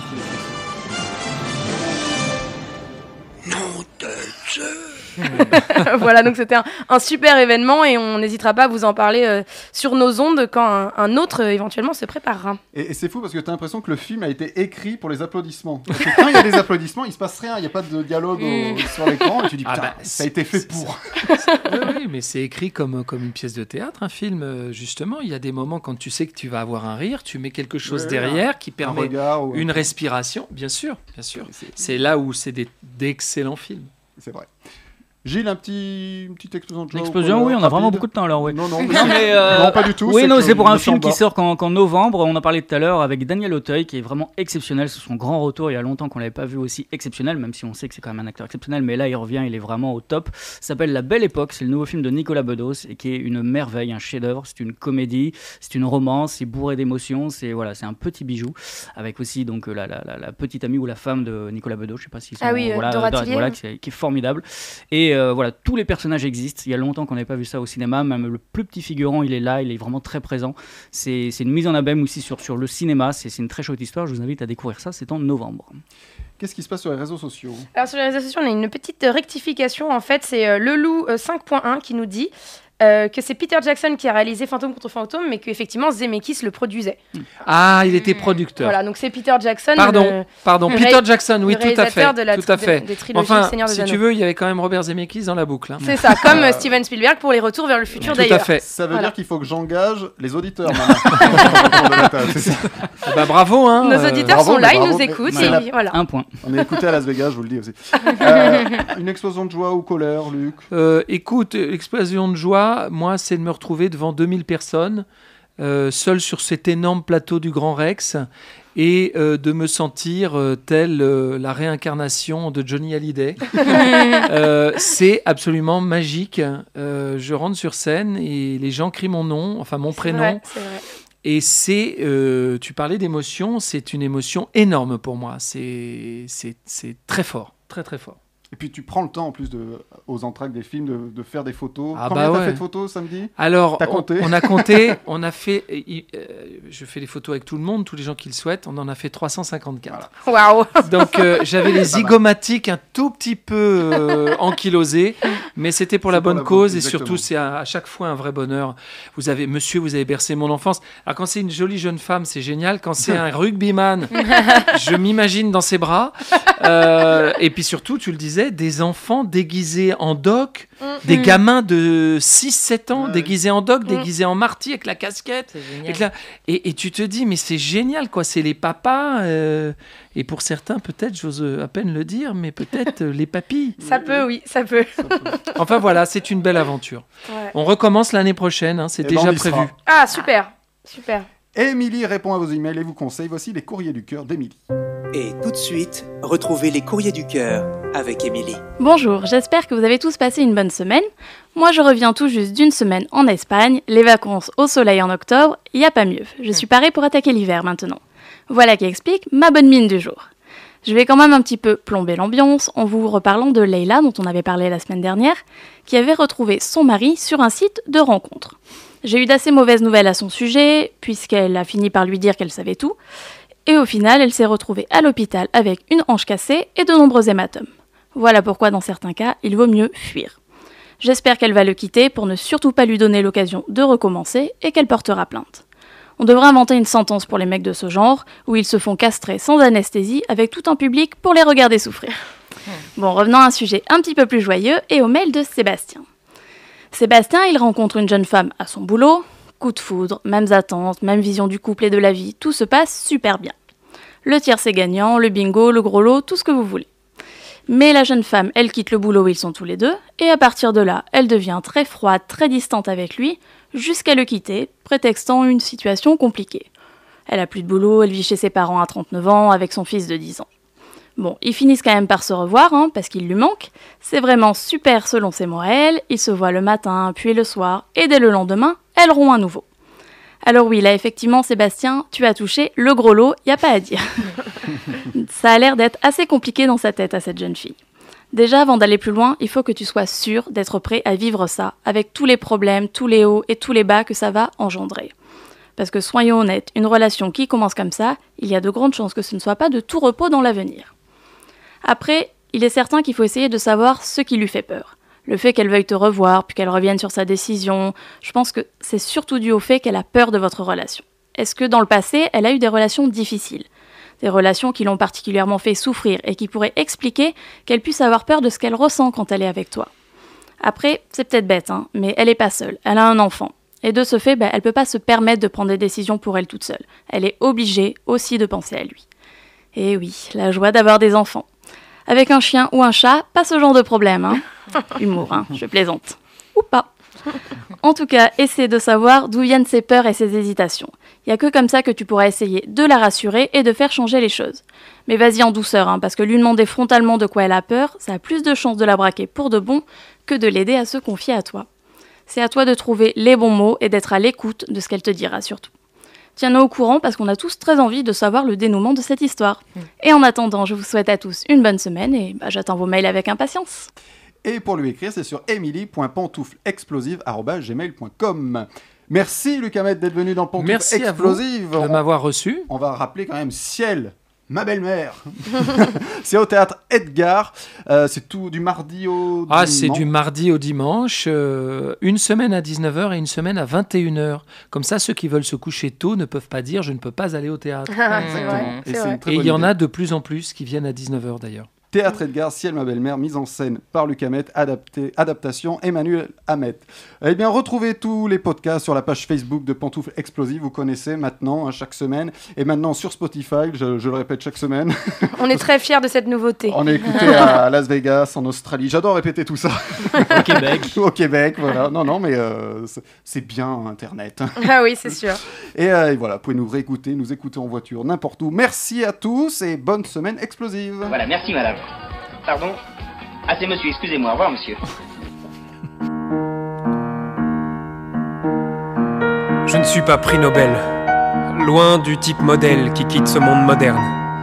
Nom de Dieu. Voilà, donc c'était un, un super événement et on n'hésitera pas à vous en parler euh, sur nos ondes quand un, un autre euh, éventuellement se préparera. Et, et c'est fou parce que tu as l'impression que le film a été écrit pour les applaudissements. Parce que quand il y a des applaudissements, il se passe rien, il n'y a pas de dialogue au- sur l'écran et tu dis Ah putain, bah, ça a été fait pour. Oui, oui, mais c'est écrit comme, comme une pièce de théâtre, un film, euh, justement. Il y a des moments quand tu sais que tu vas avoir un rire, tu mets quelque chose Ouais, derrière un- qui un permet regard ou- une respiration. Bien sûr, bien sûr. C'est- C'est là où c'est des- d'excellents films. C'est vrai. Gilles, un petit, une petite explosion de joie. L'explosion, ou oui, on a rapide vraiment beaucoup de temps alors, oui. Non, non, mais, Non, mais, euh, non, pas du tout. Oui, non, que c'est pour je un me film sens qui bas. sort qu'en, qu'en novembre. On en parlait tout à l'heure avec Daniel Auteuil, qui est vraiment exceptionnel. C'est son grand retour. Il y a longtemps qu'on l'avait pas vu aussi exceptionnel, même si on sait que c'est quand même un acteur exceptionnel. Mais là, il revient, il est vraiment au top. Ça s'appelle La Belle Époque. C'est le nouveau film de Nicolas Bedos et qui est une merveille, un chef-d'œuvre. C'est une comédie, c'est une romance, c'est bourré d'émotions. C'est voilà, c'est un petit bijou avec aussi donc la, la, la, la petite amie ou la femme de Nicolas Bedos. Je sais pas si Ah oui, euh, voilà, Dora Dora- Tillier. voilà, qui, est, qui est formidable. Et euh, voilà, tous les personnages existent. Il y a longtemps qu'on n'avait pas vu ça au cinéma. Même le plus petit figurant, il est là, il est vraiment très présent. C'est, c'est une mise en abîme aussi sur, sur le cinéma. C'est, c'est une très chouette histoire. Je vous invite à découvrir ça. C'est en novembre. Qu'est-ce qui se passe sur les réseaux sociaux? Alors sur les réseaux sociaux, on a une petite rectification. En fait, c'est euh, Leloup euh, cinq point un qui nous dit euh, que c'est Peter Jackson qui a réalisé Fantôme contre Fantôme, mais qu'effectivement Zemeckis le produisait. Ah, il était producteur. Voilà, donc c'est Peter Jackson. Pardon, le, pardon, le Peter ré- Jackson, oui, le tout à fait. réalisateur de la, tout à fait. de- des trilogies Enfin, Seigneur des si Anneaux. tu veux, il y avait quand même Robert Zemeckis dans la boucle. hein. C'est ça, comme euh, Steven Spielberg pour les Retours vers le futur Tout à d'ailleurs. fait. Ça veut Voilà. dire qu'il faut que j'engage les auditeurs maintenant. C'est ça. Eh ben, bravo, hein. Nos euh, auditeurs bravo, sont là, mais ils bravo, nous mais- écoutent. mais et la- voilà. Un point. On est écouté à Las Vegas, je vous le dis aussi. Euh, une explosion de joie ou colère, Luc? Euh, écoute, l'explosion de joie, moi, c'est de me retrouver devant deux mille personnes, euh, seul sur cet énorme plateau du Grand Rex, et euh, de me sentir euh, telle euh, la réincarnation de Johnny Hallyday. Euh, c'est absolument magique. Euh, je rentre sur scène et les gens crient mon nom, enfin mon C'est prénom. vrai, c'est vrai. Et c'est, euh, tu parlais d'émotion, c'est une émotion énorme pour moi. C'est, c'est, c'est très fort, très très fort. Et puis tu prends le temps en plus de, aux entractes des films de, de faire des photos. Ah Combien bah t'as ouais. fait de photos samedi? Alors, T'as on, compté on a compté, on a fait, euh, euh, je fais les photos avec tout le monde, tous les gens qui le souhaitent, on en a fait trois cent cinquante-quatre. Waouh. Donc euh, j'avais les zygomatiques un tout petit peu euh, ankylosés, mais c'était pour la C'est pour bonne la bonne- cause et exactement. surtout c'est à, à chaque fois un vrai bonheur. Vous avez, monsieur, vous avez bercé mon enfance. Alors quand c'est une jolie jeune femme, c'est génial. Quand c'est un rugbyman, je m'imagine dans ses bras. Euh, et puis surtout, tu le disais, des enfants déguisés en doc, des gamins de six sept ans déguisés en doc, déguisés en marty avec la casquette. Avec la- Et, et tu te dis, mais c'est génial, quoi. C'est les papas, euh, et pour certains, peut-être, j'ose à peine le dire, mais peut-être euh, les papilles. Ça peut, oui, ça peut. Enfin voilà, c'est une belle aventure. Ouais. On recommence l'année prochaine, hein, c'est Eh ben, déjà on y prévu. sera. Ah, super, super. Émilie répond à vos emails et vous conseille. Voici les courriers du cœur d'Émilie. Et tout de suite, retrouvez les courriers du cœur avec Émilie. Bonjour, j'espère que vous avez tous passé une bonne semaine. Moi, je reviens tout juste d'une semaine en Espagne, les vacances au soleil en octobre, y a pas mieux. Je suis parée pour attaquer l'hiver maintenant. Voilà qui explique ma bonne mine du jour. Je vais quand même un petit peu plomber l'ambiance en vous reparlant de Leila, dont on avait parlé la semaine dernière, qui avait retrouvé son mari sur un site de rencontre. J'ai eu d'assez mauvaises nouvelles à son sujet, puisqu'elle a fini par lui dire qu'elle savait tout, et au final, elle s'est retrouvée à l'hôpital avec une hanche cassée et de nombreux hématomes. Voilà pourquoi, dans certains cas, il vaut mieux fuir. J'espère qu'elle va le quitter pour ne surtout pas lui donner l'occasion de recommencer et qu'elle portera plainte. On devrait inventer une sentence pour les mecs de ce genre, où ils se font castrer sans anesthésie avec tout un public pour les regarder souffrir. Bon, revenons à un sujet un petit peu plus joyeux et au mail de Sébastien. Sébastien, il rencontre une jeune femme à son boulot. Coup de foudre, mêmes attentes, même vision du couple et de la vie, tout se passe super bien. Le tiercé gagnant, le bingo, le gros lot, tout ce que vous voulez. Mais la jeune femme, elle quitte le boulot où ils sont tous les deux, et à partir de là, elle devient très froide, très distante avec lui, jusqu'à le quitter, prétextant une situation compliquée. Elle a plus de boulot, elle vit chez ses parents à trente-neuf ans, avec son fils de dix ans. Bon, ils finissent quand même par se revoir, hein, parce qu'il lui manque. C'est vraiment super selon ses mots à elle, ils se voient le matin, puis le soir, et dès le lendemain, elles rompt à nouveau. Alors oui, là effectivement, Sébastien, tu as touché le gros lot, y a pas à dire. Ça a l'air d'être assez compliqué dans sa tête à cette jeune fille. Déjà, avant d'aller plus loin, il faut que tu sois sûr d'être prêt à vivre ça, avec tous les problèmes, tous les hauts et tous les bas que ça va engendrer. Parce que soyons honnêtes, une relation qui commence comme ça, il y a de grandes chances que ce ne soit pas de tout repos dans l'avenir. Après, il est certain qu'il faut essayer de savoir ce qui lui fait peur. Le fait qu'elle veuille te revoir, puis qu'elle revienne sur sa décision, je pense que c'est surtout dû au fait qu'elle a peur de votre relation. Est-ce que dans le passé, elle a eu des relations difficiles ? Des relations qui l'ont particulièrement fait souffrir et qui pourraient expliquer qu'elle puisse avoir peur de ce qu'elle ressent quand elle est avec toi. Après, c'est peut-être bête, hein, mais elle n'est pas seule, elle a un enfant. Et de ce fait, bah, elle ne peut pas se permettre de prendre des décisions pour elle toute seule. Elle est obligée aussi de penser à lui. Et oui, la joie d'avoir des enfants. Avec un chien ou un chat, pas ce genre de problème. Hein. Humour, hein, je plaisante. Ou pas. En tout cas, essaie de savoir d'où viennent ses peurs et ses hésitations. Il n'y a que comme ça que tu pourras essayer de la rassurer et de faire changer les choses. Mais vas-y en douceur, hein, parce que lui demander frontalement de quoi elle a peur, ça a plus de chances de la braquer pour de bon que de l'aider à se confier à toi. C'est à toi de trouver les bons mots et d'être à l'écoute de ce qu'elle te dira surtout. Tiens-nous au courant parce qu'on a tous très envie de savoir le dénouement de cette histoire. Mmh. Et en attendant, je vous souhaite à tous une bonne semaine et bah, j'attends vos mails avec impatience. Et pour lui écrire, c'est sur emily point pantoufle explosive arobase gmail point com. Merci Luc Hamet d'être venu dans Pantoufle Merci Explosive. à vous de m'avoir reçu. On va rappeler quand même Ciel, Ma belle-mère. C'est au théâtre Edgar. Euh, c'est tout du mardi au Ah, dimanche. c'est du mardi au dimanche, euh, une semaine à dix-neuf heures et une semaine à vingt et une heures. Comme ça, ceux qui veulent se coucher tôt ne peuvent pas dire « je ne peux pas aller au théâtre ». Ah, c'est vrai, Et c'est c'est vrai. une très Et il bonne y en idée. a de plus en plus qui viennent à dix-neuf heures d'ailleurs. Théâtre Edgar, Ciel ma belle-mère, mise en scène par Luc Hamet, adapté, adaptation Emmanuel Hamet. Eh bien, retrouvez tous les podcasts sur la page Facebook de Pantoufles Explosives, vous connaissez maintenant, hein, chaque semaine, et maintenant sur Spotify, je, je le répète chaque semaine. On est très fiers de cette nouveauté. On est écouté à Las Vegas, en Australie, j'adore répéter tout ça. Au Québec. Au Québec, voilà. Non, non, mais euh, c'est- c'est bien Internet. Ah oui, c'est sûr. Et, euh, et voilà, vous pouvez nous réécouter, nous écouter en voiture, n'importe où. Merci à tous et bonne semaine explosive. Voilà, merci madame. Pardon. Ah, c'est monsieur, excusez-moi. Au revoir, monsieur. Je ne suis pas prix Nobel, loin du type modèle qui quitte ce monde moderne.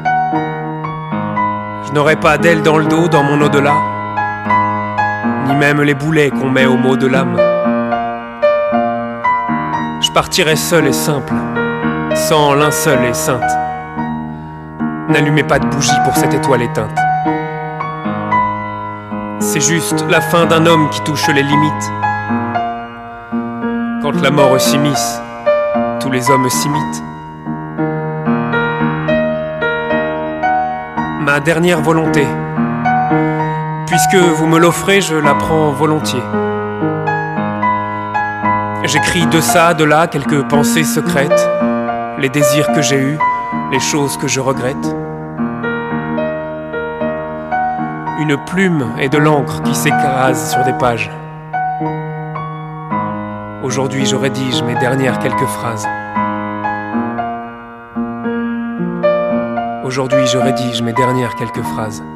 Je n'aurai pas d'aile dans le dos dans mon au-delà, ni même les boulets qu'on met au mot de l'âme. Je partirai seul et simple, sans linceul et sainte. N'allumez pas de bougie pour cette étoile éteinte. C'est juste la fin d'un homme qui touche les limites. Quand la mort s'immisce, tous les hommes s'imitent. Ma dernière volonté, puisque vous me l'offrez, je la prends volontiers. J'écris de ça, de là, quelques pensées secrètes, les désirs que j'ai eus, les choses que je regrette. Une plume et de l'encre qui s'écrasent sur des pages. Aujourd'hui, je rédige mes dernières quelques phrases. Aujourd'hui, je rédige mes dernières quelques phrases.